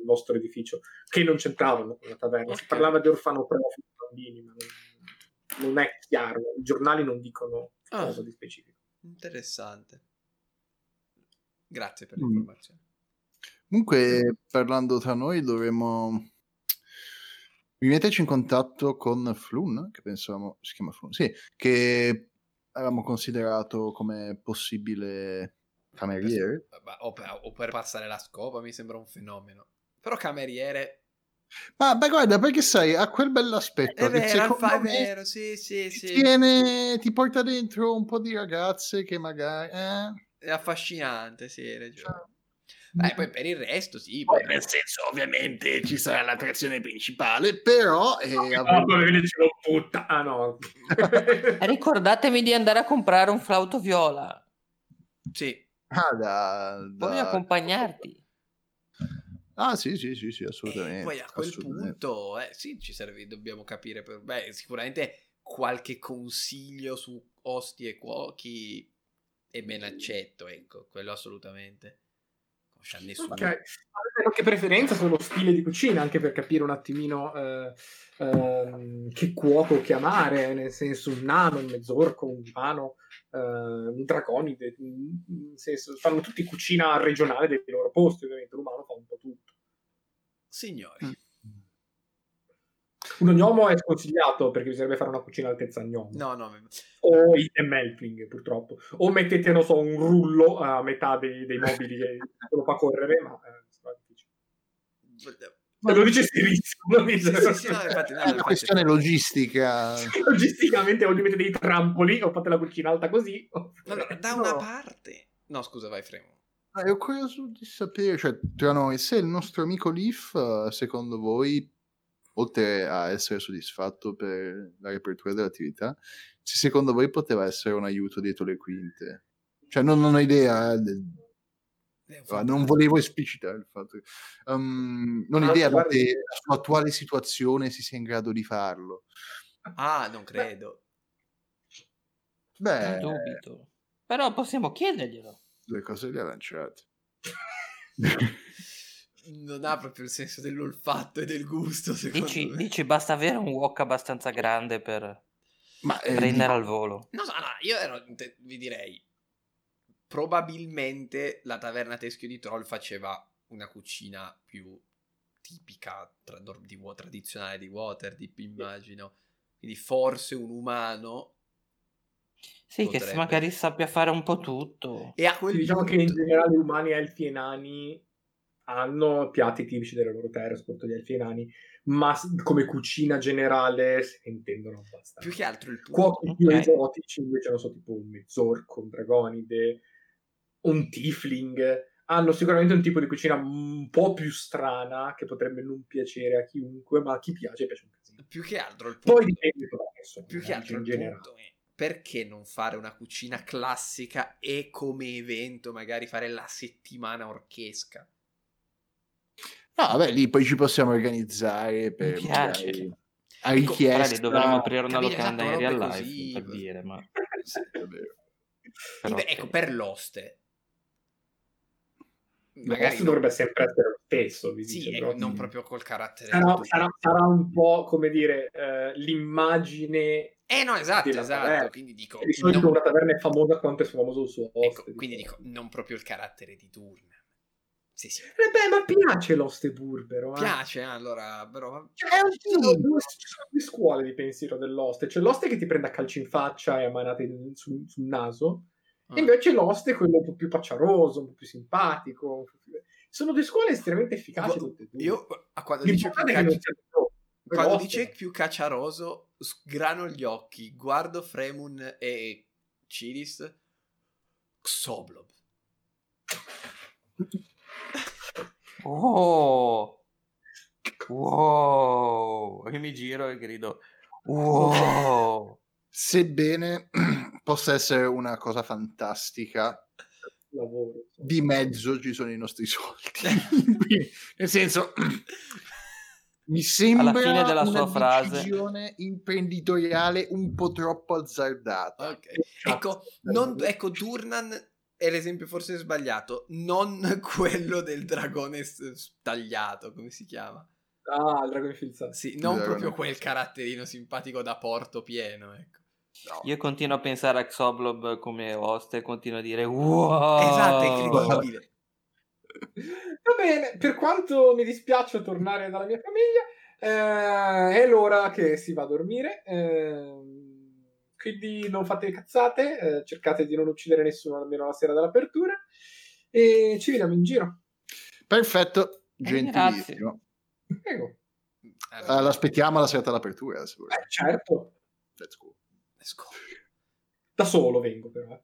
vostro edificio, che non c'entravano con la taverna. Ok. Si parlava di orfanotrofi per bambini, ma non, non è chiaro. I giornali non dicono Ah. cosa di specifico. Interessante. Grazie per Mm. l'informazione. Comunque, parlando tra noi, dovremmo rimetterci in contatto con Flun, che pensavamo si chiama Flun, sì, che avevamo considerato come possibile cameriere. Ma- O per, o per passare la scopa mi sembra un fenomeno. Però cameriere... Ma beh, guarda, perché sai, ha quel bell'aspetto È che vero, secondo Alfa, è me vero, sì, sì, ti sì. tiene, ti porta dentro un po' di ragazze che magari... Eh, È affascinante, sì, hai ragione. cioè, Beh, poi per il resto, sì. poi Poi... nel senso, ovviamente ci sarà l'attrazione principale, però eh, Ah, avrebbe- poi vedi, ce l'ho tutta. Ah, no. Ricordatevi di andare a comprare un flauto viola, Sì. ah, da, poi da- accompagnarti. Ah, sì, sì, sì, sì, E assolutamente. poi a quel assolutamente. punto, eh, sì, ci serve, dobbiamo capire per... Beh, sicuramente qualche consiglio su osti e cuochi è ben accetto, ecco, quello assolutamente. Non c'ha nessuno. Ok, avete qualche preferenza sullo stile di cucina, anche per capire un attimino eh, ehm, che cuoco chiamare, nel senso un nano, un mezzorco, un vano, eh, un draconide, nel senso, fanno tutti cucina regionale dei loro posti, ovviamente l'umano fa un po' tutto. Signori, Mm. Un gnomo è sconsigliato perché bisognerebbe fare una cucina altezza gnomo. no, no, O i Melfling, purtroppo. O mettete, non so, un rullo a metà dei, dei mobili che lo fa correre, ma eh, sarà difficile. Ma- Se lo dice serissimo, lo dice. Sì, sì, sì, no, infatti, no, È una infatti- questione logistica. Logisticamente o gli mettete dei trampoli o fate la cucina alta così. Allora, da una parte... No, scusa, vai, Fremo. Ah, ero curioso di sapere, cioè, tra noi, se il nostro amico Leaf, eh, secondo voi, oltre a essere soddisfatto per la riapertura dell'attività, se secondo voi poteva essere un aiuto dietro le quinte. Cioè, non, non ho idea, eh, del- È un ah, fantasma. non volevo esplicitare il fatto. Um, non ho Ah, idea guarda, se sì. la sua attuale situazione si sia in grado di farlo. Ah, non credo. Beh, Dubito. Però possiamo chiederglielo. due cose le ha lanciate. Non ha proprio il senso dell'olfatto e del gusto, secondo Dici, me. dici basta avere un wok abbastanza grande per Ma eh, prendere dico- al volo. No, no, no, io ero, te- vi direi, probabilmente la taverna Teschio di Troll faceva una cucina più tipica, tra- di, tradizionale di Waterdeep, immagino. Quindi forse un umano Sì, che potrebbe. magari sappia fare un po' tutto. E a quel Diciamo punto... che in generale umani, elfi e nani hanno piatti tipici delle loro terre, soprattutto gli elfi e nani, ma s- come cucina generale se ne intendono abbastanza. Più che altro il punto... Cuochi più Ok. esotici invece, non so, tipo un mezzorco, un dragonide, un tiefling, hanno sicuramente un tipo di cucina un po' più strana che potrebbe non piacere a chiunque, ma a chi piace piace un casino. Più che altro il punto... Poi dipende da persona, Più che altro in il generale. punto è perché non fare una cucina classica e come evento magari fare la settimana orchesca? No, vabbè, lì poi ci possiamo organizzare per Mi piace. magari a Ecco, richiesta. Magari dovremmo aprire una capire, locanda esatto, in real robe life, così. per dire, ma... Sì, È vero. però Beh, ok. ecco, per l'oste. Magari Magari no. dovrebbe sempre essere lo stesso, vi Sì, dice, ecco, però. non proprio col carattere. Sarà, di- sarà- sarà un po' come dire eh, l'immagine Eh no, esatto, della esatto. taverna. Quindi dico, Di solito non- una taverna è famosa quanto è famoso il suo ecco, oste. quindi diciamo. dico, non proprio il carattere di turno. Sì, sì. Eh beh, ma piace l'oste burbero. eh. Piace, eh, allora, però... Cioè, ci sono due, ci sono due scuole di pensiero dell'oste. C'è l'oste che ti prende a calci in faccia e a manate in- sul, sul naso. Ah. E invece l'oste è quello un po' più pacciaroso, un po' più simpatico. un po' più- Sono due scuole estremamente efficaci Gu- tutte e due. Io, a quando dice più L'importante è che non caccia... sia troppo. Poi Quando l'oste, dice più cacciaroso, sgrano gli occhi, guardo Fremun e Ciris. Xoblob. Oh! Wow! E mi giro e grido wow! Sebbene possa essere una cosa fantastica, lavoro. di mezzo ci sono i nostri soldi. Quindi, nel senso, mi sembra Alla fine della una sua frase. decisione imprenditoriale un po' troppo azzardata. Ok. Ecco, non, ecco, Durnan è l'esempio forse sbagliato, non quello del dragone s- tagliato, come si chiama? Ah, il dragone filzato. Sì, non Il proprio dragone quel filzato. caratterino simpatico da porto pieno, ecco. No. Io continuo a pensare a Xoblob come host e continuo a dire wow. Esatto, è incredibile. Va bene, per quanto mi dispiace tornare dalla mia famiglia, eh, è l'ora che si va a dormire. eh, quindi non fate cazzate, eh, cercate di non uccidere nessuno almeno la sera dell'apertura. E ci vediamo in giro. Perfetto, Eh, gentilissimo. Prego. Eh, l'aspettiamo alla serata d'apertura, se volete. Eh, certo, Let's go. Let's go. da solo vengo però.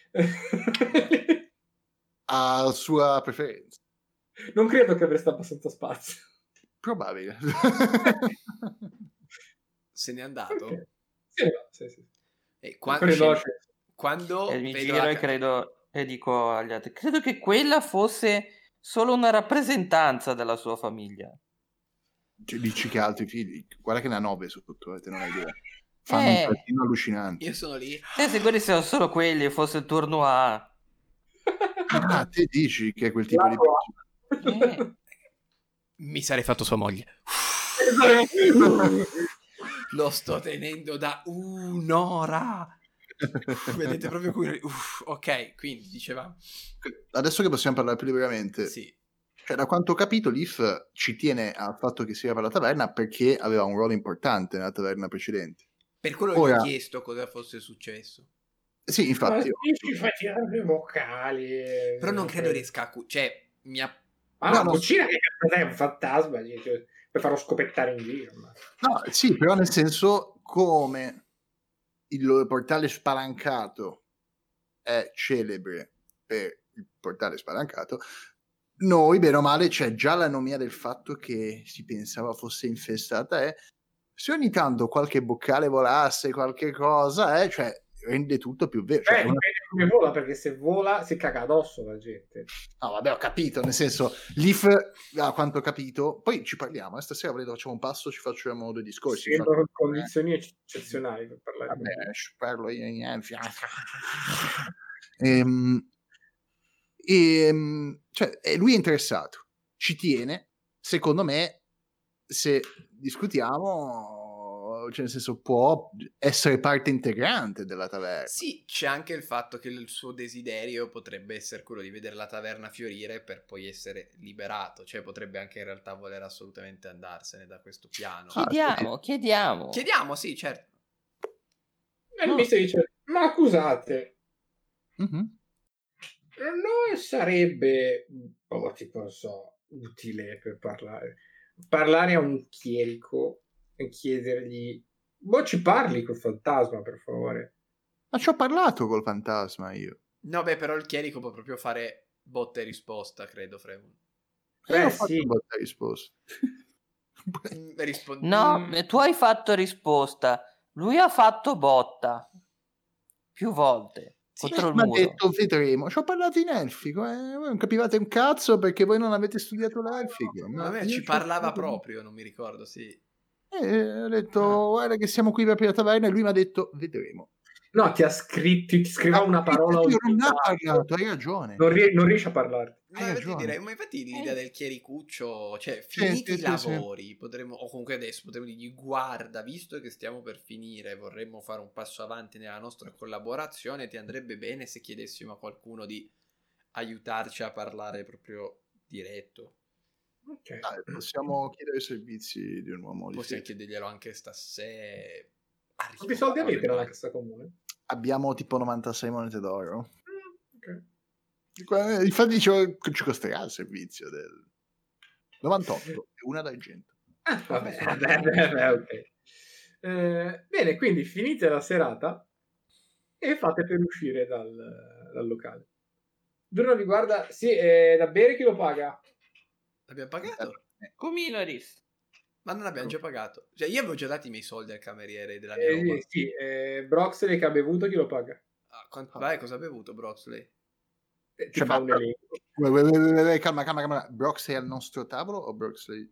A sua preferenza. Non credo che avreste abbastanza spazio. Probabile. Se n'è andato? Ok. Sì, no, sì, sì. E qua- Con il scendo- dolce. quando E mi vedo giro la e ca- credo e dico agli altri, credo che quella fosse solo una rappresentanza della sua famiglia. Cioè, dici che ha altri figli. Guarda che ne ha nove sotto, eh, te non hai idea. Fanno Eh. un casino allucinante. Io sono lì. Se se quelli siano solo quelli, fosse il turno A. Ah, te dici che è quel tipo di persona. Eh. Mi sarei fatto sua moglie. Lo sto tenendo da un'ora. Vedete proprio qui. Uff, ok, quindi dicevamo. Adesso che possiamo parlare più liberamente, Sì. cioè, da quanto ho capito, Leaf ci tiene al fatto che sia per la taverna perché aveva un ruolo importante nella taverna precedente. Per quello Ora- gli ho chiesto cosa fosse successo. Sì, infatti. ci fai tirare i vocali. Però non credo riesca a... cu- cioè, mi ha... Ma No, no, no. cucina che cazzo è un fantasma cioè, per farlo scopettare in giro. Ma... No, sì, però nel senso come il portale spalancato è celebre per il portale spalancato, noi, bene o male, c'è già l'anomia del fatto che si pensava fosse infestata, eh. Se ogni tanto qualche boccale volasse, qualche cosa, eh, cioè, rende tutto più vero. Cioè, Eh, è una- dipende come vola, perché se vola si caga addosso la gente. No, vabbè, ho capito, nel senso, Leaf, da quanto ho capito, poi ci parliamo, eh, stasera volete facciamo un passo, ci facciamo due discorsi. Sembra infatti, condizioni eccezionali per parlare con vabbè, te. parlo io in elfi. Ehm, ehm, cioè, eh, lui è interessato, ci tiene, secondo me, se discutiamo, cioè nel senso, può essere parte integrante della taverna. Sì, c'è anche il fatto che il suo desiderio potrebbe essere quello di vedere la taverna fiorire per poi essere liberato. Cioè, potrebbe anche in realtà voler assolutamente andarsene da questo piano. Ah, Chiediamo, chiediamo. Chiediamo, sì, certo. E il No. mister dice, ma scusate, Mhm. non sarebbe un po' tipo, non so, utile per parlare parlare a un chierico e chiedergli, boh, ci parli col fantasma, per favore. Ma ci ho parlato col fantasma io. No, beh, però il chierico può proprio fare botta e risposta, credo, Fremon. E io Beh, ho fatto sì. un botta e risposta. Mm, rispon- No, mm, tu hai fatto risposta. Lui ha fatto botta. Più volte. Sì, contro il Mi ha muro. detto vedremo. Ci ho parlato in elfico, eh. Voi non capivate un cazzo perché voi non avete studiato l'elfico. a me io ci ho parlava parlato- proprio, non mi ricordo, sì. Eh, ho detto Ah. guarda che siamo qui per aprire la taverna e lui mi ha detto vedremo. No, ti ha scritto, ti scriveva una parola Io ogni non ha tanto. parlato, hai ragione. Non, rie- non riesce a parlare. Ma Hai infatti, ragione. direi, ma infatti l'idea Eh. del chiericuccio, cioè Sì, finiti sì, i sì, sì. lavori, potremmo, o comunque adesso potremmo dirgli guarda, visto che stiamo per finire e vorremmo fare un passo avanti nella nostra collaborazione, ti andrebbe bene se chiedessimo a qualcuno di aiutarci a parlare proprio diretto. Ok. Dai, possiamo chiedere i servizi di un uomo di Possiamo fede. chiederglielo anche stasera. Quanti soldi avete nella cassa comune? Abbiamo tipo novantasei monete d'oro. Mm, ok. Qua- Infatti dicevo che ci costerà il servizio del novantotto e una d'argento. Ah, vabbè, vabbè, vabbè, ok. Eh, bene, quindi finite la serata e fate per uscire dal, dal locale. Bruno vi guarda, sì, eh, da bere chi lo paga? L'abbiamo pagato? Comiloris. Ma non abbiamo già pagato. Cioè, io avevo già dato i miei soldi al cameriere della mia Eh, roba. sì, eh, Broxley che ha bevuto chi lo paga? Ah, quant- vai, cosa ha bevuto Broxley? Eh, ti Cioè, fa ma- un elenco. Wait, wait, wait, wait, wait, calma, calma, calma. Broxley al nostro tavolo o Broxley?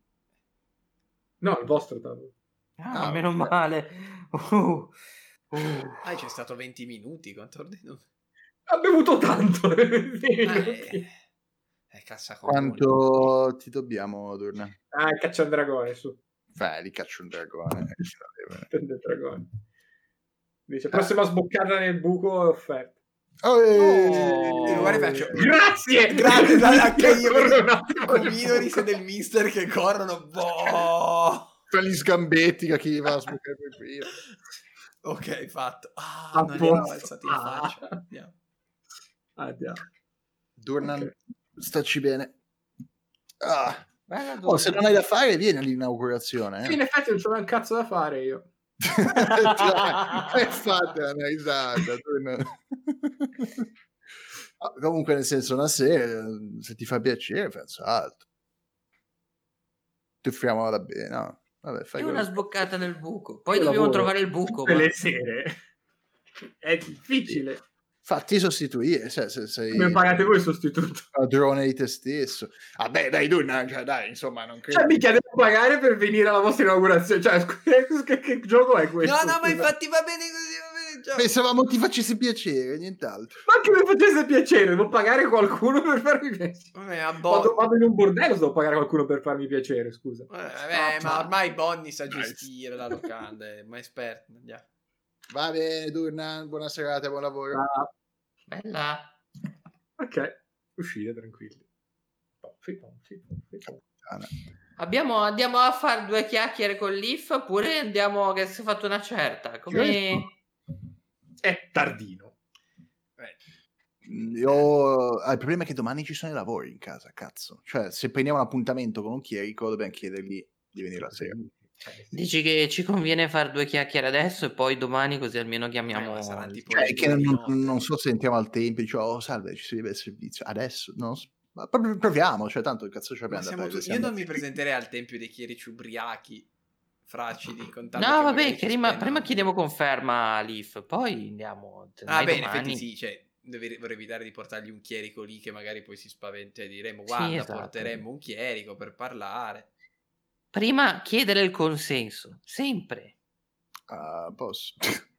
No, il vostro tavolo. Ah, Ah, meno ok. male. Uh, uh. Ah, c'è stato venti minuti, quanto ordino? Ha bevuto tanto. Eh, eh, cassa comuni. Quanto ti dobbiamo, Durna? Ah, il caccia un dragone, su. Vai, li caccio un dragone. Prende il dragone. Dice, prossima sboccata nel buco è offerta. Oh, Oh. Io magari faccio- Grazie! Grazie, dai, anche io Corro un vedo attimo nel Comidori buco. del mister che corrono. Boh. Tra gli sgambetti che chi va a sboccare per prima. Ok, fatto. Ah, A non li avevo posto. alzati in Ah. faccia. Andiamo. Andiamo. Durnan, Ok. stacci bene. Ah. Bella Oh, se Durnan. non hai da fare, vieni all'inaugurazione. Sì, Eh. in effetti non c'ho un cazzo da fare io. Dai, fate una risata. Durnan. Ah, comunque, nel senso, una sera, se ti fa piacere, penso altro. Ti offriamo da bene, no? Vabbè, fai E quello una che- sboccata nel buco. Poi Io dobbiamo lavoro trovare il buco. tutte Ma... le sere. È difficile. Fatti sostituire, cioè, se sei Come pagate voi il sostituto? padrone di te stesso. Vabbè, dai, Durnan, cioè, dai, insomma, non credo. Cioè, mica devo pagare per venire alla vostra inaugurazione. Cioè, scusa, che, che gioco è questo? No, no, ma Scusa. infatti va bene così, va bene. Ciao. Pensavamo ti facesse piacere, nient'altro. Ma che mi facesse piacere, devo pagare qualcuno per farmi piacere. Vabbè, a Vado, Bon- vado in un bordello se devo pagare qualcuno per farmi piacere, scusa. Eh, vabbè, ma ormai Bonnie sa gestire la locanda, è ma esperto. Andiamo. Va bene, Durnan, buona serata, buon lavoro. Ah, Bella. ok, uscite tranquilli. Ponfi, ponfi, ponfi, ponfi. Abbiamo, andiamo a fare due chiacchiere con l'I F oppure andiamo che si è fatto una certa? Come... È tardino. Eh, Io... ah, il problema è che domani ci sono i lavori in casa, cazzo. Cioè, se prendiamo un appuntamento con un chierico, dobbiamo chiedergli di venire la sera. Dici che ci conviene fare due chiacchiere adesso e poi domani così almeno Eh, chiamiamo... ma saranno tipo Cioè, le che due di non, notte. non so se entriamo al tempio e dice, oh, salve, ci si deve il servizio. Adesso, non so. Ma proprio proviamo, cioè, tanto il cazzo ci Ma abbiamo da siamo fare. tu- Io siamo- non mi presenterei al tempio dei chierici ubriachi, fracidi, contando No, che vabbè, magari che ci prima, spendono. prima chiediamo conferma all'I F, poi andiamo... se Ah, mai beh, in domani- effetti sì, cioè, dovrei vorrei evitare di portargli un chierico lì che magari poi si spaventa e diremo, Sì, guarda, esatto. porteremmo un chierico per parlare. Prima chiedere il consenso, sempre. Ah, posso.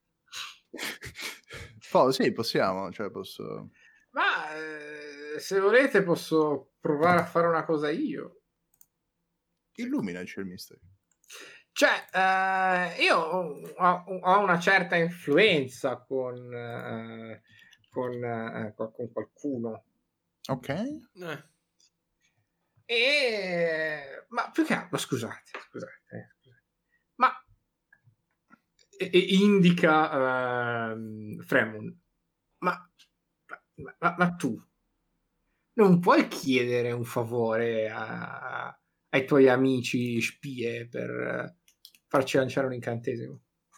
Po- sì, possiamo, cioè posso... Ma eh, se volete posso provare a fare una cosa io. Illuminaci il mister. Cioè, eh, io ho, ho una certa influenza con, eh, con, eh, con qualcuno. Ok. Eh, E... Ma più che altro, scusate, scusate, eh, scusate. Ma e- e indica ehm, Fremon. Ma, ma, ma- ma tu non puoi chiedere un favore a- ai tuoi amici spie per eh, farci lanciare un incantesimo?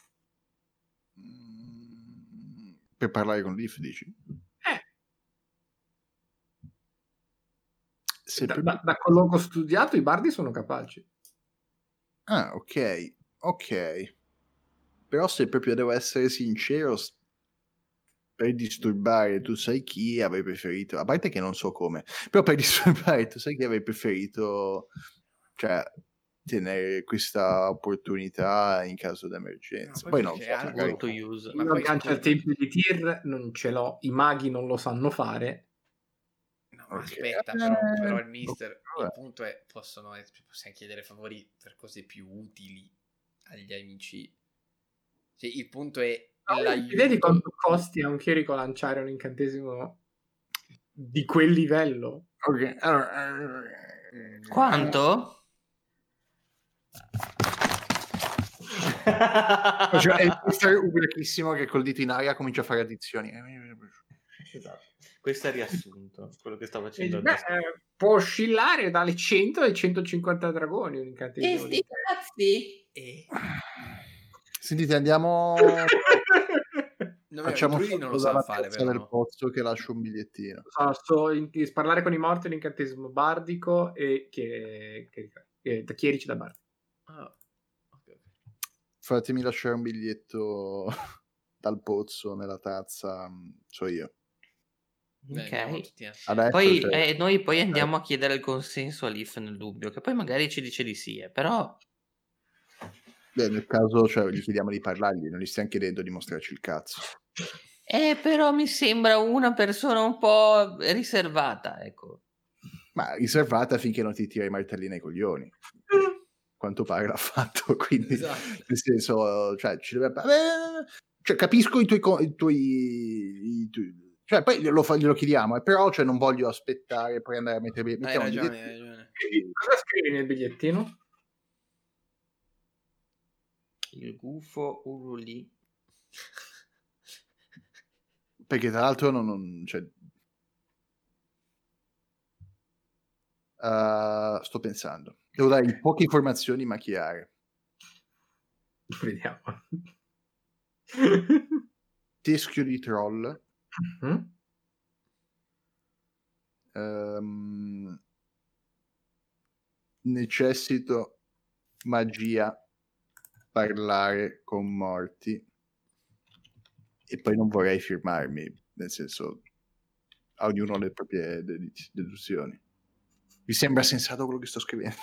Mm, per parlare con l'I F, dici? Eh, Se da, per- da, da quello che ho studiato i bardi sono capaci. Ah, ok, ok. Però se proprio devo essere sincero, s- per disturbare tu sai chi avrei preferito, a parte che non so come, però per disturbare tu sai chi avrei preferito, cioè, tenere questa opportunità in caso d'emergenza. Ma Poi poi non c'è so, anche- magari... Molto use. Ma Io poi aggancio al scusa. tempio di Tyr non ce l'ho, i maghi non lo sanno fare. No, ma Ok. aspetta, però, Eh, però il mister, il vabbè. punto è, possono, possiamo chiedere favori per cose più utili agli amici. Cioè, il punto è Vedi quanto costi a un chierico lanciare un incantesimo di quel livello? Ok, allora... eh, Quanto? Cioè, è il mister ubriachissimo che col dito in aria comincia a fare addizioni. Esatto. Questo è il riassunto, quello che sto E facendo dici, beh, adesso. eh, può oscillare dalle cento ai centocinquanta dragoni un incantesimo. E di- sti cazzi! E... Sentite, andiamo... No, Facciamo i druidi non lo solo sanno dalla fare, piazza vero? del No? pozzo che lascio un bigliettino. So, so in- in- parlare con i morti è un incantesimo bardico e che, che, che da chierici da bardi. Ah, ok, ok. Fatemi lasciare un biglietto dal pozzo nella tazza, so io. Beh, andiamo Ok. tutti a- Adesso, Poi cioè, eh, noi poi andiamo a chiedere il consenso all'I F nel dubbio, che poi magari ci dice di sì, eh, però beh, nel caso cioè, gli chiediamo di parlargli, non gli stiamo chiedendo di mostrarci il cazzo. Eh, però mi sembra una persona un po' riservata, ecco. Ma riservata finché non ti tira i martelli nei coglioni. Quanto pare l'ha fatto, quindi Esatto. nel senso, cioè, ci deve... eh, cioè, capisco i tuoi, co- i tuoi, i tuoi- cioè, poi glielo, fa- glielo chiediamo, eh, però cioè, non voglio aspettare poi andare a mettere... Hai mettiamo un ragione, bigliettino. hai ragione. Cosa scrivi nel bigliettino? Il gufo urulì. Perché tra l'altro non... non cioè, uh, sto pensando. Devo dare poche informazioni ma chiare. Vediamo. Teschio di troll. Mm? Um, necessito magia, parlare con morti, e poi non vorrei firmarmi, nel senso, a ognuno le proprie ded- deduzioni. Vi sembra sensato quello che sto scrivendo?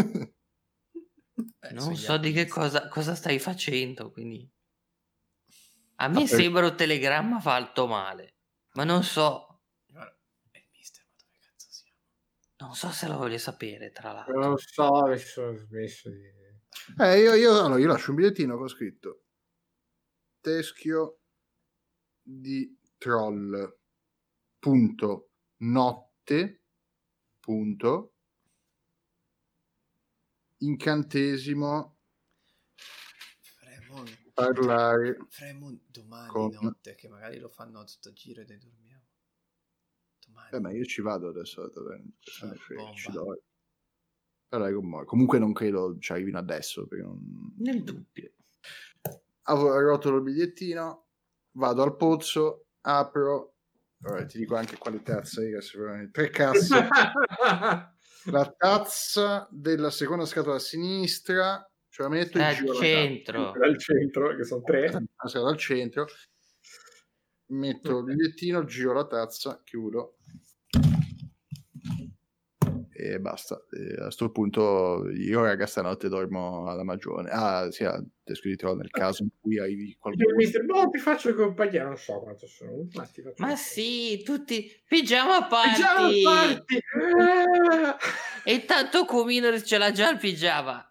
Eh, Non sugli so di che apisti. cosa, cosa stai facendo, quindi... A me Ah, per- sembra un telegramma fatto male, ma non so, Guarda, eh, mister, ma dove cazzo siamo? non so se lo voglio sapere, tra l'altro. Non lo so, mi sono smesso di... Eh, io, io, allora, io lascio un bigliettino con scritto teschio di troll punto notte punto incantesimo Fremon, parlare Fremon domani con... notte, che magari lo fanno a tutto giro e noi dormiamo. Domani. Eh, ma io ci vado adesso, dove... Ah, ci bomba. do. Parlare con Mor- comunque non credo ci arrivino adesso, perché non... Nel dubbio. Avevo rotolo il bigliettino, vado al pozzo, apro, allora, ti dico anche quale tazza era, sicuramente tre casse. La tazza della seconda scatola a sinistra, ce la metto in Al giro alla centro. Dal centro, che sono tre. tazza, la scatola al centro, metto il bigliettino, giro la tazza, chiudo e basta. E a sto punto io, raga, stanotte dormo alla Magione, ah sì, a Teschio di Troll, nel caso in cui arrivi qualcuno. Mister, boh, ti faccio compagnia, non so quanto sono, ma ti faccio Ma compagnia. sì, tutti pigiama Pigiama party. party! Ah! E intanto Comino ce l'ha già il pigiama.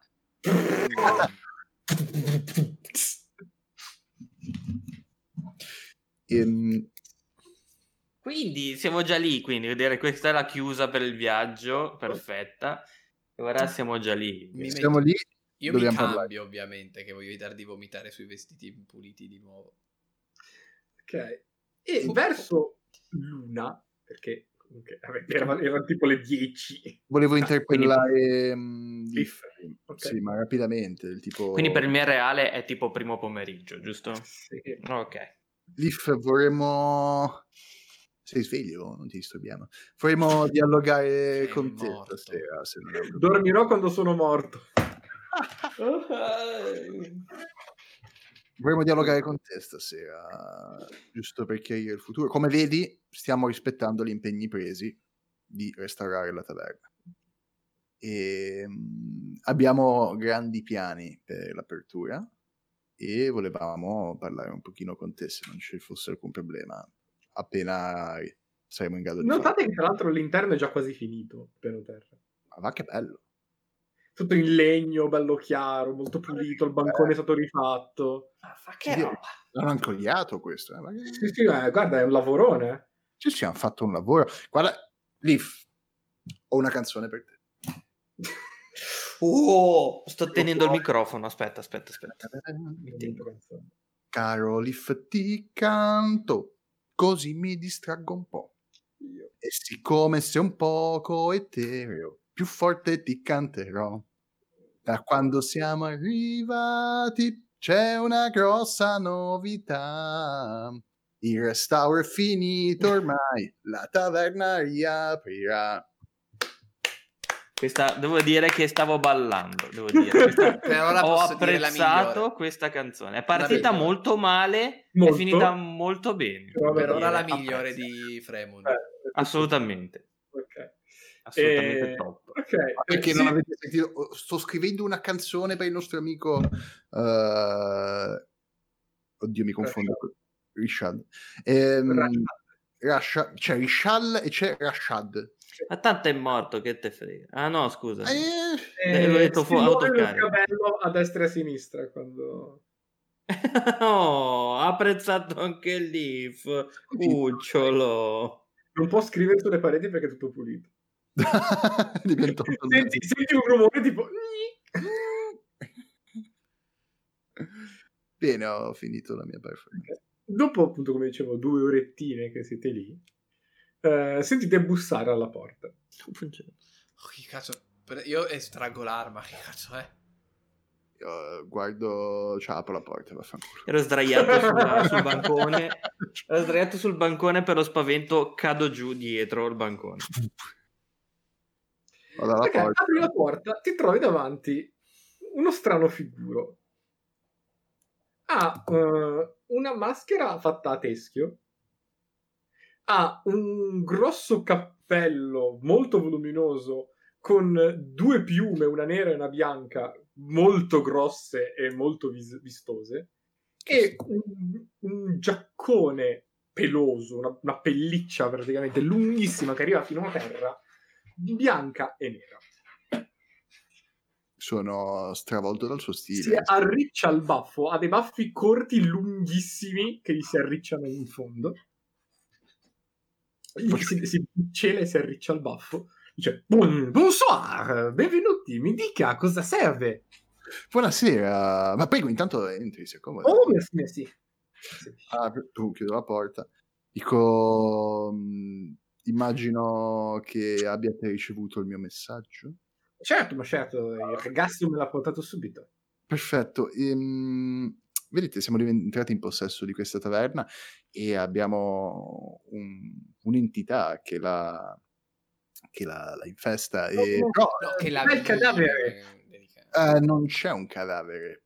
Ehm, Quindi siamo già lì, quindi vedere questa è la chiusa per il viaggio, perfetta. E ora siamo già lì. Mi siamo metto- lì, Io mi dobbiamo cambio, parlare. ovviamente, che voglio evitare di vomitare sui vestiti impuliti di nuovo. Ok. E verso l'una, perché comunque vabbè, erano, erano tipo le dieci. Volevo Ah, interpellare mm, Liff. Liff. Ok. Sì, ma rapidamente, il tipo... Quindi per il mio reale è tipo primo pomeriggio, giusto? Sì. Ok. Liff, vorremmo... Sei sveglio? Non ti disturbiamo. Vorremmo dialogare Sei con te morto. stasera, se non è un problema. Dormirò quando sono morto. Vorremmo dialogare con te stasera, giusto per chiarire il futuro. Come vedi, stiamo rispettando gli impegni presi di restaurare la taverna. E, mm, abbiamo grandi piani per l'apertura e volevamo parlare un pochino con te, se non ci fosse alcun problema, appena saremo in grado di farlo. Notate che tra l'altro l'interno è già quasi finito, piano terra. Ma va che bello! Tutto in legno, bello chiaro, molto pulito, il bancone è stato rifatto. Ma fa che Io- roba. L'hanno ancogliato questo, eh? Ma che- Sì, sì, eh, guarda, è un lavorone. Ci siamo fatto un lavoro. Guarda, Liff, ho una canzone per te. Oh, sto tenendo il microfono. Aspetta, aspetta, aspetta. Mi tengo. Caro Liff, ti canto, così mi distraggo un po'. E siccome sei un poco etereo, più forte ti canterò. Da quando siamo arrivati c'è una grossa novità. Il restauro è finito ormai, la taverna riaprirà. Questa, devo dire che stavo ballando. Devo dire. Questa- Per ora ho posso dire la apprezzato migliore. questa canzone. È partita migliore. molto male, Molto. è finita molto bene. Però Per devo ora dire. la migliore Apprezzo. di Fremon. Eh, Assolutamente. ok. Assolutamente Eh, top. ok. Perché Sì. non avete sentito? Sto scrivendo una canzone per il nostro amico. eh, Oddio, mi confondo. Rishad. Ehm, Rashad. Rashad. C'è Rishal e c'è Rashad. Ma tanto è morto, che te frega. Ah no, scusa. Eh, Eh, l'ho detto si fu- muove il autocarico. cabello a destra e a sinistra quando... Oh, ha apprezzato anche il leaf. Cucciolo. Non può scrivere sulle pareti perché è tutto pulito. diventa un Senti, senti un rumore tipo... Bene, ho finito la mia performance. Dopo, appunto, come dicevo, due orettine che siete lì, eh, sentite bussare alla porta. Non funziona. Oh, che cazzo. per- Io estraggo l'arma, che cazzo è? Io guardo, cioè apro la porta, vaffanculo. Ero sdraiato sulla- sul bancone. Ero sdraiato sul bancone, per lo spavento cado giù dietro il bancone. Vado alla Ok, porta. apri la porta, ti trovi davanti uno strano figuro. Ha eh, una maschera fatta a teschio, ha un grosso cappello molto voluminoso con due piume, una nera e una bianca, molto grosse e molto vis- vistose, e un, un giaccone peloso, una, una pelliccia praticamente lunghissima che arriva fino a terra, bianca e nera. Sono stravolto dal suo Si stile. arriccia il baffo, ha dei baffi corti lunghissimi che gli si arricciano in fondo. Gli si, si cela e si arriccia il baffo. Dice: Buon, bonsoir, benvenuti, mi dica cosa serve. Buonasera, ma prego, intanto entri, si accomoda. Oh, merci, merci. Sì. Ah, tu chiudo la porta. Dico, mh, immagino che abbiate ricevuto il mio messaggio. Certo, ma certo, il ragazzo me l'ha portato subito. Perfetto. Ehm, vedete, siamo entrati in possesso di questa taverna e abbiamo un- un'entità che la, che la, la infesta. E, No, però No, che la Bel vive, cadavere. eh, dedica- eh, non c'è un cadavere.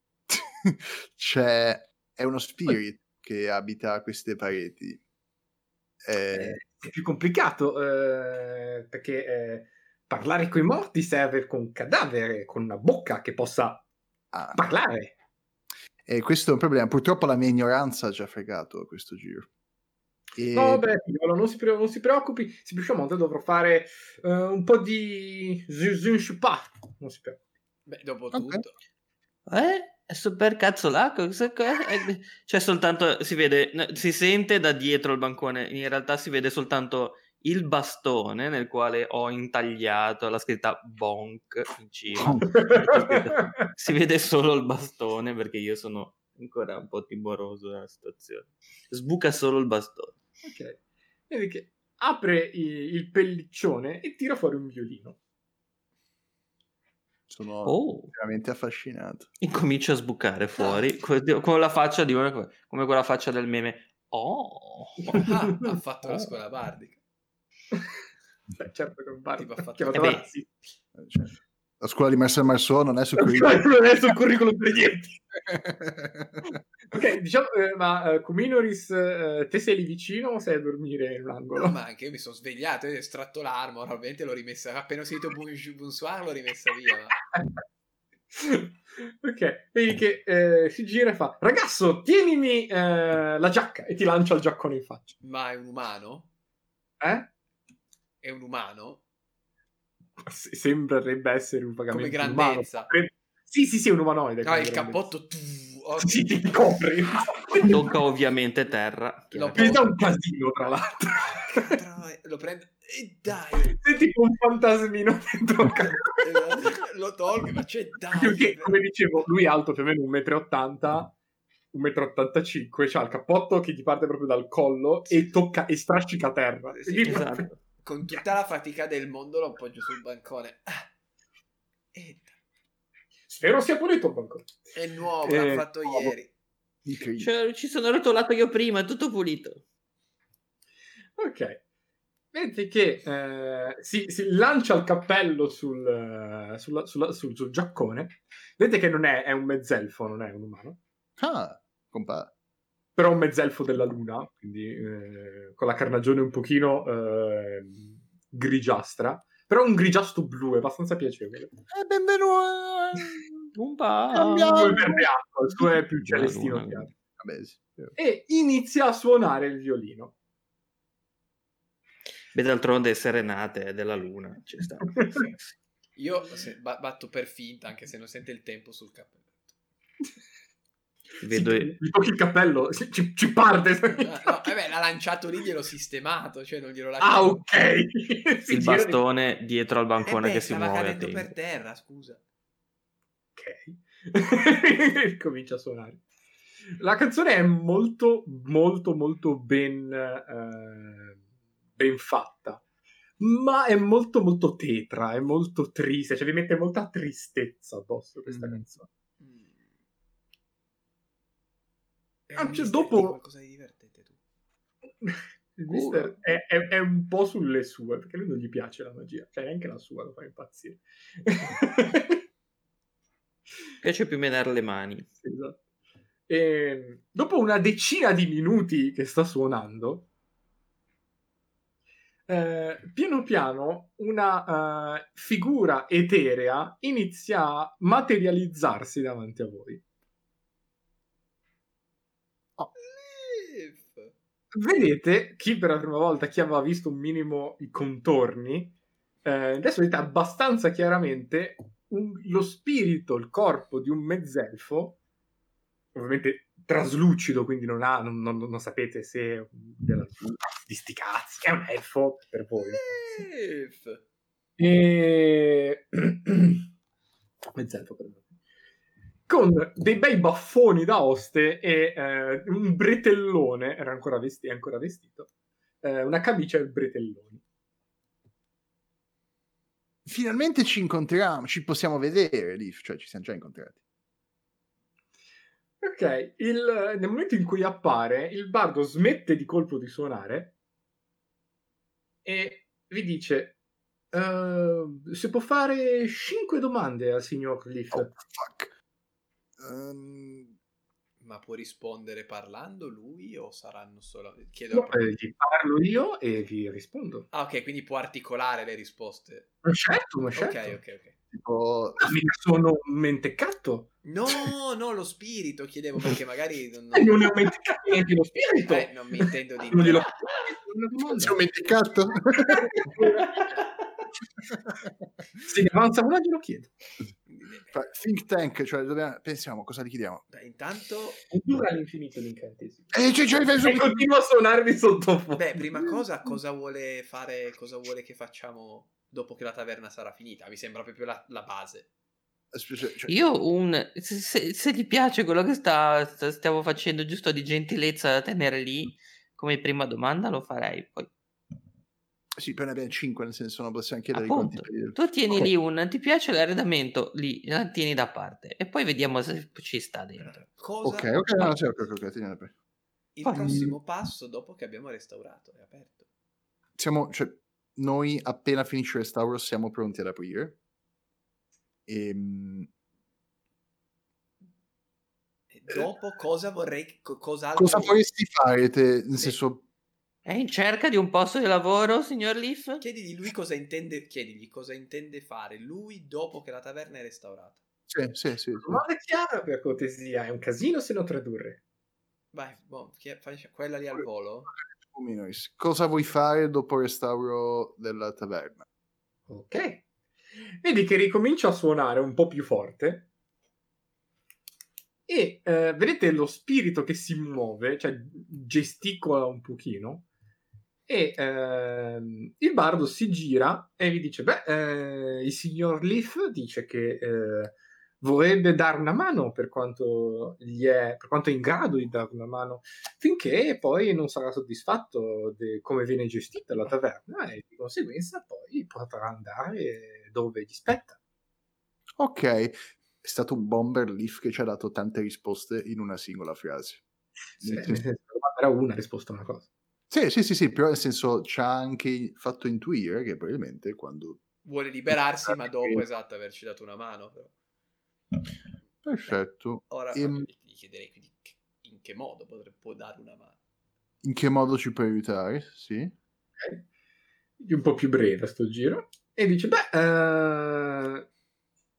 c'è è uno spirito che abita queste pareti. Eh, Eh, è più complicato eh, perché eh, parlare coi morti serve con un cadavere, con una bocca che possa ah, parlare. e questo è un problema. Purtroppo la mia ignoranza ci ha fregato questo giro. E... No, beh, figliolo, non si, pre- non si preoccupi, semplicemente dovrò fare eh, un po' di je- je ne sais pas. Non si preoccupi. Beh, dopo Ok. tutto. Eh? È super cazzolacco. cosa- cosa- eh, Cioè, soltanto si vede, no, si sente da dietro il bancone. In realtà si vede soltanto il bastone nel quale ho intagliato la scritta Bonk in cima. Si vede solo il bastone perché io sono ancora un po' timoroso della situazione. Sbuca solo il bastone. Ok. Vedi che apre i- il pelliccione e tira fuori un violino. Sono Oh, veramente affascinato. incomincia a sbucare fuori co- con la faccia di una, come quella faccia del meme. Oh, Ah, ha fatto la scuola bardica. Beh, certo che è un bar. Tipo ha fatto- Chiamato Eh beh. Razzi. Eh, cioè, la scuola di Marcel Marceau non è su curriculum. Non è sul curriculum per niente. Ok, diciamo, eh, ma eh, Kuminoris, eh, te sei lì vicino o sei a dormire in un angolo? No, ma anche io mi sono svegliato, io ho estratto l'arma, ora ovviamente l'ho rimessa, appena ho sentito bonjour, bonsoir l'ho rimessa via. Ok, vedi che eh, si gira e fa: ragazzo, tienimi eh, la giacca, e ti lancia il giaccone in faccia. Ma è un umano? Eh? È un umano? S- sembrerebbe essere un Come vagamente un grandezza? umano. Sì, sì, sì, è un umanoide. No, come il grandezza. cappotto tu, oh, Sì, ti copri. tocca ovviamente terra. L'ho Mi dà un casino, tra l'altro. lo prendo e dai, Senti un fantasmino dentro il cazzo. lo tolgo, ma c'è dai. Perché, come dicevo, lui è alto più o meno un metro e ottanta, un metro e ottantacinque, c'ha il cappotto che gli parte proprio dal collo e tocca e strascica a terra. Sì, Quindi- esatto. Con tutta la fatica del mondo lo appoggio sul bancone. Ah, e Spero sia pulito il bancone. è nuovo, Eh, l'ho fatto nuovo. ieri. Incredibile. Cioè, ci sono rotolato io prima, è tutto pulito. Ok. Vedi che eh, si, si lancia il cappello sul, eh, sulla- sulla- sul, sul giaccone. Vedete che non è, è un mezzelfo, non è un umano. Ah, compare. Però un mezzelfo della luna, quindi eh, con la carnagione un pochino eh, grigiastra. Però un grigiastro blu, è abbastanza piacevole. Eh, benvenuto. Un pa'. Il suo è verde acqua, il suo è più La celestino luna. chiaro. Vabbè, sì. E inizia a suonare il violino. Beh, d'altronde serenate della luna ci sta. Io se, ba- batto per finta, anche se non sente il tempo sul cappello. Vedo Sì, gli tocchi il cappello, ci, ci, ci parte. No, no, vabbè, l'ha lanciato lì, gliel'ho sistemato, cioè non glielo lascio. Ah, ok. Si il gira di- bastone dietro al Eh bancone beh, che si stava muove a cadendo tempo. per terra, scusa. Ok. Comincia a suonare. La canzone è molto, molto, molto ben, eh, ben fatta, ma è molto, molto tetra, è molto triste, cioè vi mette molta tristezza addosso questa Mm. canzone. Mm. Ah, Eh, cioè, mister, dopo- di qualcosa di divertente tu. Il mister è, è- è un po' sulle sue, perché a lui non gli piace la magia, cioè neanche la sua lo fa impazzire. Piace più menare le mani. Esatto. E dopo una decina di minuti che sta suonando, eh, piano piano una eh, figura eterea inizia a materializzarsi davanti a voi. Leaf. Vedete, chi per la prima volta, chi aveva visto un minimo i contorni, eh, adesso vedete abbastanza chiaramente un- lo spirito, il corpo di un mezzelfo, ovviamente traslucido, quindi non, ha, non, non- non sapete se è della, di sti cazzi, è un elfo per voi. Leaf. E... mezzelfo, perdone. Con dei bei baffoni da oste e eh, un bretellone, era ancora, vesti- è ancora vestito, eh, una camicia e bretelloni. Finalmente ci incontriamo, ci possiamo vedere, Leaf, cioè ci siamo già incontrati. Ok, il- nel momento in cui appare, il bardo smette di colpo di suonare e vi dice "Eh, se può fare cinque domande al signor Leaf." Oh, fuck. Ehm, Ma può rispondere parlando lui o saranno solo... Chiedo No, proprio- eh, gli parlo io e vi rispondo. Ah, ok, quindi può articolare le risposte. Ma certo, ma certo. Ok, ok, ok. tipo, Ma mica sono un mentecatto. No, no, lo spirito chiedevo perché magari non, E non è un mentecatto neanche lo spirito. Eh, non mi intendo di Non glielo intendere. una domanda. sei un mentecatto? Se ne avanza una glielo chiedo. Fa- Think tank, cioè dobbiamo, pensiamo, cosa gli chiediamo? Beh, intanto, Dura all'infinito l'incantesimo. Eh, cioè, cioè, fai E subito- continua a suonare di sottofondo. beh, prima cosa, cosa vuole fare, cosa vuole che facciamo dopo che la taverna sarà finita? Mi sembra proprio la, la base. cioè, cioè, Io un... Se, se- se ti piace quello che sta, sta- stiamo facendo giusto di gentilezza da tenere lì come prima domanda, lo farei. Poi, sì, poi ne abbiamo cinque, nel senso non possiamo chiedere i conti appunto, per il... tu tieni Ok. lì un... Ti piace l'arredamento? Lì, la tieni da parte. E poi vediamo se ci sta dentro. Cosa? Ok, ok, no, sì, ok, ok, ok, teniamo per- Il Poi- prossimo passo dopo che abbiamo restaurato, è aperto. Siamo, cioè, noi appena finisce il restauro siamo pronti ad aprire. Ehm, E dopo cosa vorrei, co- cos'altro... cosa vorresti fare te? Nel Sì. senso, È in cerca di un posto di lavoro, signor Leaf? Chiedigli lui cosa intende, chiedigli cosa intende fare lui dopo che la taverna è restaurata. sì, sì, sì, sì. Non è chiaro, per cortesia, è un casino se non tradurre. Vai, boh, chi è- fai quella lì al volo? Un minoris. Cosa vuoi fare dopo il restauro della taverna? Ok. Vedi che ricomincia a suonare un po' più forte e eh, vedete lo spirito che si muove, cioè gesticola un pochino e ehm, il bardo si gira e vi dice beh, eh, il signor Leaf dice che eh, vorrebbe dare una mano per quanto gli è, per quanto è in grado di dare una mano finché poi non sarà soddisfatto di come viene gestita la taverna e di conseguenza poi potrà andare dove gli spetta. Ok, è stato un bomber Leaf che ci ha dato tante risposte in una singola frase. Sì, Nel nel senso- senso, era una risposta a una cosa. Sì, sì, sì, sì, però nel senso ci ha anche fatto intuire che probabilmente quando... Vuole liberarsi, ma dopo, esatto, averci dato una mano. Però. Perfetto. Ora Ehm, gli chiederei quindi che- in che modo potrebbe può dare una mano. in che modo ci puoi aiutare? Sì. Ok? Quindi un po' più breve sto giro e dice beh eh,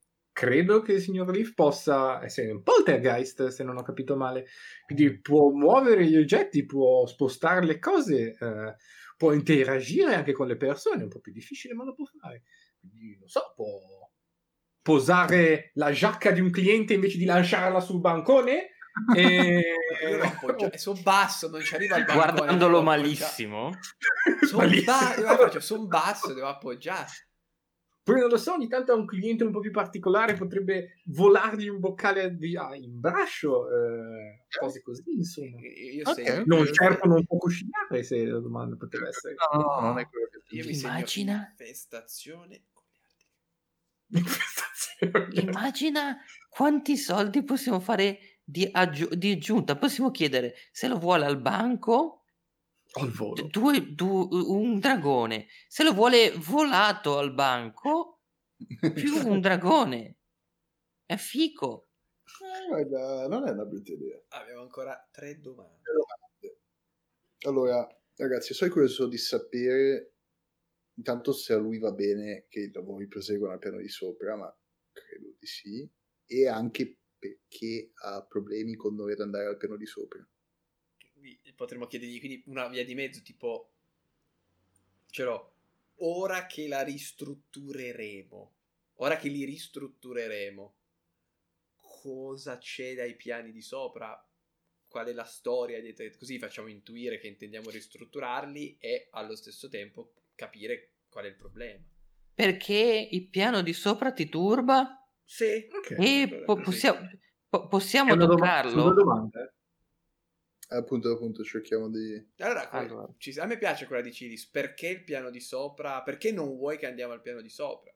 credo che il signor Leaf possa essere un poltergeist, se non ho capito male. Quindi può muovere gli oggetti, può spostare le cose, eh, può interagire anche con le persone, è un po' più difficile, ma lo può fare. Quindi, non so, può posare la giacca di un cliente invece di lanciarla sul bancone. E... Io l'ho appoggiato, sono basso, non ci arriva al bancone. Guardandolo malissimo. Sono ba- son basso, devo appoggiare. Poi non lo so, ogni tanto a un cliente un po' più particolare potrebbe volargli un boccale di ah, in braccio, eh, cose così, insomma. Io Ok. segno, Non io certo segno- non può cucinare, se la domanda poteva essere. No, no, no, non è quello che Io mi segno Immagina- infestazione Infestazione. Immagina quanti soldi possiamo fare di, aggiu- di aggiunta. Possiamo chiedere se lo vuole al banco, Al volo. due, du- un dragone. Se lo vuole volato al banco, più un dragone. È fico. Eh, guarda, non è una brutta idea. Abbiamo ancora tre domande. Allora, ragazzi, sono curioso di sapere intanto se a lui va bene che i lavori proseguano al piano di sopra, ma credo di sì, e anche perché ha problemi con dover andare al piano di sopra. Quindi potremmo chiedergli quindi una via di mezzo, tipo ce l'ho, ora che la ristruttureremo, ora che li ristruttureremo, cosa c'è dai piani di sopra? Qual è la storia dietro? Così facciamo intuire che intendiamo ristrutturarli e allo stesso tempo capire qual è il problema. Perché il piano di sopra ti turba? Sì, Ok. E po- così. possiamo, po- È possiamo una doma- sono due toccarlo? domande. Appunto, appunto, cerchiamo di... Allora, que- Allora. ci- a me piace quella di Cilis, perché il piano di sopra, perché non vuoi che andiamo al piano di sopra?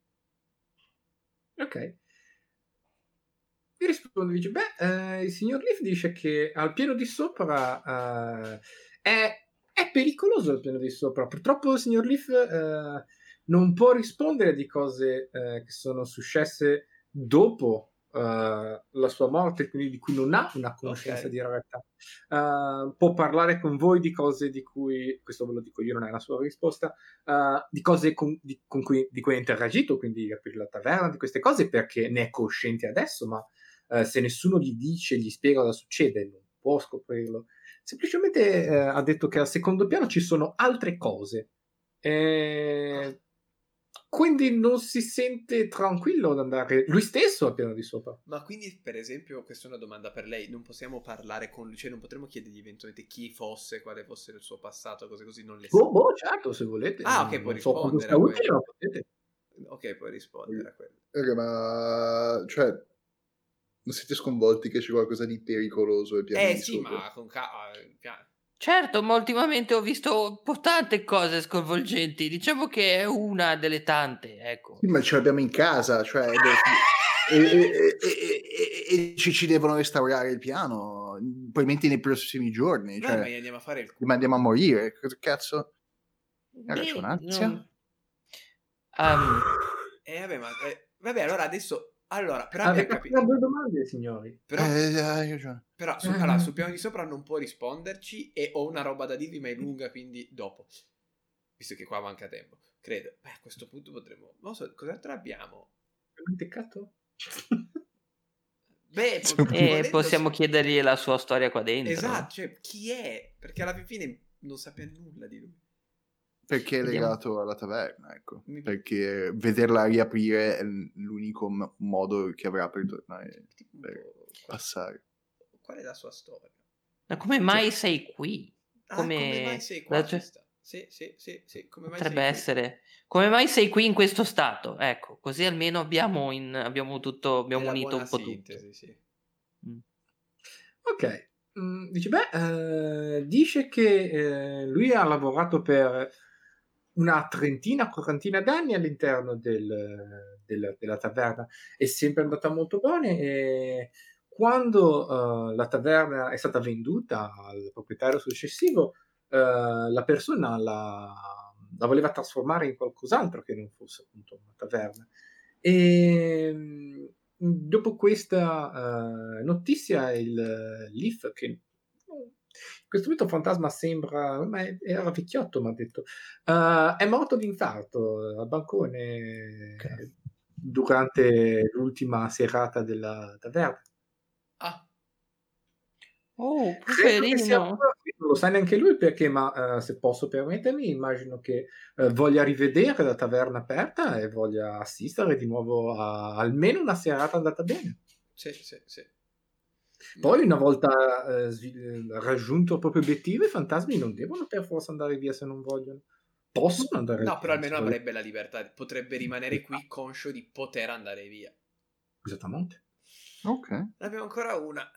Ok. Vi rispondo, dice, beh, eh, il signor Leaf dice che al piano di sopra eh, è, è pericoloso il piano di sopra. Purtroppo il signor Leaf eh, non può rispondere di cose eh, che sono successe dopo eh, la sua morte, quindi di cui non ha una conoscenza Ok. diretta. Eh, può parlare con voi di cose di cui, questo ve lo dico io, non è la sua risposta, Uh, di cose con, di, con cui, di cui ha interagito, quindi aprire la taverna, di queste cose, perché ne è cosciente adesso, ma uh, se nessuno gli dice, gli spiega cosa succede, non può scoprirlo. Semplicemente uh, ha detto che al secondo piano ci sono altre cose. E... Quindi non si sente tranquillo ad andare lui stesso al piano di sopra. Ma quindi, per esempio, questa è una domanda per lei, non possiamo parlare con lui, cioè non potremmo chiedergli eventualmente chi fosse, quale fosse il suo passato, cose così, non le sa. Boh, boh, certo, se volete. Ah, ok, non puoi so quanto rispondere sia a utile, quello. ma potete. Ok, puoi rispondere a quello. Raga, ma... cioè... non siete sconvolti che c'è qualcosa di pericoloso ai piani Eh di sì, sopra? ma con calma. Certo, ma ultimamente ho visto un po' tante cose sconvolgenti. Diciamo che è una delle tante, ecco. Sì, ma ce l'abbiamo in casa, cioè... e, e, e, e, e ci, ci devono restaurare il piano, probabilmente nei prossimi giorni. Beh, Cioè, ma gli andiamo a fare il prima andiamo a morire. Cosa cazzo? Raga, Beh, c'ho un'ansia. non- Um, Eh vabbè, ma... eh, vabbè, allora adesso... Allora, però Avete abbiamo capito... ancora due domande, signori. Però, Eh, hai ragione. però su- allora, sul piano di sopra non può risponderci e ho una roba da dirvi, ma è lunga, quindi dopo. Visto che qua manca tempo, credo. Beh, a questo punto potremmo... Non so, cos'altro abbiamo? Avete cazzo? Beh, Sì, pot- e volendo possiamo sì. chiedergli la sua storia qua dentro. Esatto, cioè, chi è? Perché alla fine non sappiamo nulla di lui. Perché è Vediamo. legato alla taverna, ecco. Mi- Perché vederla riaprire è l'unico m- modo che avrà per tornare, Tipo, per qual, passare. qual è la sua storia? Ma come mai sei qui? Ah, Come- come mai sei qua? la- Ci sta. Sì, sì, sì, sì. Come mai Potrebbe sei qui? essere. Come mai sei qui in questo stato? Ecco, così almeno abbiamo, in- abbiamo tutto, È abbiamo la unito buona un po' sintesi, tutto. sì. Mm. Ok. Mm, dice, beh, eh, dice che eh, lui ha lavorato per una trentina, quarantina d'anni all'interno del- del- della taverna. È sempre andata molto bene e quando eh, la taverna è stata venduta al proprietario successivo, eh, la persona la, la voleva trasformare in qualcos'altro che non fosse appunto una taverna. E mm, dopo questa eh, notizia, il Leaf, che in questo momento fantasma sembra, ma è- era vecchiotto, mi ha detto, eh, è morto di infarto al bancone, Ok. durante l'ultima serata della taverna. Ah, Oh, Credo che sia poverino. ancora qui, non lo sa neanche lui perché, ma eh, se posso permettermi, immagino che eh, voglia rivedere la taverna aperta e voglia assistere di nuovo a almeno una serata andata bene. sì, sì, sì. Poi, una volta eh, svi- eh, raggiunto il proprio obiettivo, i fantasmi non devono per forza andare via se non vogliono. Possono andare No, via. però almeno se vogliono. avrebbe la libertà, potrebbe rimanere qui conscio di poter andare via. Esattamente. Ok. Ne abbiamo ancora una.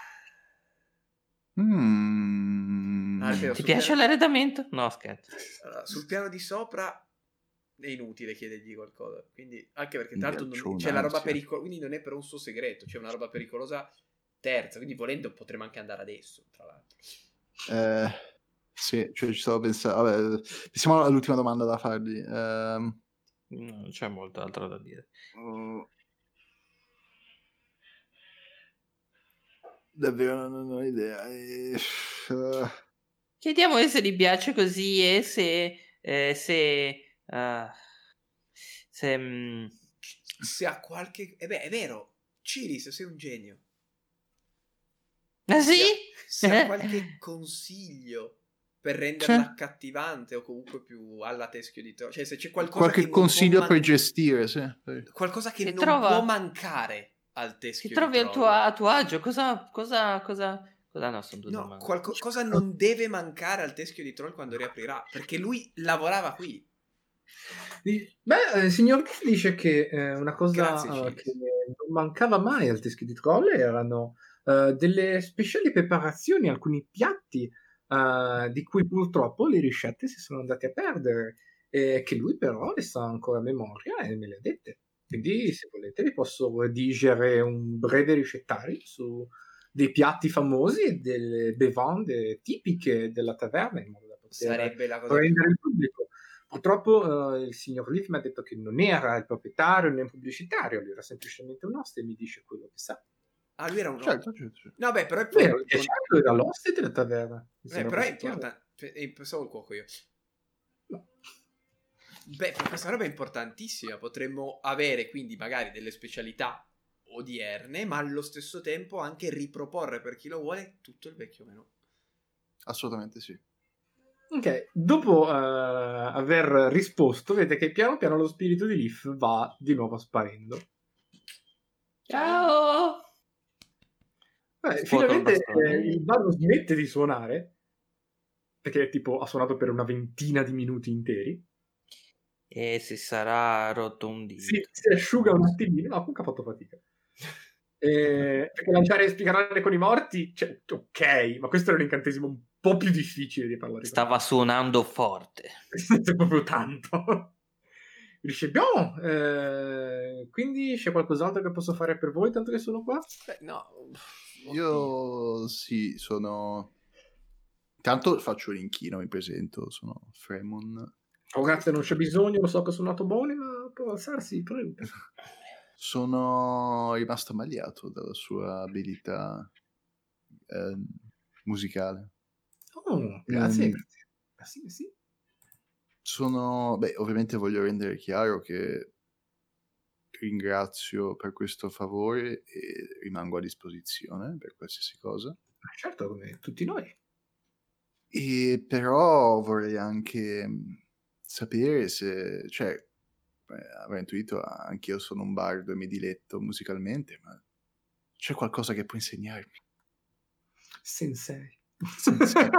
Mm. Ah, ripeto, Ti sul piace piano- l'arredamento? No, scherzo. allora, sul piano di sopra è inutile chiedergli qualcosa. Quindi, anche perché Mi tra l'altro non- piaccio c'è la roba un'ansia. pericolosa. Quindi non è per un suo segreto, c'è una roba pericolosa terza. Quindi volendo potremmo anche andare adesso, tra l'altro. Eh, sì, cioè ci stavo pensando. Vabbè, pensiamo all'ultima domanda da fargli. Ehm, Non c'è molto altro da dire. mm, davvero non ho idea. Eh, eh, Chiediamo se gli piace così e se... eh, se... ah, se... mm, Se ha qualche... Eh beh, è vero. Ciris, sei un genio. Ah Se sì? ha, se ha qualche consiglio per renderla C'è accattivante o comunque più alla teschio di Troia. Cioè, se c'è qualcosa qualche che non può consiglio per man- gestire, sì. qualcosa che Si non trova- può mancare al Si teschio trovi di al tuo, Troll. a tuo agio? Cosa... cosa... cosa... cosa no, sono due No, domande. qualco- cosa non deve mancare al teschio di Troll quando riaprirà? Perché lui lavorava qui. Beh, il signor Keith dice che eh, una cosa Grazie, eh, Ciris. che non mancava mai al teschio di Troll erano eh, delle speciali preparazioni, alcuni piatti eh, di cui purtroppo le ricette si sono andate a perdere, e che lui però le sa ancora a memoria e me le ha dette. Quindi, se volete, vi posso redigere un breve ricettario su dei piatti famosi e delle bevande tipiche della taverna, in modo da poter Sarebbe la cosa più... prendere il pubblico. Purtroppo eh, il signor Leaf mi ha detto che non era il proprietario né il pubblicitario, lui era semplicemente un oste e mi dice quello che sa. Ah, lui era un... Certo, certo, certo. No, beh, però è... Vero, con- certo, era l'oste della taverna. Mi Eh, sembra però è così chiaro. importante. Pensavo il cuoco io. No. Beh, questa roba è importantissima. Potremmo avere quindi magari delle specialità odierne, ma allo stesso tempo anche riproporre per chi lo vuole tutto il vecchio menù. Assolutamente sì. Ok, dopo eh, aver risposto, vedete che piano piano lo spirito di Leaf va di nuovo sparendo. Ciao! Beh, Scuoto il finalmente bastone. eh, il ballo smette di suonare, perché tipo ha suonato per una ventina di minuti interi. E si sarà rotto un dito. Si, si asciuga un attimino, no, comunque ha fatto fatica. Eh, perché lanciare e spirale con i morti, cioè, ok, ma questo era un incantesimo un po' più difficile di parlare. Stava suonando forte. C'è proprio tanto. Dice, no, eh, quindi c'è qualcos'altro che posso fare per voi tanto che sono qua? Beh, no. Io sì, sono... Tanto faccio l'inchino, mi presento, sono Fremon. Oh, grazie, non c'è bisogno, lo so che sono nato buono, ma può alzarsi, prego. Sono rimasto ammaliato dalla sua abilità eh, musicale. Oh, grazie, Ehm, grazie. Sì, sì. Sono... Beh, ovviamente voglio rendere chiaro che ringrazio per questo favore e rimango a disposizione per qualsiasi cosa. Certo, come tutti noi. E però vorrei anche mh, sapere se, cioè, eh, avrei intuito, anch'io sono un bardo e mi diletto musicalmente, ma c'è qualcosa che può insegnarmi? Sensei. Sensei.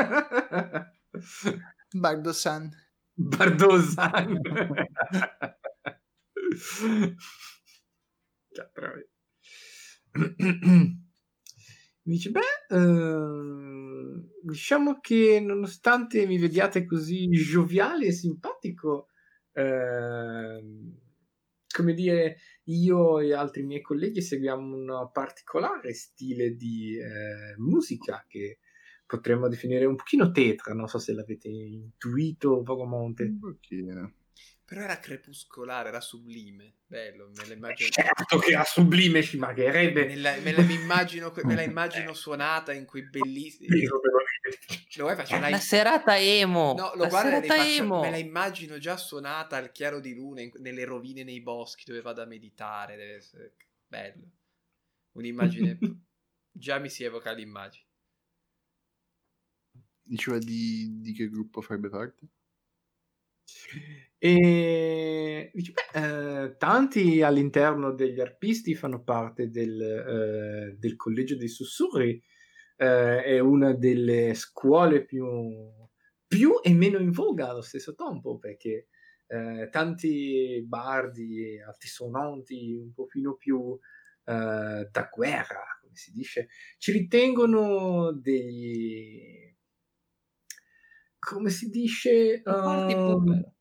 Bardo-san. Bardosan. Già, bravi. Dice, beh, eh, diciamo che nonostante mi vediate così gioviale e simpatico, eh, come dire, io e altri miei colleghi seguiamo un particolare stile di eh, musica che potremmo definire un pochino tetra, non so se l'avete intuito vagamente. Un pochino. Però era crepuscolare, era sublime. Bello, me la immagino. Certo che era sublime, ci mancherebbe. Me la, me la immagino, me la immagino suonata in quei bellissimi. Vero, però. Lo vuoi faccio, La serata emo. No, lo la guarda e serata faccio, emo. me la immagino già suonata al chiaro di luna in- nelle rovine nei boschi dove vado a meditare. Deve essere bello. Un'immagine. Già mi si evoca l'immagine. Diceva di, di che gruppo farebbe parte? E dice, beh, eh, tanti all'interno degli arpisti fanno parte del, eh, del Collegio dei Sussurri, eh, è una delle scuole più, più e meno in voga allo stesso tempo, perché eh, tanti bardi altisonanti, un pochino più eh, da guerra, come si dice, ci ritengono degli... come si dice? Party um, pooper.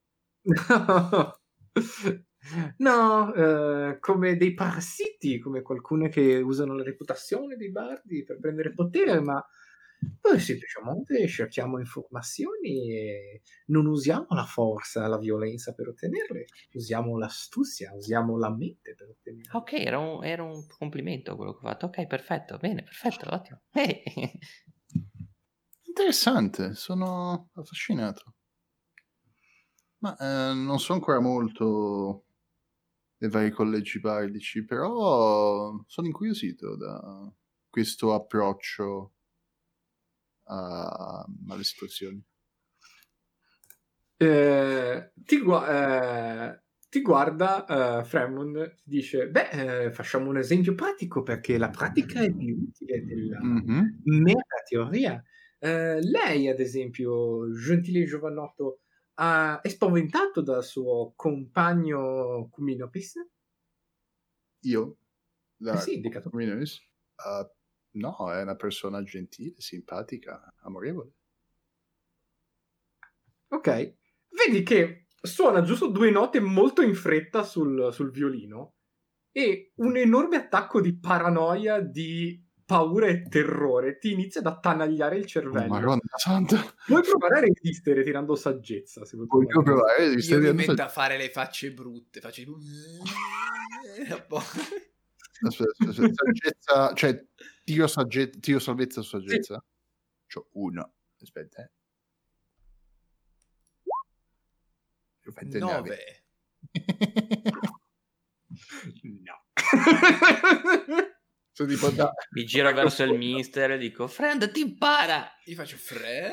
No, eh, come dei parassiti, come qualcuno che usano la reputazione dei bardi per prendere potere, ma noi semplicemente cerchiamo informazioni e non usiamo la forza, la violenza per ottenerle, usiamo l'astuzia, usiamo la mente per ottenerle. Ok, era un, era un complimento quello che ho fatto. Ok, perfetto, bene, perfetto, ottimo. Eh. Interessante, sono affascinato. Ma eh, non so ancora molto dei vari collegi bardici, però sono incuriosito da questo approccio a- alle situazioni. Eh, ti, gua- eh, ti guarda eh, Fremond, ti dice, beh, eh, facciamo un esempio pratico perché la pratica è più utile della Mhm. mera teoria. Eh, lei, ad esempio, gentile giovanotto, ha- è spaventato dal suo compagno Cuminopis? Io? Eh sì, indicato. Minus? Uh, no, è una persona gentile, simpatica, amorevole. Ok, vedi che suona giusto due note molto in fretta sul, sul violino e un enorme attacco di paranoia, di paura e terrore ti inizia ad attanagliare il Oh, cervello. Madonna santa. Puoi provare a resistere tirando saggezza, se vuoi Voglio provare. provare. mi stai Io mi dicendo- metto a fare le facce brutte. Faccio tipo... Aspetta, aspetta, aspetta, saggezza, cioè tiro, sagge... tiro salvezza su saggezza? C'ho uno. Aspetta, eh. Io fai nove. No. Sono tipo da... Mi giro verso il mister e dico, friend, ti impara! Io faccio fre...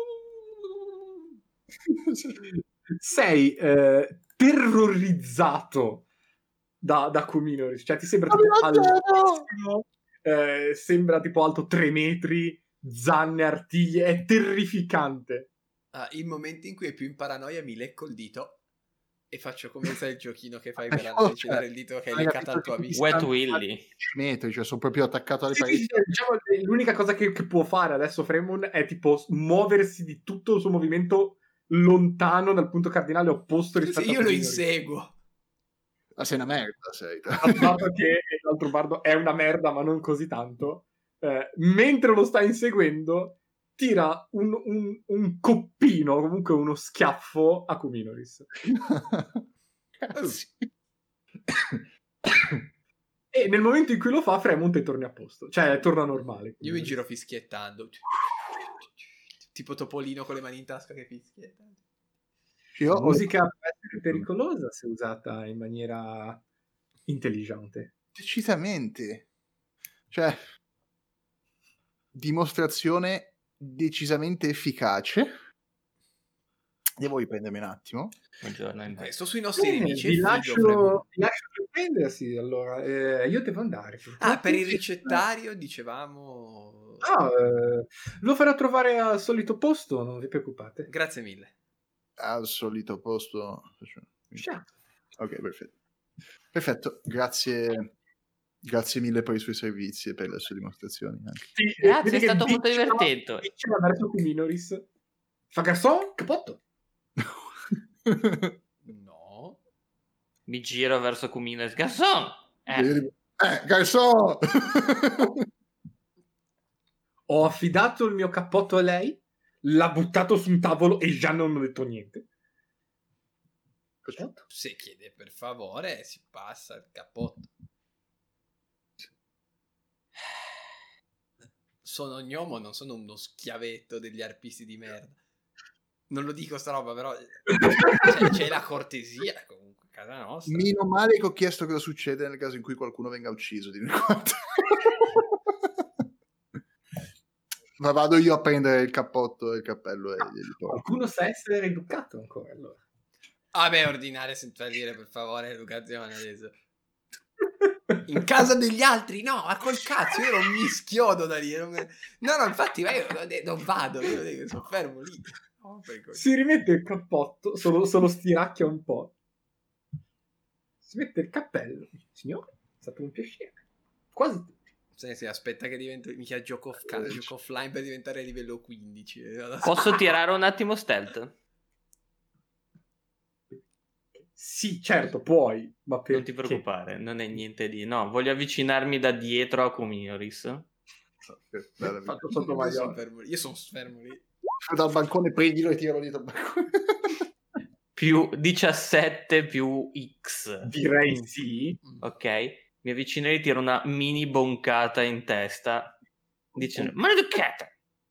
Sei eh, terrorizzato da, da Kuminoris, cioè ti sembra tipo altissimo, eh, sembra tipo alto tre metri, zanne, artiglie, è terrificante. Ah, il momento in cui è più in paranoia mi lecco il dito e faccio come sai il giochino che fai per Oh, decidere il dito che hai hai leccato al capito tuo che amico. Wet Willy. dieci metri, cioè sono proprio attaccato alle Sì, pareti. sì, sì, diciamo, che l'unica cosa che, che può fare adesso Fremon è tipo muoversi di tutto il suo movimento lontano dal punto cardinale opposto Se rispetto a io lo Kuminoris. inseguo. Ah, sei una merda, sei. Dato che l'altro bardo è una merda, ma non così tanto, eh, mentre lo sta inseguendo, tira un, un, un coppino, comunque uno schiaffo a Kuminoris. Cazzo. E nel momento in cui lo fa, Fremont torna a posto, cioè torna normale. Io mi giro fischiettando. Tipo Topolino con le mani in tasca che fischietta. Io La ho- musica può essere pericolosa se usata in maniera intelligente. Decisamente. Cioè, dimostrazione decisamente efficace. Devo riprendermi un attimo. Buongiorno, in Eh, sto sui nostri Bene, nemici. vi e figo, lascio, Fremont. vi lascio riprendersi, allora. Eh, io devo andare. Ah, per il purtroppo. ricettario dicevamo... Ah, eh, lo farò trovare al solito posto, non vi preoccupate. Grazie mille. Al solito posto. Ciao. Ok, perfetto. Perfetto, grazie. Grazie mille per i suoi servizi e per le sue dimostrazioni. Anche. Sì, Grazie, vedi è che stato molto Ditch va- divertente. Ditch va verso Kuminoris. Fa garçon, capotto. No. Mi giro verso Kumino e Gasson! Eh, Eh, garçon! Ho affidato il mio cappotto a lei, l'ha buttato su un tavolo e già non ho detto niente. Cappotto? Se chiede per favore, si passa il cappotto. Sono gnomo, non sono uno schiavetto degli arpisti di merda. Non lo dico sta roba, però c'è, c'è la cortesia comunque, casa nostra. Meno male che ho chiesto cosa succede nel caso in cui qualcuno venga ucciso di quanto. Ma vado io a prendere il cappotto e il cappello e glieli porto. Qualcuno sa essere educato ancora, allora. Vabbè, ordinare senza dire per favore educazione adesso. In casa degli altri, no, ma col cazzo, io non mi schiodo da lì. Non mi... No, no, infatti, ma io non vado, io sono fermo lì. Oh, si rimette il cappotto, solo, solo stiracchia un po'. Si mette il cappello. Signore, è stato un piacere. Quasi tutto. Sì, sì, aspetta che divento mica gioco, off- gioco offline per diventare livello quindici. Posso tirare un attimo stealth? Sì, certo, puoi, ma perché? Non ti preoccupare, non è niente di... No, voglio avvicinarmi da dietro a Kuminoris. Fatto sotto io sono maglione. fermo lì. Io sono fermo lì. Dal balcone prendilo e tiralo dietro al balcone. Più diciassette più X. Direi sì. Ok, mi avvicino e tiro una mini boncata in testa dicendo maleducata.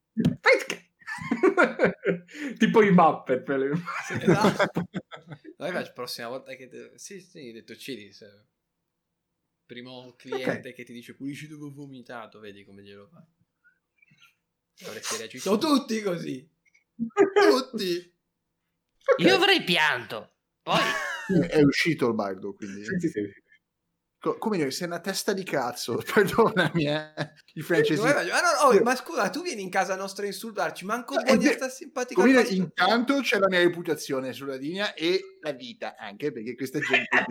Tipo i Muppet per le... Sì, esatto. Noi faccio prossima volta che te... sì sì, detto Ciri, se... primo cliente okay. che ti dice pulisci dove ho vomitato, vedi come glielo fa. Avresti reagito sono tutti così, tutti. Okay. Io avrei pianto. Poi è uscito il bardo, quindi sì, sì, sì. Come dire, sei una testa di cazzo, perdonami, eh. I francesi. Ma, no, no, ma scusa, tu vieni in casa nostra a insultarci, manco voglio stare simpatico. Come dire, intanto c'è la mia reputazione sulla linea e la vita anche, perché questa gente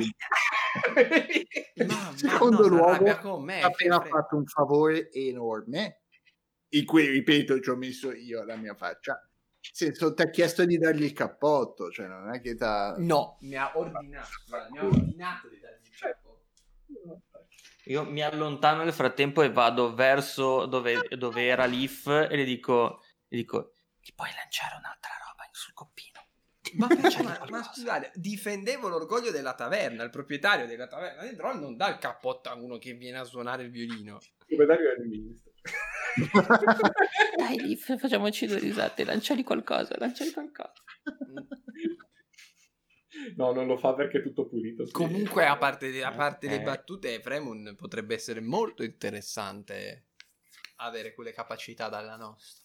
ma, secondo ma no, luogo con me, ha appena fatto un favore enorme in cui, ripeto, ci ho messo io la mia faccia. Senso, ti ha chiesto di dargli il cappotto, cioè non è che t'ha... No, mi ha ordinato, guarda, mi ha ordinato di dargli il cappotto. Io mi allontano nel frattempo e vado verso dove, dove era Leaf e le dico, le dico ti puoi lanciare un'altra roba sul coppino. Ma, perché, ma, ma scusate, difendevo l'orgoglio della taverna, il proprietario della taverna del Droll non dà il cappotto a uno che viene a suonare il violino. Il proprietario è il ministro. Dai Leaf, facciamoci due risate, lanciali qualcosa, lanciali qualcosa. No, non lo fa perché è tutto pulito. Sì. Comunque, a parte, a parte eh. le battute, Fremon potrebbe essere molto interessante avere quelle capacità dalla nostra.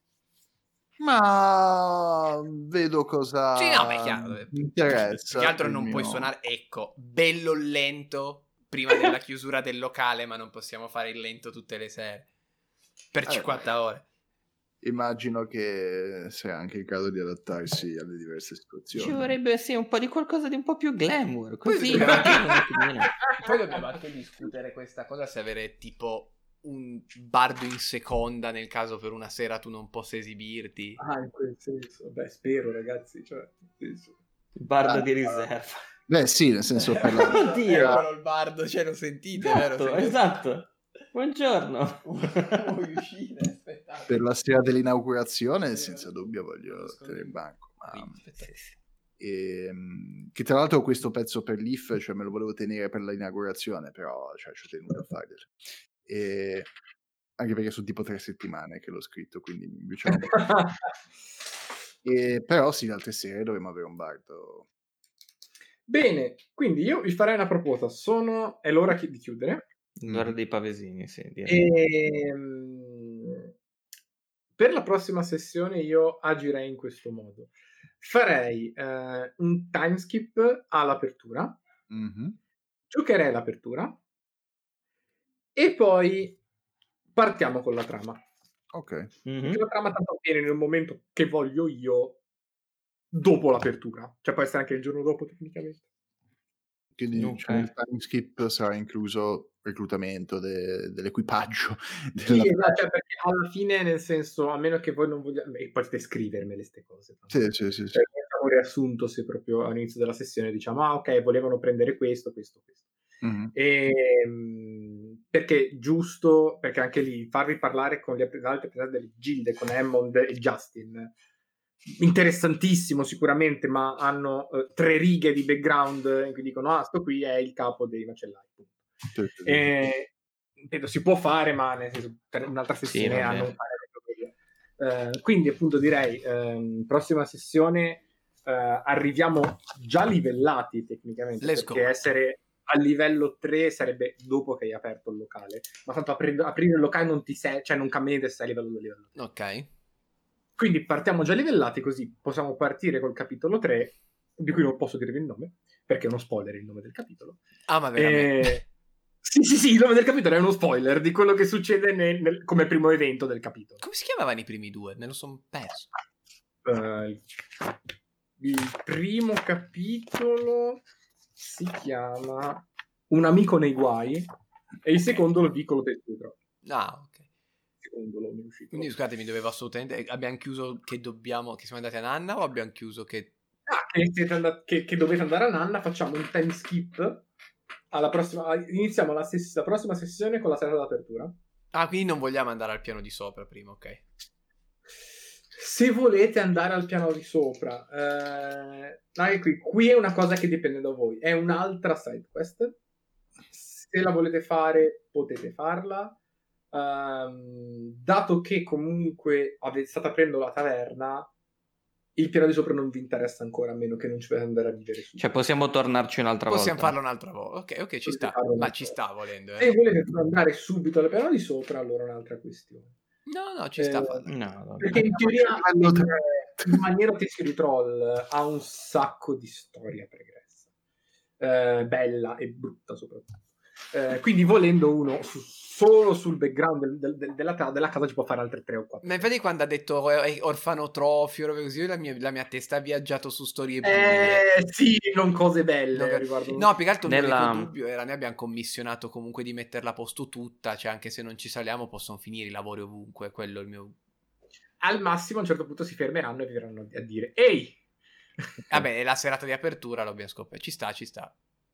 Ma vedo cosa sì, no, ma è chiaro. mi interessa. Che altro non mio... puoi suonare, ecco, bello lento prima della chiusura del locale, ma non possiamo fare il lento tutte le sere per cinquanta allora. ore. Immagino che sia anche il caso di adattarsi alle diverse situazioni. Ci vorrebbe sì un po' di qualcosa di un po' più glamour, così. Poi dobbiamo, anche, poi dobbiamo anche discutere questa cosa, se avere tipo un bardo in seconda nel caso per una sera tu non possa esibirti. Ah, in quel senso. Beh, spero, ragazzi, cioè, nel senso. Il bardo ah, di riserva. Beh, sì, nel senso per la... Oddio, il bardo, cioè lo sentite, esatto, vero? Esatto. Buongiorno. Vuoi uscire? Aspettate. Per la sera dell'inaugurazione, senza dubbio voglio tenere il banco. Ma... E, che tra l'altro questo pezzo per Leaf, cioè me lo volevo tenere per l'inaugurazione, però cioè, ci ho tenuto a farlo. E... anche perché sono tipo tre settimane che l'ho scritto, quindi mi diciamo... e, però sì, le altre sere dovremmo avere un bardo. Bene, quindi io vi farei una proposta. Sono... è l'ora di chiudere. L'ora dei pavesini, sì. E... per la prossima sessione io agirei in questo modo. Farei eh, un time skip all'apertura, Mm-hmm. giocherei l'apertura e poi partiamo con la trama. Ok. Mm-hmm. La trama tanto viene nel momento che voglio io dopo l'apertura, cioè può essere anche il giorno dopo tecnicamente. Quindi okay. cioè, nel time skip sarà incluso reclutamento de- dell'equipaggio. Della... Sì, esatto, cioè perché alla fine, nel senso, a meno che voi non vogliate, e potete scrivermele queste cose. Sì, sì, sì. sì. Cioè, facciamo riassunto se proprio all'inizio della sessione diciamo, ah ok, volevano prendere questo, questo, questo. Mm-hmm. E, perché giusto, perché anche lì farvi parlare con gli altri presenti delle gilde, con Hammond e Justin, interessantissimo sicuramente, ma hanno uh, tre righe di background in cui dicono ah, sto qui è il capo dei macellai. Sì, sì, sì. E, ripeto, si può fare, ma nel senso, per un'altra sessione Sì, a vabbè. non fare Uh, quindi appunto direi um, prossima sessione uh, arriviamo già livellati tecnicamente. Let's perché go. essere a livello tre sarebbe dopo che hai aperto il locale, ma tanto aprire, aprire il locale non ti sei, cioè non cambia niente se sei a livello due livello tre. Ok. Quindi partiamo già livellati, così possiamo partire col capitolo tre, di cui non posso dirvi il nome perché è uno spoiler il nome del capitolo. Ah, ma veramente? E... Sì, sì, sì, il nome del capitolo è uno spoiler di quello che succede nel, nel, come primo evento del capitolo. Come si chiamavano i primi due? Me lo sono perso. Uh, il primo capitolo si chiama Un amico nei guai e il secondo il vicolo del Tudor. Ah, ok. Il secondo non è uscito. Quindi scusate, mi dovevo assolutamente... Abbiamo chiuso che dobbiamo... Che siamo andati a Nanna o abbiamo chiuso che... Ah, che, siete andati, che, che dovete andare a Nanna, facciamo un time skip. Alla prossima, iniziamo la, sess- la prossima sessione con la serata d'apertura. Ah, quindi non vogliamo andare al piano di sopra prima, ok. Se volete andare al piano di sopra, eh, anche qui, qui è una cosa che dipende da voi. È un'altra side quest. Se la volete fare, potete farla. Um, dato che comunque avete state aprendo la taverna, il piano di sopra non vi interessa ancora, a meno che non ci potete andare a vivere su. Cioè possiamo tornarci un'altra Possiamo volta. farlo un'altra volta. Ok, ok, ci Potete sta. farlo Ma un'altra ci volta. sta volendo, eh. Se volete andare subito al piano di sopra, allora è un'altra questione. No, no, ci sta. Eh, farlo. No, vabbè. Perché in teoria in, in maniera Tessio Troll ha un sacco di storia pregressa, eh, bella e brutta soprattutto. Eh, quindi volendo uno su, solo sul background del, del, della, della casa ci può fare altre tre o quattro. Ma infatti quando ha detto eh, orfanotrofio, robe così, la mia, la mia testa ha viaggiato su storie buie. Eh sì, non cose belle. No, riguardo... no, più che altro il Nella... mio unico dubbio era noi abbiamo commissionato comunque di metterla a posto tutta, cioè anche se non ci saliamo possono finire i lavori ovunque, quello è il mio... Al massimo a un certo punto si fermeranno e vi verranno a dire ehi! Vabbè, la serata di apertura l'abbiamo scoperto, ci sta, ci sta.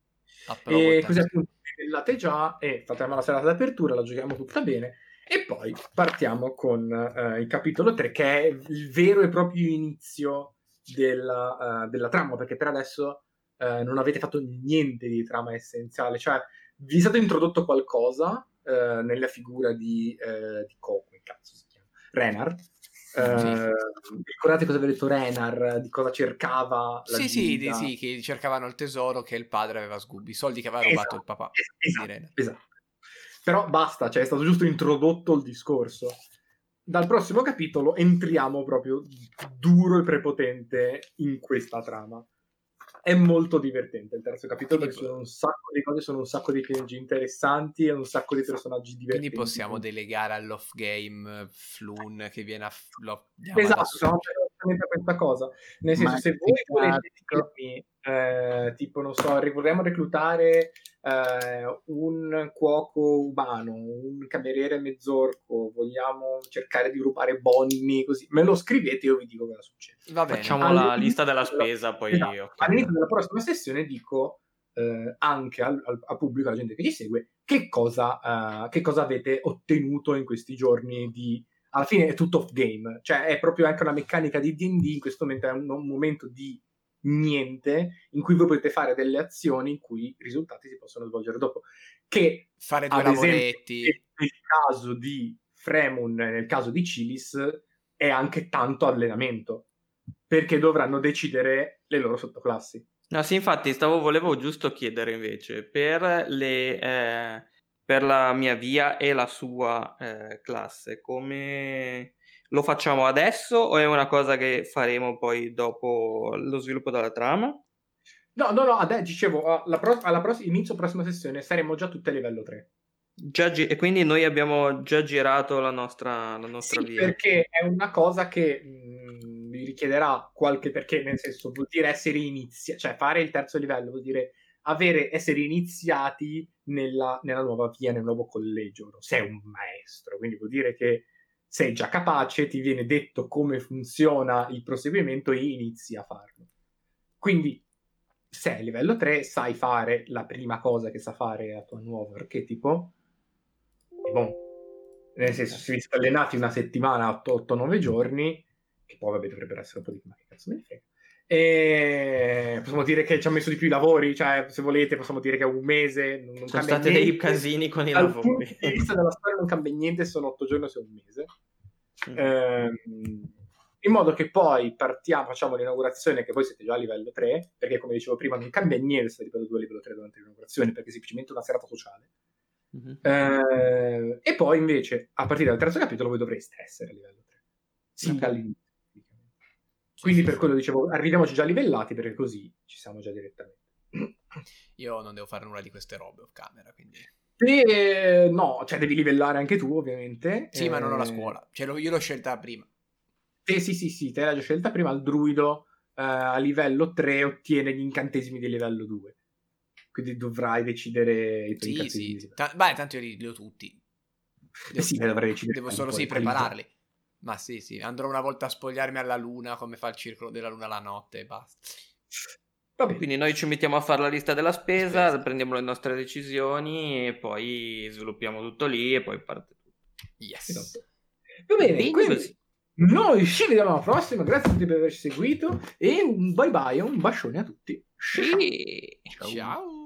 E così appunto livellate già e facciamo la serata d'apertura, la giochiamo tutta bene e poi partiamo con uh, il capitolo tre, che è il vero e proprio inizio della, uh, della trama, perché per adesso uh, non avete fatto niente di trama essenziale, cioè vi è stato introdotto qualcosa uh, nella figura di, uh, di Coco, che cazzo si chiama? Renar. Uh, sì. Ricordate cosa aveva detto Renar, di cosa cercava la sì sì, di, gilda? sì che cercavano il tesoro che il padre aveva sgubbi, i soldi che aveva rubato esatto, il papà esatto, di Renar. Esatto. Però basta, cioè è stato giusto introdotto il discorso. Dal prossimo capitolo entriamo proprio duro e prepotente in questa trama. È molto divertente il terzo capitolo, quindi perché sono un sacco di cose, sono un sacco di P N G interessanti e un sacco di personaggi divertenti. Quindi possiamo delegare all'off game Floon che viene a f- esatto, siamo esattamente questa cosa. Nel senso, se voi volete dirmi, eh, tipo, non so, vogliamo reclutare eh, un cuoco umano, un cameriere mezzorco, vogliamo cercare di rubare bonni, così, me lo scrivete e io vi dico cosa succede. Va bene. Facciamo all'inizio la lista della spesa, della... poi esatto. io. All'inizio della prossima sessione dico eh, anche al, al, al pubblico, alla gente che ci segue, che cosa, uh, che cosa avete ottenuto in questi giorni di... Alla fine è tutto off game, cioè è proprio anche una meccanica di D and D, in questo momento è un, un momento di niente, in cui voi potete fare delle azioni in cui i risultati si possono svolgere dopo. Che fare due ad lavoretti. Esempio, nel caso di Fremun, nel caso di Cilis, è anche tanto allenamento, perché dovranno decidere le loro sottoclassi. No, sì, infatti stavo, volevo giusto chiedere invece, per le... Eh... per la mia via e la sua eh, classe, come lo facciamo adesso o è una cosa che faremo poi dopo lo sviluppo della trama? No, no, no, adesso dicevo, alla, pro- alla pross- inizio prossima sessione saremo già tutte a livello tre. Già gi- e quindi noi abbiamo già girato la nostra, la nostra sì, via. Perché è una cosa che mh, vi richiederà qualche, perché nel senso vuol dire essere iniziati, cioè fare il terzo livello vuol dire avere, essere iniziati nella, nella nuova via, nel nuovo collegio. Sei un maestro, quindi vuol dire che sei già capace, ti viene detto come funziona il proseguimento e inizi a farlo. Quindi se a livello tre sai fare la prima cosa che sa fare a tuo nuovo archetipo, e bon. Nel senso, se vi siete allenati una settimana, otto nove giorni, che poi vabbè dovrebbero essere un po' di ma che cazzo me ne frega. E possiamo dire che ci ha messo di più i lavori, cioè se volete possiamo dire che è un mese, non, non Sono cambia stati niente. dei casini con i Dal lavori. punto di vista della storia non cambia niente, sono otto giorni o se un mese. Mm. Ehm, in modo che poi partiamo, facciamo l'inaugurazione, che voi siete già a livello tre, perché come dicevo prima non cambia niente se livello due o livello tre durante l'inaugurazione, perché è semplicemente una serata sociale. Mhm. Eh, e poi invece a partire dal terzo capitolo voi dovreste essere a livello tre sin Ok. dall'inizio. Quindi per quello dicevo arriviamoci già livellati, perché così ci siamo già direttamente. Io non devo fare nulla di queste robe off camera, quindi... E, no, cioè devi livellare anche tu ovviamente. Sì, ma non ho la Eh, scuola. Cioè, lo- io l'ho scelta prima. Sì, sì, sì, sì, te l'hai già scelta prima. Il druido eh, a livello tre ottiene gli incantesimi di livello due. Quindi dovrai decidere i tuoi Sì, incantesimi di sì. livello Ta- beh, tanto io li, li ho tutti. Eh sì, beh, dovrei decidere Devo quali solo poi- sì quali prepararli. Ma sì, sì. Andrò una volta a spogliarmi alla luna, come fa il circolo della luna la notte e basta. Va bene. Quindi noi ci mettiamo a fare la lista della spesa, Spesa. prendiamo le nostre decisioni e poi sviluppiamo tutto lì e poi parte tutto. Yes. Esatto. Va bene, Bene quindi così. noi ci vediamo alla prossima. Grazie a tutti per averci seguito e un bye bye, un bacione a tutti. Sì. Ciao.